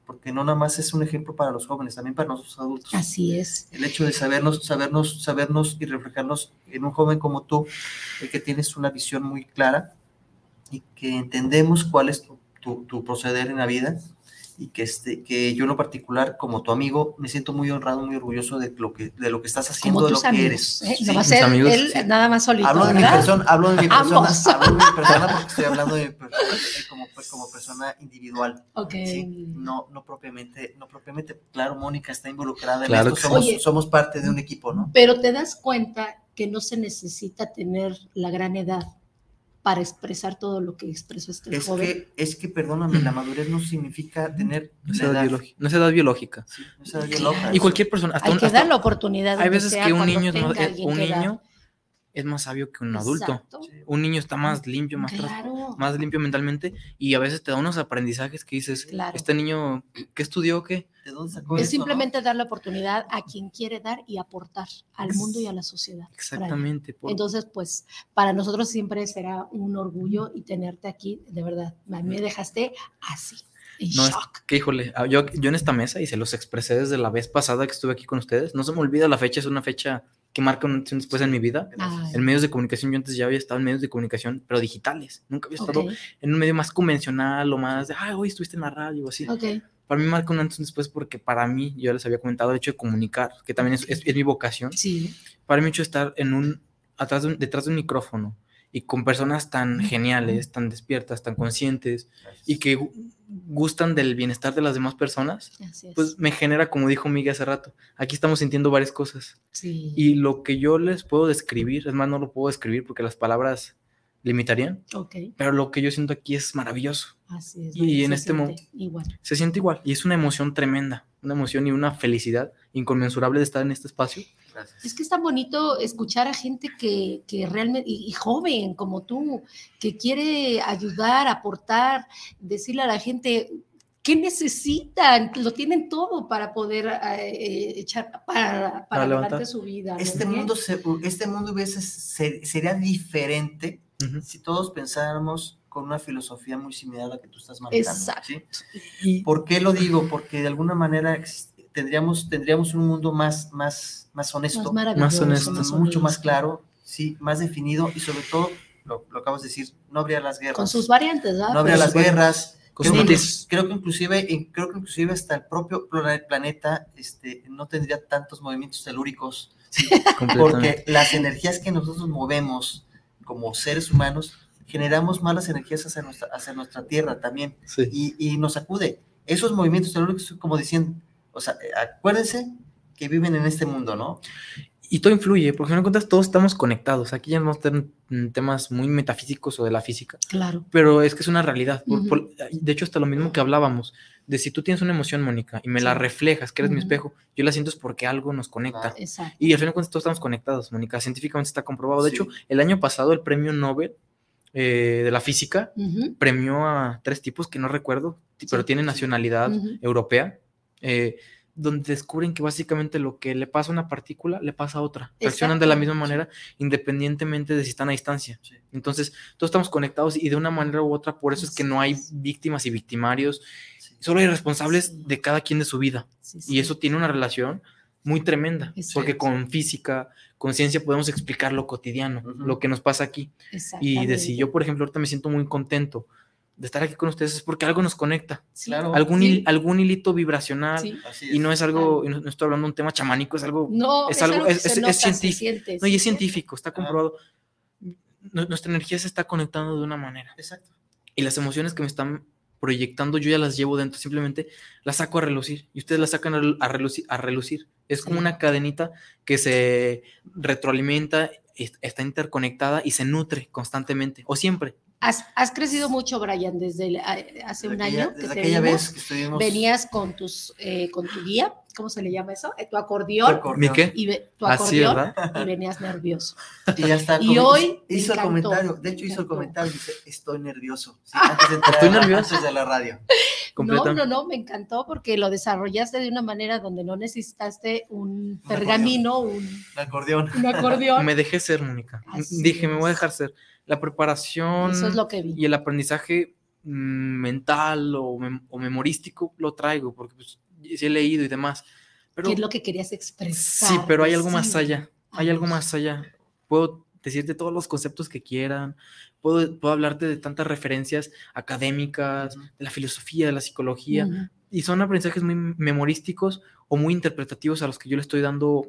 porque no nada más es un ejemplo para los jóvenes, también para nosotros adultos. Así es. El hecho de sabernos, sabernos, sabernos y reflejarnos en un joven como tú, el que tienes una visión muy clara y que entendemos cuál es tu, tu, tu proceder en la vida, y que, este, que yo en lo particular, como tu amigo, me siento muy honrado, muy orgulloso de lo que, de lo que estás haciendo, como de lo tus amigos, que eres. ¿eh? Sí, no va a mis ser amigos, él sí. nada más solito, Hablo de, mi ¿verdad? persona, hablo de mi persona, Ambos. hablo de mi persona porque estoy hablando de mi persona como, como persona individual. Ok. ¿Sí? No, no propiamente, no propiamente, claro, Mónica está involucrada en Claro esto, que somos, sí. somos parte de un equipo, ¿no? Pero te das cuenta que no se necesita tener la gran edad para expresar todo lo que expresó este Es joven. que, es que, perdóname, la madurez no significa tener No es la edad edad. biológica. No es edad biológica. Sí, no es edad Claro. biológica. Y cualquier persona, hasta Hay un, que hasta- dar la oportunidad. hay donde veces sea, que un cuando niño, es más- tenga eh, alguien un que dar. niño es más sabio que un adulto. Exacto. Un niño está más limpio, más, tras- Claro. más limpio mentalmente, y a veces te da unos aprendizajes que dices, Claro. este niño, ¿qué estudió o qué? ¿De dónde sacó Es eso, simplemente dar la oportunidad a quien quiere dar y aportar al Es- mundo y a la sociedad. Exactamente. por- Entonces, pues, para nosotros siempre será un orgullo y tenerte aquí, de verdad. A mí me dejaste así, en No, es shock. que híjole, ah, yo, yo en esta mesa, y se los expresé desde la vez pasada que estuve aquí con ustedes, no se me olvida la fecha, es una fecha que marca un antes y un después en mi vida. Ay. En medios de comunicación, yo antes ya había estado en medios de comunicación, pero digitales. Nunca había estado Ok, en un medio más convencional o más de, ah, hoy estuviste en la radio o así. ok. Para mí marca un antes y un después porque para mí, yo ya les había comentado, el hecho de comunicar, que también es, es, es mi vocación. Sí, Para mí, el hecho de estar en un, atrás de un, detrás de un micrófono y con personas tan geniales, tan despiertas, tan conscientes y que gu- gustan del bienestar de las demás personas, así es. pues me genera, como dijo Miguel hace rato, aquí estamos sintiendo varias cosas. Sí. Y lo que yo les puedo describir, es más, no lo puedo describir porque las palabras limitarían, Ok, pero lo que yo siento aquí es maravilloso. así es. Y se en este siente mo- igual. Se siente igual y es una emoción tremenda, una emoción y una felicidad inconmensurable de estar en este espacio. Gracias. Es que es tan bonito escuchar a gente que, que realmente, y, y joven como tú, que quiere ayudar, aportar, decirle a la gente qué necesitan, lo tienen todo para poder eh, echar, para, para, Para adelante levantar. su vida. ¿no? Este mundo, se, este mundo hubiese, se- sería diferente Ujú. si todos pensáramos con una filosofía muy similar a la que tú estás manejando. Exacto. ¿Sí? Y ¿Por qué lo digo? Porque de alguna manera exist- tendríamos, tendríamos un mundo más, más, más honesto, Más maravilloso, más honesto, más mucho más honesto. claro, sí, más definido, y sobre todo, lo, lo acabas de decir, no habría las guerras. Con sus variantes, ¿verdad? no habría Pero- las guerras. con Creo sus que, matices. creo que inclusive, en- creo que inclusive hasta el propio plane- planeta este, no tendría tantos movimientos telúricos, ¿sí? completamente. Porque las energías que nosotros movemos como seres humanos, generamos malas energías hacia nuestra, hacia nuestra tierra también, Sí. y, y nos sacude. Esos movimientos telúricos son como diciendo, o sea, eh, acuérdense que viven en este mundo, ¿no? Y todo influye, porque al final de cuentas todos estamos conectados. Aquí ya no vamos a tener mm, temas muy metafísicos o de la física, Claro. pero es que es una realidad. Por- Ujú. por- de hecho, hasta lo mismo que hablábamos, de si tú tienes una emoción, Mónica, y me la Sí. reflejas, que eres mi Ujú. espejo, yo la siento es porque algo nos conecta. Claro. Exacto. Y al final de cuentas todos estamos conectados, Mónica. Científicamente está comprobado. De Sí. hecho, el año pasado el premio Nobel eh, de la física Ujú. premió a tres tipos que no recuerdo, t- pero Sí, tienen sí. nacionalidad Ujú. europea, eh, donde descubren que básicamente lo que le pasa a una partícula le pasa a otra. Reaccionan de la misma Exacto. manera independientemente de si están a distancia. Sí. Entonces, todos estamos conectados y de una manera u otra, por eso es que no hay víctimas y victimarios, Sí. solo hay responsables Sí. de cada quien de su vida. Sí, Y sí. eso tiene una relación muy tremenda, Exacto. porque con física, con ciencia podemos explicar lo cotidiano, Ujú. lo que nos pasa aquí. Y de si Exactamente. yo, por ejemplo, ahorita me siento muy contento de estar aquí con ustedes, es porque algo nos conecta, Sí, Claro. algún, sí, hil- algún hilito vibracional, sí. Así y no es algo, Claro. y no, no estoy hablando de un tema chamánico, es algo, No, es es, algo- algo que es- se es- es nota, se científico. siente, no, y se es siente. científico, está comprobado. Nu- Nuestra energía se está conectando de una manera, Exacto. y las emociones que me están proyectando, yo ya las llevo dentro, simplemente las saco a relucir, y ustedes las sacan a relu- a relucir, a relucir. Es como Sí. una cadenita que se retroalimenta, est- está interconectada y se nutre constantemente, o siempre. Has, has crecido mucho, Brian, desde el- a- hace un Desde aquella- año que desde te aquella vimos. vez que estuvimos. Venías con tus eh, con tu guía, ¿cómo se le llama eso? Eh, tu Tu acordeón. acordeón. ¿Mi qué? Y ve- tu Así, acordeón ¿verdad? y venías nervioso. Y ya está. Y comen- hoy me hizo el encantó, comentario, de me hecho hizo el encantó. comentario, dice, estoy nervioso. Sí, antes de entrar, Estoy nervioso. antes de la radio. No, Completamente. no, no, me encantó porque lo desarrollaste de una manera donde no necesitaste un acordeón. pergamino, un, El acordeón. un acordeón. Me dejé ser, Mónica. Así Dije, me voy a es. dejar ser. La preparación Eso es lo que vi. y el aprendizaje mental o, mem o memorístico, lo traigo, porque pues, sí he leído y demás. Pero, ¿qué es lo que querías expresar? Sí, pero hay algo sí. más allá, hay algo más allá. Puedo decirte todos los conceptos que quieran, puedo, puedo hablarte de tantas referencias académicas, uh-huh. de la filosofía, de la psicología, uh-huh. y son aprendizajes muy memorísticos o muy interpretativos a los que yo le estoy dando,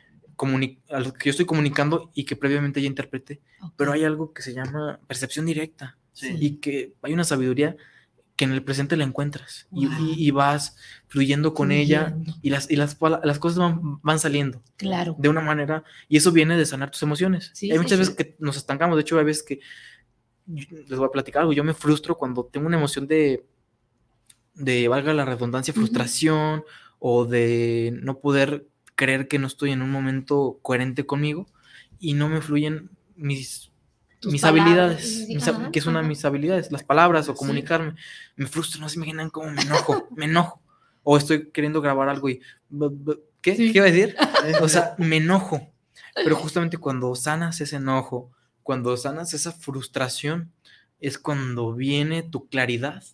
a los que yo estoy comunicando y que previamente ya interpreté, okay. pero hay algo que se llama percepción directa, sí. y que hay una sabiduría que en el presente la encuentras, wow. y, y, y vas fluyendo con fluyendo. ella, y las, y las, las cosas van, van saliendo, claro. de una manera, y eso viene de sanar tus emociones. Sí, hay muchas sí, veces sí. que nos estancamos, de hecho hay veces que, les voy a platicar algo, yo me frustro cuando tengo una emoción de, de valga la redundancia, frustración, uh-huh. o de no poder creer que no estoy en un momento coherente conmigo, y no me fluyen mis... mis palabras, habilidades, mis, ajá, que es una de mis habilidades, las palabras o comunicarme, sí. me frustro, no se imaginan cómo me enojo, me enojo, o estoy queriendo grabar algo y, ¿qué? Sí. ¿Qué iba a decir? O sea, me enojo, pero justamente cuando sanas ese enojo, cuando sanas esa frustración, es cuando viene tu claridad,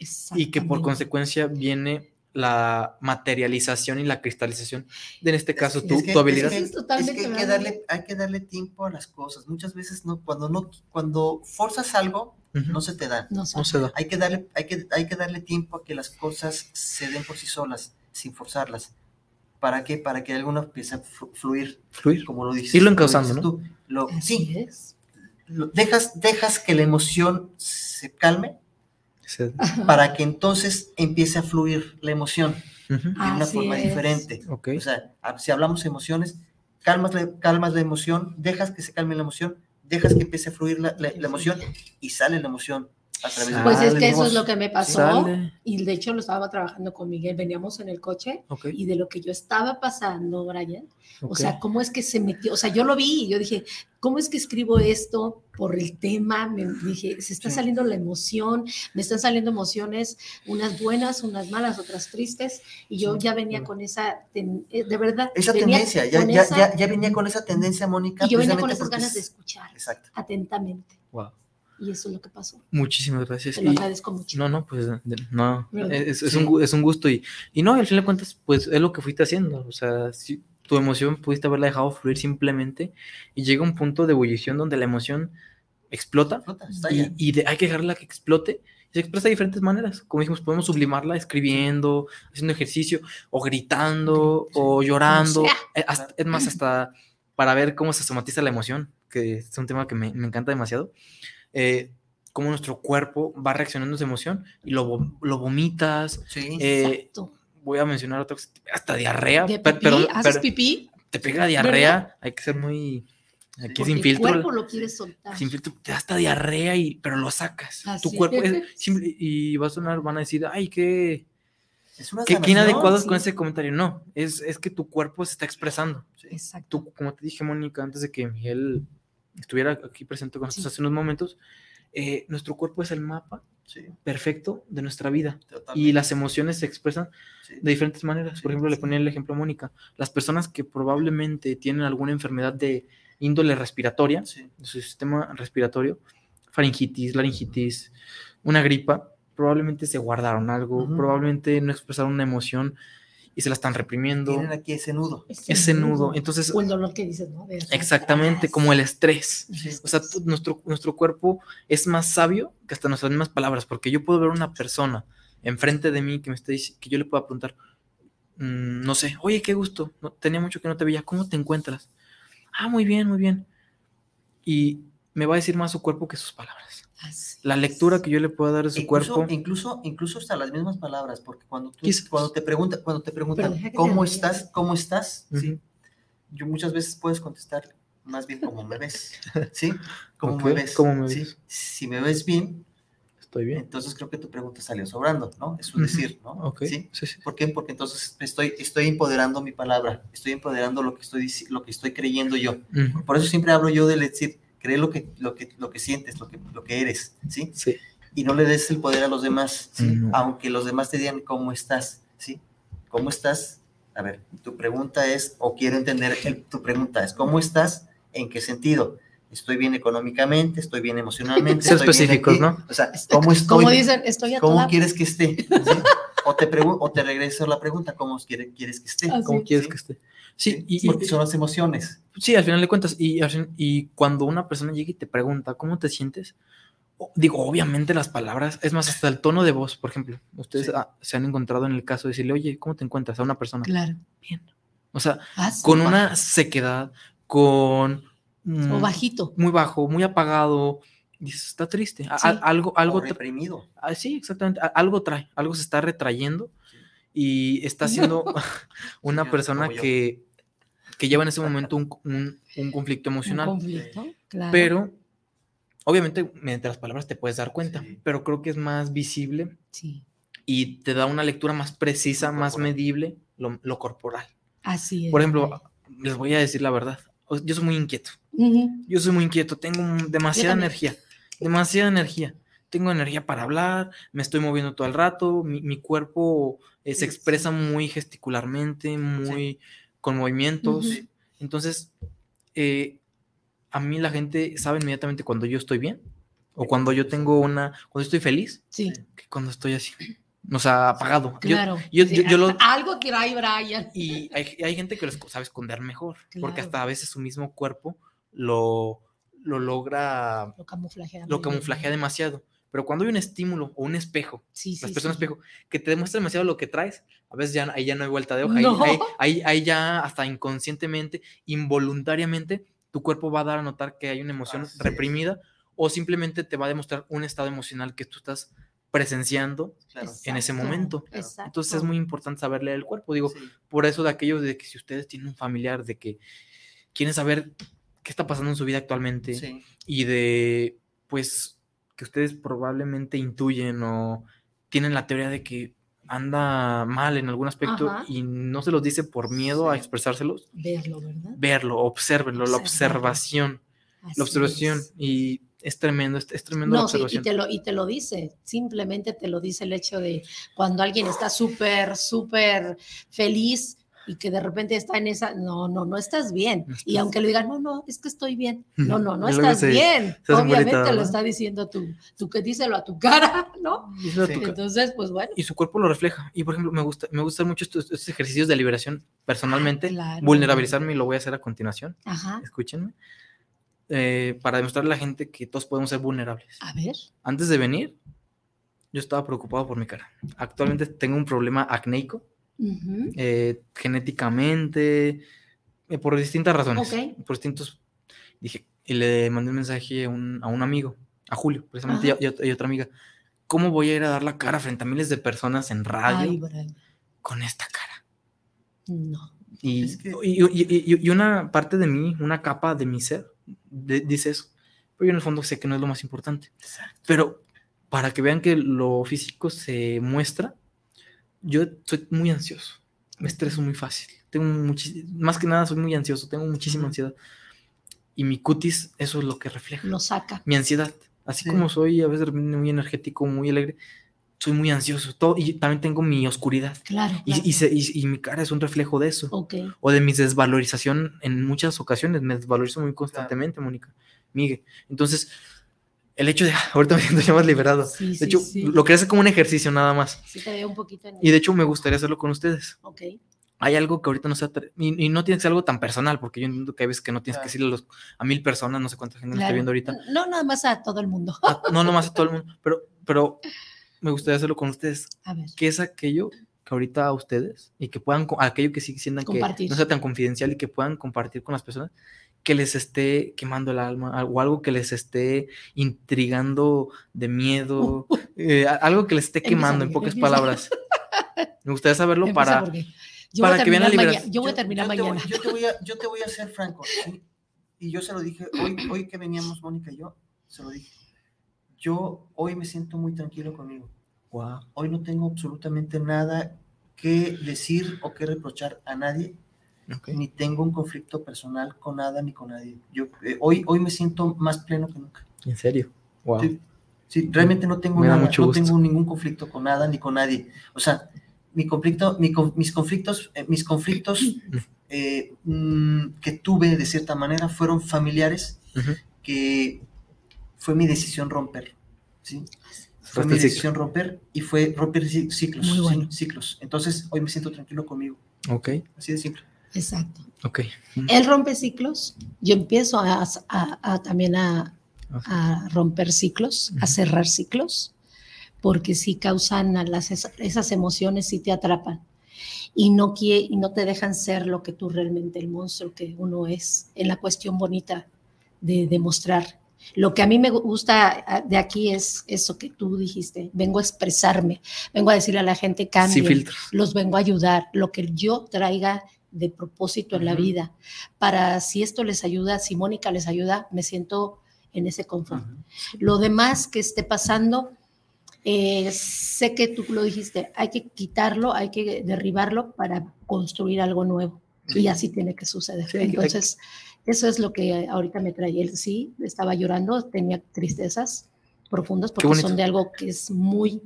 y que por consecuencia viene la materialización y la cristalización de, en este caso, es, tu, es que, tu habilidad. Es que, es que hay, que darle, hay que darle tiempo a las cosas. Muchas veces no, cuando no, cuando forzas algo, uh-huh. no se te da. No, no se da. Hay que darle, hay que, hay que darle tiempo a que las cosas se den por sí solas, sin forzarlas. ¿Para qué? Para que alguno empiece a fluir, fluir, como lo dices. Irlo encauzando, ¿no? Tú. Lo, sí, es. Lo, dejas, dejas que la emoción se calme, sí. para que entonces empiece a fluir la emoción, uh-huh. de una Así forma es. diferente. Okay. O sea, si hablamos de emociones, calmas la, calmas la emoción, dejas que se calme la emoción, dejas que empiece a fluir la, la, la emoción y sale la emoción a través de Pues la es que eso voz. es lo que me pasó, Sale. Y de hecho lo estaba trabajando con Miguel, veníamos en el coche, okay. y de lo que yo estaba pasando, Brian, okay. o sea, cómo es que se metió, o sea, yo lo vi y yo dije, ¿cómo es que escribo esto por el tema? Me dije, se está sí. saliendo la emoción, me están saliendo emociones, unas buenas, unas malas, otras tristes, y yo sí. ya venía con esa, ten, de verdad. Esa tendencia, ya, ya, esa, ya, ya venía con esa tendencia, Mónica. Y yo venía con esas ganas de escuchar, exacto. atentamente. Wow. Y eso es lo que pasó. Muchísimas gracias. Te lo agradezco mucho. No, no, pues no, es, es, sí. un, es un gusto y, y no, al fin de cuentas, pues es lo que fuiste haciendo, o sea, si tu emoción pudiste haberla dejado fluir simplemente y llega un punto de ebullición donde la emoción explota, explota y, y de, hay que dejarla que explote y se expresa de diferentes maneras, como dijimos, podemos sublimarla escribiendo, haciendo ejercicio o gritando sí. o llorando, o sea. hasta, es más, hasta para ver cómo se somatiza la emoción, que es un tema que me, me encanta demasiado. Eh, cómo nuestro cuerpo va reaccionando a esa emoción y lo, lo vomitas. Sí, eh, exacto. Voy a mencionar otra cosa, hasta diarrea. ¿De pipí? Pero, ¿Haces pero pipí? Te pega diarrea, ¿verdad? Hay que ser muy... Aquí sí, sin filtro. El cuerpo lo quieres soltar. Sin filtro, te da hasta diarrea, y, pero lo sacas. Así tu cuerpo es simple, y va a sonar, van a decir, ay, qué... Es una ¿Qué, qué inadecuado sí. con ese comentario? No, es, es que tu cuerpo se está expresando. Sí. Exacto. Tú, como te dije, Mónica, antes de que Miguel estuviera aquí presente con nosotros sí. hace unos momentos, Eh, nuestro cuerpo es el mapa sí. perfecto de nuestra vida. Totalmente. Y las emociones se expresan sí. de diferentes maneras. Sí, Por ejemplo, sí. le ponía el ejemplo a Mónica, las personas que probablemente tienen alguna enfermedad de índole respiratoria, sí. de su sistema respiratorio, faringitis, laringitis, una gripa, probablemente se guardaron algo, uh-huh. probablemente no expresaron una emoción y se la están reprimiendo. Tienen aquí ese nudo. Ese, ese nudo. nudo. Entonces, o el dolor que dices, ¿no? De exactamente, como el estrés. Sí. O sea, tu, nuestro, nuestro cuerpo es más sabio que hasta nuestras mismas palabras, porque yo puedo ver una persona enfrente de mí que me está diciendo, que yo le pueda preguntar, mmm, no sé, oye, qué gusto, no, tenía mucho que no te veía, ¿cómo te encuentras? Ah, muy bien, muy bien. Y me va a decir más su cuerpo que sus palabras. Así la lectura que yo le puedo dar de su incluso, cuerpo. Incluso, incluso hasta las mismas palabras, porque cuando, tú, Quizás. cuando te preguntan, cuando te preguntan ¿cómo estás? ¿Cómo estás? Uh-huh. ¿Sí? Yo muchas veces puedes contestar más bien ¿cómo me ves? ¿Sí? ¿Cómo okay. me ves? ¿Cómo me ¿Sí? ves? Si me ves bien, estoy bien. Entonces creo que tu pregunta salió sobrando, ¿no? Es un uh-huh. decir, ¿no? Okay. ¿Sí? Sí, sí. ¿Por qué? Porque entonces estoy, estoy empoderando mi palabra, estoy empoderando lo que estoy, lo que estoy creyendo yo. Uh-huh. Por eso siempre hablo yo del decir, cree lo que, lo que, lo que sientes, lo que, lo que eres, ¿sí? Sí. Y no le des el poder a los demás, ¿sí? Uh-huh. Aunque los demás te digan cómo estás, ¿sí? ¿Cómo estás? A ver, tu pregunta es, o quiero entender, el, tu pregunta es, ¿cómo estás? ¿En qué sentido? estoy bien económicamente, estoy bien emocionalmente. Ser estoy específicos, bien ¿no? O sea, ¿cómo estoy? Como dicen, estoy a ¿Cómo toda... quieres que esté? ¿Sí? O te pregun- o te regreso la pregunta, ¿cómo quiere, quieres que esté? Así ¿Cómo quieres ¿Sí? que esté? Sí, Sí, y, porque y- son las emociones. sí, al final de cuentas, y, al fin- y cuando una persona llega y te pregunta, ¿cómo te sientes? O- Digo, obviamente las palabras, es más, hasta el tono de voz, por ejemplo, ustedes Sí. ah, se han encontrado en el caso de decirle, oye, ¿cómo te encuentras a una persona? Claro. Bien. O sea, Ah, sí. con una sequedad, con... mm, O bajito. Muy bajo, muy apagado, dices, está triste, a- Sí. a- algo, algo O tra- reprimido. ah, sí, exactamente, a- algo trae, algo se está retrayendo Sí. y está siendo una yo- persona como yo. que, que lleva en ese momento un, un- un conflicto Un emocional, conflicto, claro. pero obviamente mediante las palabras te puedes dar cuenta, Sí. pero creo que es más visible Sí, y te da una lectura más precisa, Lo más corporal. medible, lo, lo corporal. así es. Por ejemplo, les voy a decir la verdad, o- yo soy muy inquieto. Ujú. Yo soy muy inquieto, tengo un- demasiada también. energía, demasiada energía. Tengo energía para hablar, me estoy moviendo todo el rato, mi, mi cuerpo eh, se Sí, expresa muy gesticularmente, muy con movimientos. Ujú. Entonces, eh, a mí la gente sabe inmediatamente cuando yo estoy bien o cuando yo tengo una, cuando estoy feliz, Sí, que cuando estoy así, o sea, apagado. Yo- claro. yo- Sí, yo- yo lo- Algo trae Brian. y hay, hay gente que lo esc- sabe esconder mejor, porque Claro. hasta a veces su mismo cuerpo lo, lo logra, Lo camuflajea. lo muy bien. camuflajea demasiado. Pero cuando hay un estímulo o un espejo, Sí, sí, las personas sí. espejo, que te demuestra demasiado lo que traes, a veces ya, ahí ya no hay vuelta de hoja, ahí- No. ahí, ahí, ahí ya hasta inconscientemente, involuntariamente, tu cuerpo va a dar a notar que hay una emoción Así es. reprimida o simplemente te va a demostrar un estado emocional que tú estás presenciando Claro. en ese Exacto, momento. exacto. Entonces es muy importante saber leer el cuerpo. Digo, Sí. por eso de aquellos de que si ustedes tienen un familiar, de que quieren saber qué está pasando en su vida actualmente Sí. y de, pues, que ustedes probablemente intuyen o tienen la teoría de que anda mal en algún aspecto Ajá. y no se los dice por miedo a Sí. expresárselos, Verlo, ¿verdad? verlo, obsérvenlo, la Observarlo. observación, Así la observación es. y es tremendo, es, es tremendo la No, sí, y observación. te, lo, y te lo dice, simplemente te lo dice el hecho de cuando alguien está súper, súper feliz y que de repente está en esa, no, no, no estás bien. No estás- Y aunque le digan, no, no, es que estoy bien. No, no, no Y luego estás se- bien. se hacen Obviamente bolita, lo ¿no? está diciendo tú, tú que díselo a tu cara, ¿no? Y eso Sí. tu ca- Entonces, pues bueno. y su cuerpo lo refleja. Y por ejemplo, me gusta, me gustan mucho estos, estos ejercicios de liberación personalmente. Ah, claro. Vulnerabilizarme y lo voy a hacer a continuación. Ajá. Escúchenme. Eh, para demostrarle a la gente que todos podemos ser vulnerables. A ver. Antes de venir, yo estaba preocupado por mi cara. Actualmente tengo un problema acnéico, Ujú. eh, genéticamente, eh, por distintas razones. Ok. Por distintos. Dije, y le mandé un mensaje a un, a un amigo, a Julio, precisamente, y, Ajá. a- y a- y otra amiga. ¿Cómo voy a ir a dar la cara frente a miles de personas en radio Ay, Brian. con esta cara? No. Y, Es que- y, y- y- y una parte de mí, una capa de mi ser, de- dice eso. Pero yo en el fondo sé que no es lo más importante. Pero para que vean que lo físico se muestra, yo soy muy ansioso. Me estreso muy fácil. Tengo muchis- más que nada soy muy ansioso, tengo muchísima Ujú. ansiedad. Y mi cutis, eso es lo que refleja. Lo saca. Mi ansiedad. Así Sí. como soy a veces muy energético, muy alegre, soy muy ansioso. Todo, y también tengo mi oscuridad. Claro. Y, claro. y se- y- y mi cara es un reflejo de eso. Ok. O de mi desvalorización en muchas ocasiones. Me desvalorizo muy constantemente, Mónica. Migue. Entonces, el hecho de, ahorita me siento ya más liberado. Sí, De sí, hecho, sí. lo quería hacer como un ejercicio nada más. Sí te veo un poquito en Y de hecho, me gustaría hacerlo con ustedes. Ok. Hay algo que ahorita no sea, tra- y, y no tiene que ser algo tan personal, porque yo entiendo que hay veces que no tienes que Claro. decirle a, los, a mil personas, no sé cuánta gente nos está Claro. viendo ahorita, No, nada más a todo el mundo. a- no nomás a todo el mundo, pero, pero me gustaría hacerlo con ustedes. A ver. ¿Qué es aquello que ahorita a ustedes y que puedan, co- aquello que sí sientan que Compartir. no sea tan confidencial y que puedan compartir con las personas, que les esté quemando el alma o algo que les esté intrigando de miedo, eh, a- algo que les esté Empieza, quemando, en Miguel, pocas empieza. palabras? Me gustaría saberlo Empieza para... porque yo para voy a que vean la terminar liberación. mañana. Yo voy a terminar yo te voy- mañana. yo te voy a, yo te voy a ser franco, ¿sí? Y yo se lo dije, hoy, hoy que veníamos Mónica y yo, se lo dije. Yo hoy me siento muy tranquilo conmigo. Wow. Hoy no tengo absolutamente nada que decir o que reprochar a nadie, Ok. ni tengo un conflicto personal con nada ni con nadie. Yo eh, hoy, hoy me siento más pleno que nunca. ¿En serio? Wow. Sí, sí, realmente no tengo Me da nada, mucho no gusto. tengo ningún conflicto con nada ni con nadie. O sea, mi conflicto, mi con- mis conflictos, eh, mis conflictos eh, mm, que tuve de cierta manera fueron familiares Ujú. que fue mi decisión romper, ¿sí? Fue mi decisión romper y fue romper ciclos, Muy bueno. ¿sí? Ciclos. Entonces, hoy me siento tranquilo conmigo. Ok. Así de simple. Exacto. Ok. Él rompe ciclos, yo empiezo a, a, a también a, a romper ciclos, a cerrar ciclos, porque sí causan a las, esas emociones, sí te atrapan y no, quiere, y no te dejan ser lo que tú realmente, el monstruo que uno es, en la cuestión bonita de demostrar. Lo que a mí me gusta de aquí es eso que tú dijiste, vengo a expresarme, vengo a decirle a la gente cambien, los vengo a ayudar, lo que yo traiga de propósito en uh-huh. la vida, para si esto les ayuda, si Mónica les ayuda, me siento en ese confort. Uh-huh. Lo demás que esté pasando, eh, sé que tú lo dijiste, hay que quitarlo, hay que derribarlo para construir algo nuevo, sí. y así tiene que suceder. Sí, entonces, hay... eso es lo que ahorita me trae. Él sí, estaba llorando, tenía tristezas profundas, porque son de algo que es muy...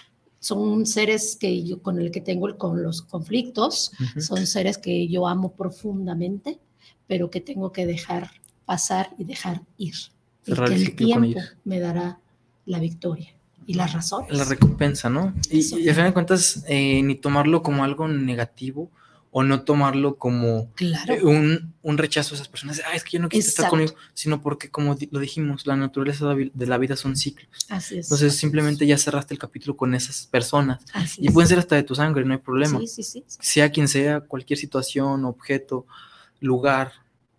Son seres que yo, con el que tengo con los conflictos, uh-huh. son seres que yo amo profundamente, pero que tengo que dejar pasar y dejar ir. Y que el tiempo me dará la victoria y las razones. La recompensa, ¿no? Y, y al final de cuentas, eh, ni tomarlo como algo negativo o no tomarlo como claro. eh, un, un rechazo a esas personas. Ah, es que yo no quiero estar conmigo, sino porque, como di- lo dijimos, la naturaleza de la vida son ciclos. Así es. Entonces, simplemente ya cerraste el capítulo con esas personas. Así y es. pueden ser hasta de tu sangre, no hay problema. Sí, sí, sí, sí. Sea quien sea, cualquier situación, objeto, lugar,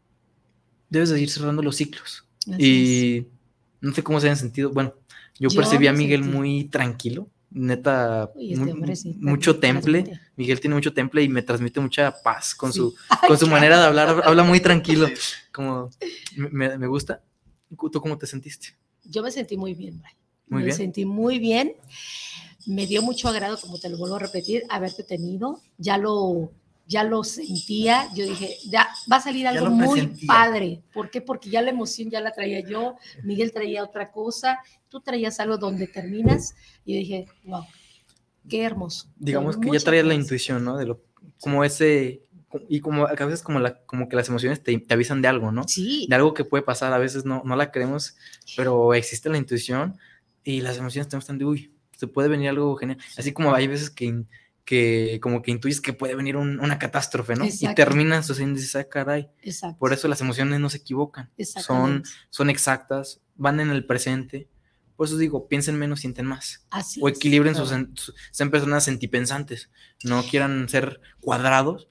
debes de ir cerrando los ciclos. Así y es. No sé cómo se hayan sentido. Bueno, yo, yo percibí a Miguel sentí. muy tranquilo. Neta, Uy, este muy, sí, mucho temple. Transmite. Miguel tiene mucho temple y me transmite mucha paz con sí. su, Ay, con su manera de hablar. Habla muy tranquilo. Como me, me gusta. ¿Tú cómo te sentiste? Yo me sentí muy bien, Brian. Muy me bien. sentí muy bien. Me dio mucho agrado, como te lo vuelvo a repetir, haberte tenido. Ya lo, ya lo sentía. Yo dije, ya va a salir algo muy padre. ¿Por qué? Porque ya la emoción ya la traía yo. Miguel traía otra cosa. Tú traías algo donde terminas. Y dije, wow, qué hermoso. Digamos que ya traías la intuición, ¿no? De lo, como ese, y como a veces como, la, como que las emociones te, te avisan de algo, ¿no? Sí. De algo que puede pasar, a veces no, no la creemos, pero existe la intuición y las emociones te muestran de, uy, se puede venir algo genial. Así como hay veces que, que como que intuyes que puede venir un, una catástrofe, ¿no? Exacto. Y terminas sucediendo y dices, ah, caray. Exacto. Por eso las emociones no se equivocan. Son, son exactas, van en el presente. Por eso digo, piensen menos, sienten más. Así o equilibren es, sus, claro. sus... Sean personas sentipensantes. No quieran ser cuadrados.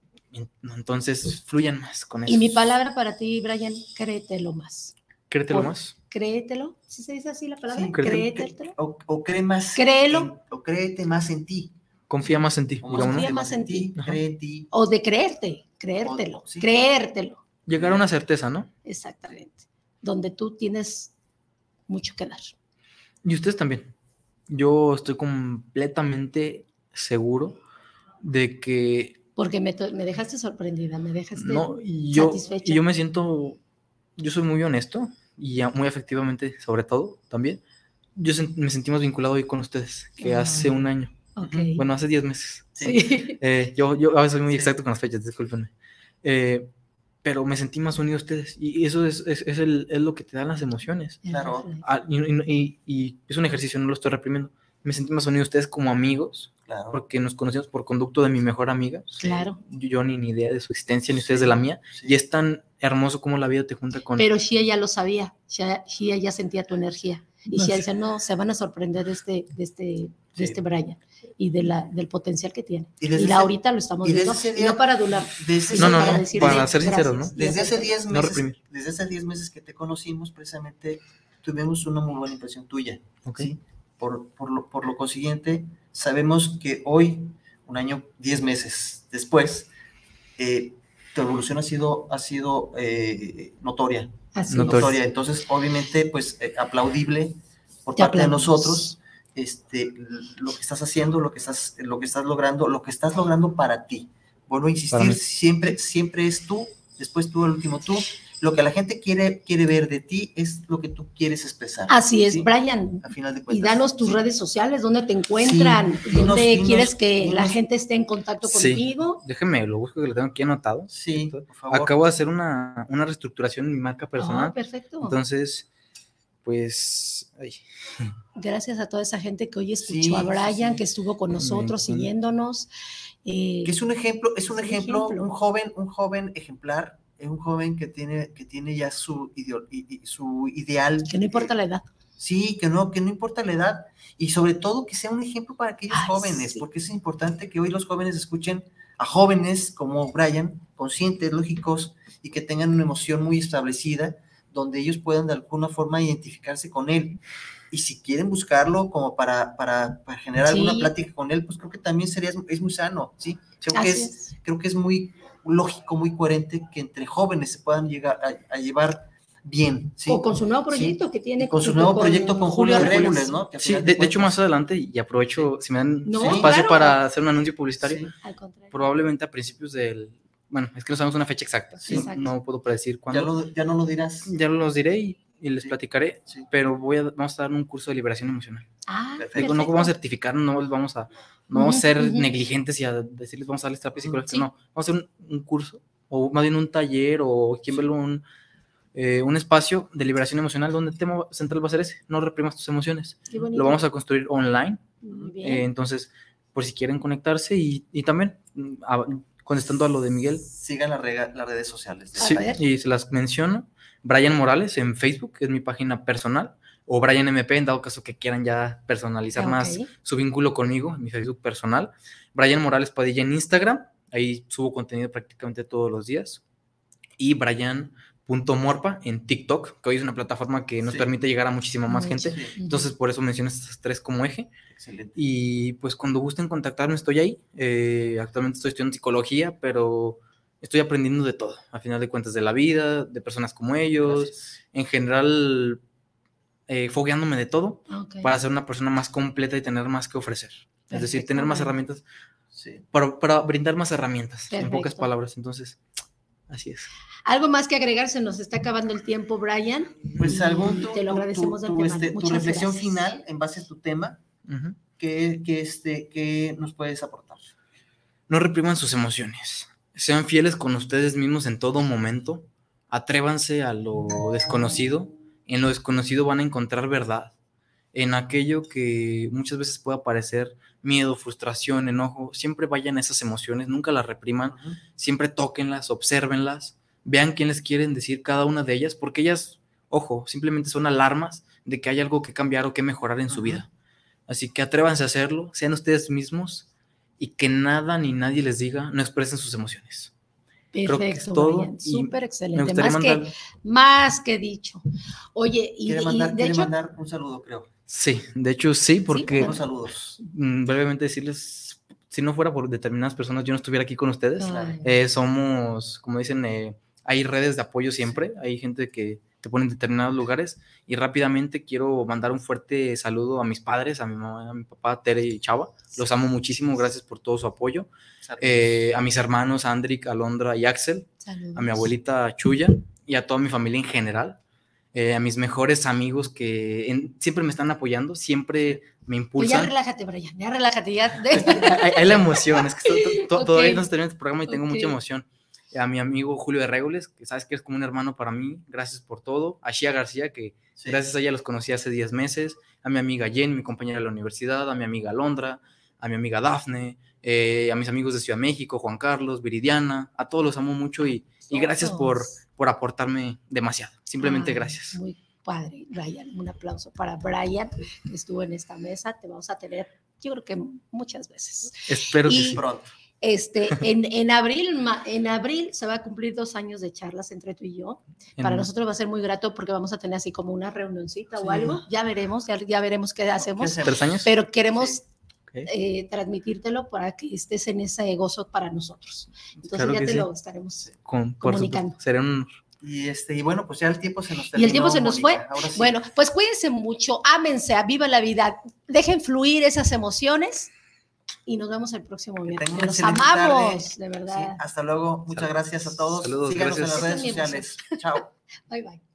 Entonces, fluyan más con eso. Y mi palabra para ti, Brian, créetelo más. ¿Créetelo Por, más? Créetelo. ¿Sí se dice así la palabra? Sí, créetelo. O, o cree más. Créelo. En, o créete más en ti. Confía más en ti. Confía ¿no? más en ti. Cree en ti. O de creerte. Creértelo. O, sí. Creértelo. Llegar a una certeza, ¿no? Exactamente. Donde tú tienes mucho que dar. Y ustedes también. Yo estoy completamente seguro de que... Porque me, me dejaste sorprendida, me dejaste no, y yo, satisfecha. Y yo me siento... Yo soy muy honesto y muy afectivamente, sobre todo, también. Yo sent, me sentí más vinculado hoy con ustedes que ah, hace un año. Okay. Bueno, hace diez meses. Sí. Eh, yo, yo a veces soy muy sí. exacto con las fechas, discúlpenme. Eh, pero me sentí más unido a ustedes y eso es, es, es, el, es lo que te dan las emociones. Claro. Ah, y, y, y es un ejercicio, no lo estoy reprimiendo. Me sentí más unido a ustedes como amigos, claro. porque nos conocimos por conducto de mi mejor amiga. Claro. Yo, yo ni, ni idea de su existencia, ni sí. ustedes de la mía. Sí. Y es tan hermoso como la vida te junta con... Pero Shia ya lo sabía, Shia, Shia ya sentía tu energía. Y no Shia dice, no, se van a sorprender de este, de este, de sí. este Brian y de la, del potencial que tiene. Y, y la, ahorita lo estamos y viendo, día, y no para adular. Desde, no, no, para, no, decirle, para ser sinceros, ¿no? Desde hace diez meses, no desde hace diez meses que te conocimos, precisamente tuvimos una muy buena impresión tuya. Okay. ¿Sí? Por, por, lo, por lo consiguiente, sabemos que hoy, un año, diez meses después, eh, tu evolución ha sido, ha sido eh, notoria. Así notoria. Es. Entonces, obviamente, pues, eh, aplaudible por Te parte aplaudimos. de nosotros, este, lo que estás haciendo, lo que estás, lo que estás logrando, lo que estás logrando para ti. Vuelvo a insistir, siempre, siempre es tú, después tú, el último tú, lo que la gente quiere, quiere ver de ti es lo que tú quieres expresar. Así es, ¿sí? Brian. A final de cuentas, y danos tus sí. redes sociales, dónde te encuentran, Sí, dónde dinos, dinos, quieres que dinos. la gente esté en contacto Sí. contigo. Déjeme, lo busco que lo tengo aquí anotado. Sí, por favor. Acabo de hacer una, una reestructuración en mi marca personal. Oh, perfecto. Entonces, pues... Ay. Gracias a toda esa gente que hoy escuchó Sí, a Brian, sí, sí. que estuvo con nosotros, Bien. siguiéndonos. Eh, Que es un ejemplo, es un es un ejemplo, ejemplo. un joven, un joven ejemplar, es un joven que tiene, que tiene ya su, ideo, y, y su ideal. que no importa eh, la edad. Sí, que no, que no importa la edad, y sobre todo que sea un ejemplo para aquellos Ay, jóvenes, sí. porque es importante que hoy los jóvenes escuchen a jóvenes como Brian, conscientes, lógicos, y que tengan una emoción muy establecida, donde ellos puedan de alguna forma identificarse con él. Y si quieren buscarlo como para, para, para generar Sí. alguna plática con él, pues creo que también sería, es muy sano, ¿sí? Creo que Así es, es. creo que es muy lógico, muy coherente que entre jóvenes se puedan llegar a, a llevar bien, ¿sí? O con su nuevo proyecto Sí. que tiene. Y con su junto nuevo proyecto con Julio Regules. Regules, ¿no? Que al Sí, final de, de hecho cuentas- más adelante, y aprovecho, si me dan No, espacio claro. para hacer un anuncio publicitario, Sí. Al contrario. probablemente a principios del... Bueno, es que no sabemos una fecha exacta, Sí, no, exacto. no puedo predecir cuándo. Ya, lo, ya no lo dirás. Ya los diré y, y les Sí. platicaré, Sí. pero voy a, vamos a dar un curso de liberación emocional. Ah, Perfecto. Digo, no perfecto. vamos a certificar, no les vamos a, no vamos a Ujú, ser ujú. negligentes y a decirles vamos a darles terapia psicológica, Sí. no, vamos a hacer un, un curso, o más bien un taller, o quien verlo, un, eh, un espacio de liberación emocional donde el tema central va a ser ese, no reprimas tus emociones. Qué bonito. Lo vamos a construir online, Muy bien. eh, entonces, por si quieren conectarse y, y también, mm, a- contestando a lo de Miguel, Sigan la rega- las redes sociales. A sí, ver. y se las menciono, Brian Morales en Facebook, que es mi página personal, o Brian M P, en dado caso que quieran ya personalizar Ah, ok. más su vínculo conmigo, en mi Facebook personal. Brian Morales Padilla en Instagram, ahí subo contenido prácticamente todos los días. Y Brian.morpa en TikTok, que hoy es una plataforma que nos Sí. permite llegar a muchísima más Mucho. gente. Sí, Entonces, por eso menciono estas tres como eje. excelente. Y pues cuando gusten contactarme, estoy ahí. Eh, actualmente estoy estudiando psicología, pero estoy aprendiendo de todo, a final de cuentas, de la vida, de personas como ellos, Gracias. en general, eh, fogueándome de todo Ok. para ser una persona más completa y tener más que ofrecer. Es decir, Perfecto, tener más Brian. herramientas, Sí. para, para brindar más herramientas, en Perfecto. pocas palabras. Entonces, así es. Algo más que agregar, se nos está acabando el tiempo, Brian. Pues Y algún tu, te lo tu- agradecemos de tu- tu, antemano. este, tu Muchas reflexión gracias. final en base a tu tema, Ujú. ¿qué, qué, este, qué nos puedes aportar? No repriman sus emociones. Sean fieles con ustedes mismos en todo momento. Atrévanse a lo desconocido. En lo desconocido van a encontrar verdad. En aquello que muchas veces pueda parecer miedo, frustración, enojo, siempre vayan a esas emociones, nunca las repriman, Ujú. siempre tóquenlas, obsérvenlas, vean quién les quieren decir cada una de ellas, porque ellas, ojo, simplemente son alarmas de que hay algo que cambiar o que mejorar en su Ujú. vida. Así que atrévanse a hacerlo, sean ustedes mismos y que nada ni nadie les diga, no expresen sus emociones. Creo que es Perfecto, todo, Brian. y Súper Me excelente. gustaría Más mandar... que, más que dicho. Oye, y, Quiere y mandar, de quiere hecho, mandar un saludo, creo. Sí, de hecho sí, porque Unos saludos. mm, brevemente decirles, si no fuera por determinadas personas, yo no estuviera aquí con ustedes. Ay, Eh, somos, como dicen, eh, hay redes de apoyo siempre, hay gente que te pone en determinados lugares, y rápidamente quiero mandar un fuerte saludo a mis padres, a mi mamá, a mi papá, Tere y Chava. Los amo muchísimo, gracias por todo su apoyo. Saludos. Eh, a mis hermanos, Andric, Alondra y Axel, saludos. a mi abuelita Chuya y a toda mi familia en general. Eh, a mis mejores amigos que en- siempre me están apoyando, siempre me Pues ya impulsan. relájate, Brian, ya relájate, ya. hay, hay la emoción, es que to- to- Ok. todavía no se termina este programa y tengo Ok. mucha emoción. A mi amigo Julio de Regules, que sabes que es como un hermano para mí, gracias por todo. A Shia García, que Sí. gracias a ella los conocí hace diez meses. A mi amiga Jen, mi compañera de la universidad. A mi amiga Alondra. A mi amiga Dafne. eh, a mis amigos de Ciudad de México, Juan Carlos, Viridiana. A todos los amo mucho y, y gracias por, Todos. por aportarme demasiado. Simplemente Ay, gracias. Muy padre, Brian. Un aplauso para Brian, que estuvo en esta mesa. Te vamos a tener, yo creo que muchas veces. Espero que Y- sí. Pronto. Este, en, en, abril, ma- en abril se va a cumplir dos años de charlas entre tú y yo. Para En- nosotros va a ser muy grato porque vamos a tener así como una reunioncita Sí. o algo. Ya veremos, ya, ya veremos qué hacemos. ¿Qué hacemos? ¿Tres años? Pero queremos Sí. Ok. eh, transmitírtelo para que estés en ese gozo para nosotros. Entonces Claro ya que te sí. lo estaremos. Con, por comunicando. supuesto, será un honor. Y, este, y bueno, pues ya el tiempo se nos Y el tiempo terminó, se nos Mónica. fue. Ahora sí. Bueno, pues cuídense mucho, ámense, viva la vida, dejen fluir esas emociones y nos vemos el próximo Que viernes. tengan una Los excelente amamos, tarde. de verdad. Sí, hasta luego. Muchas gracias a todos. Saludos, Síganos gracias. en las redes Esta es mi sociales. Chao. Bye, bye.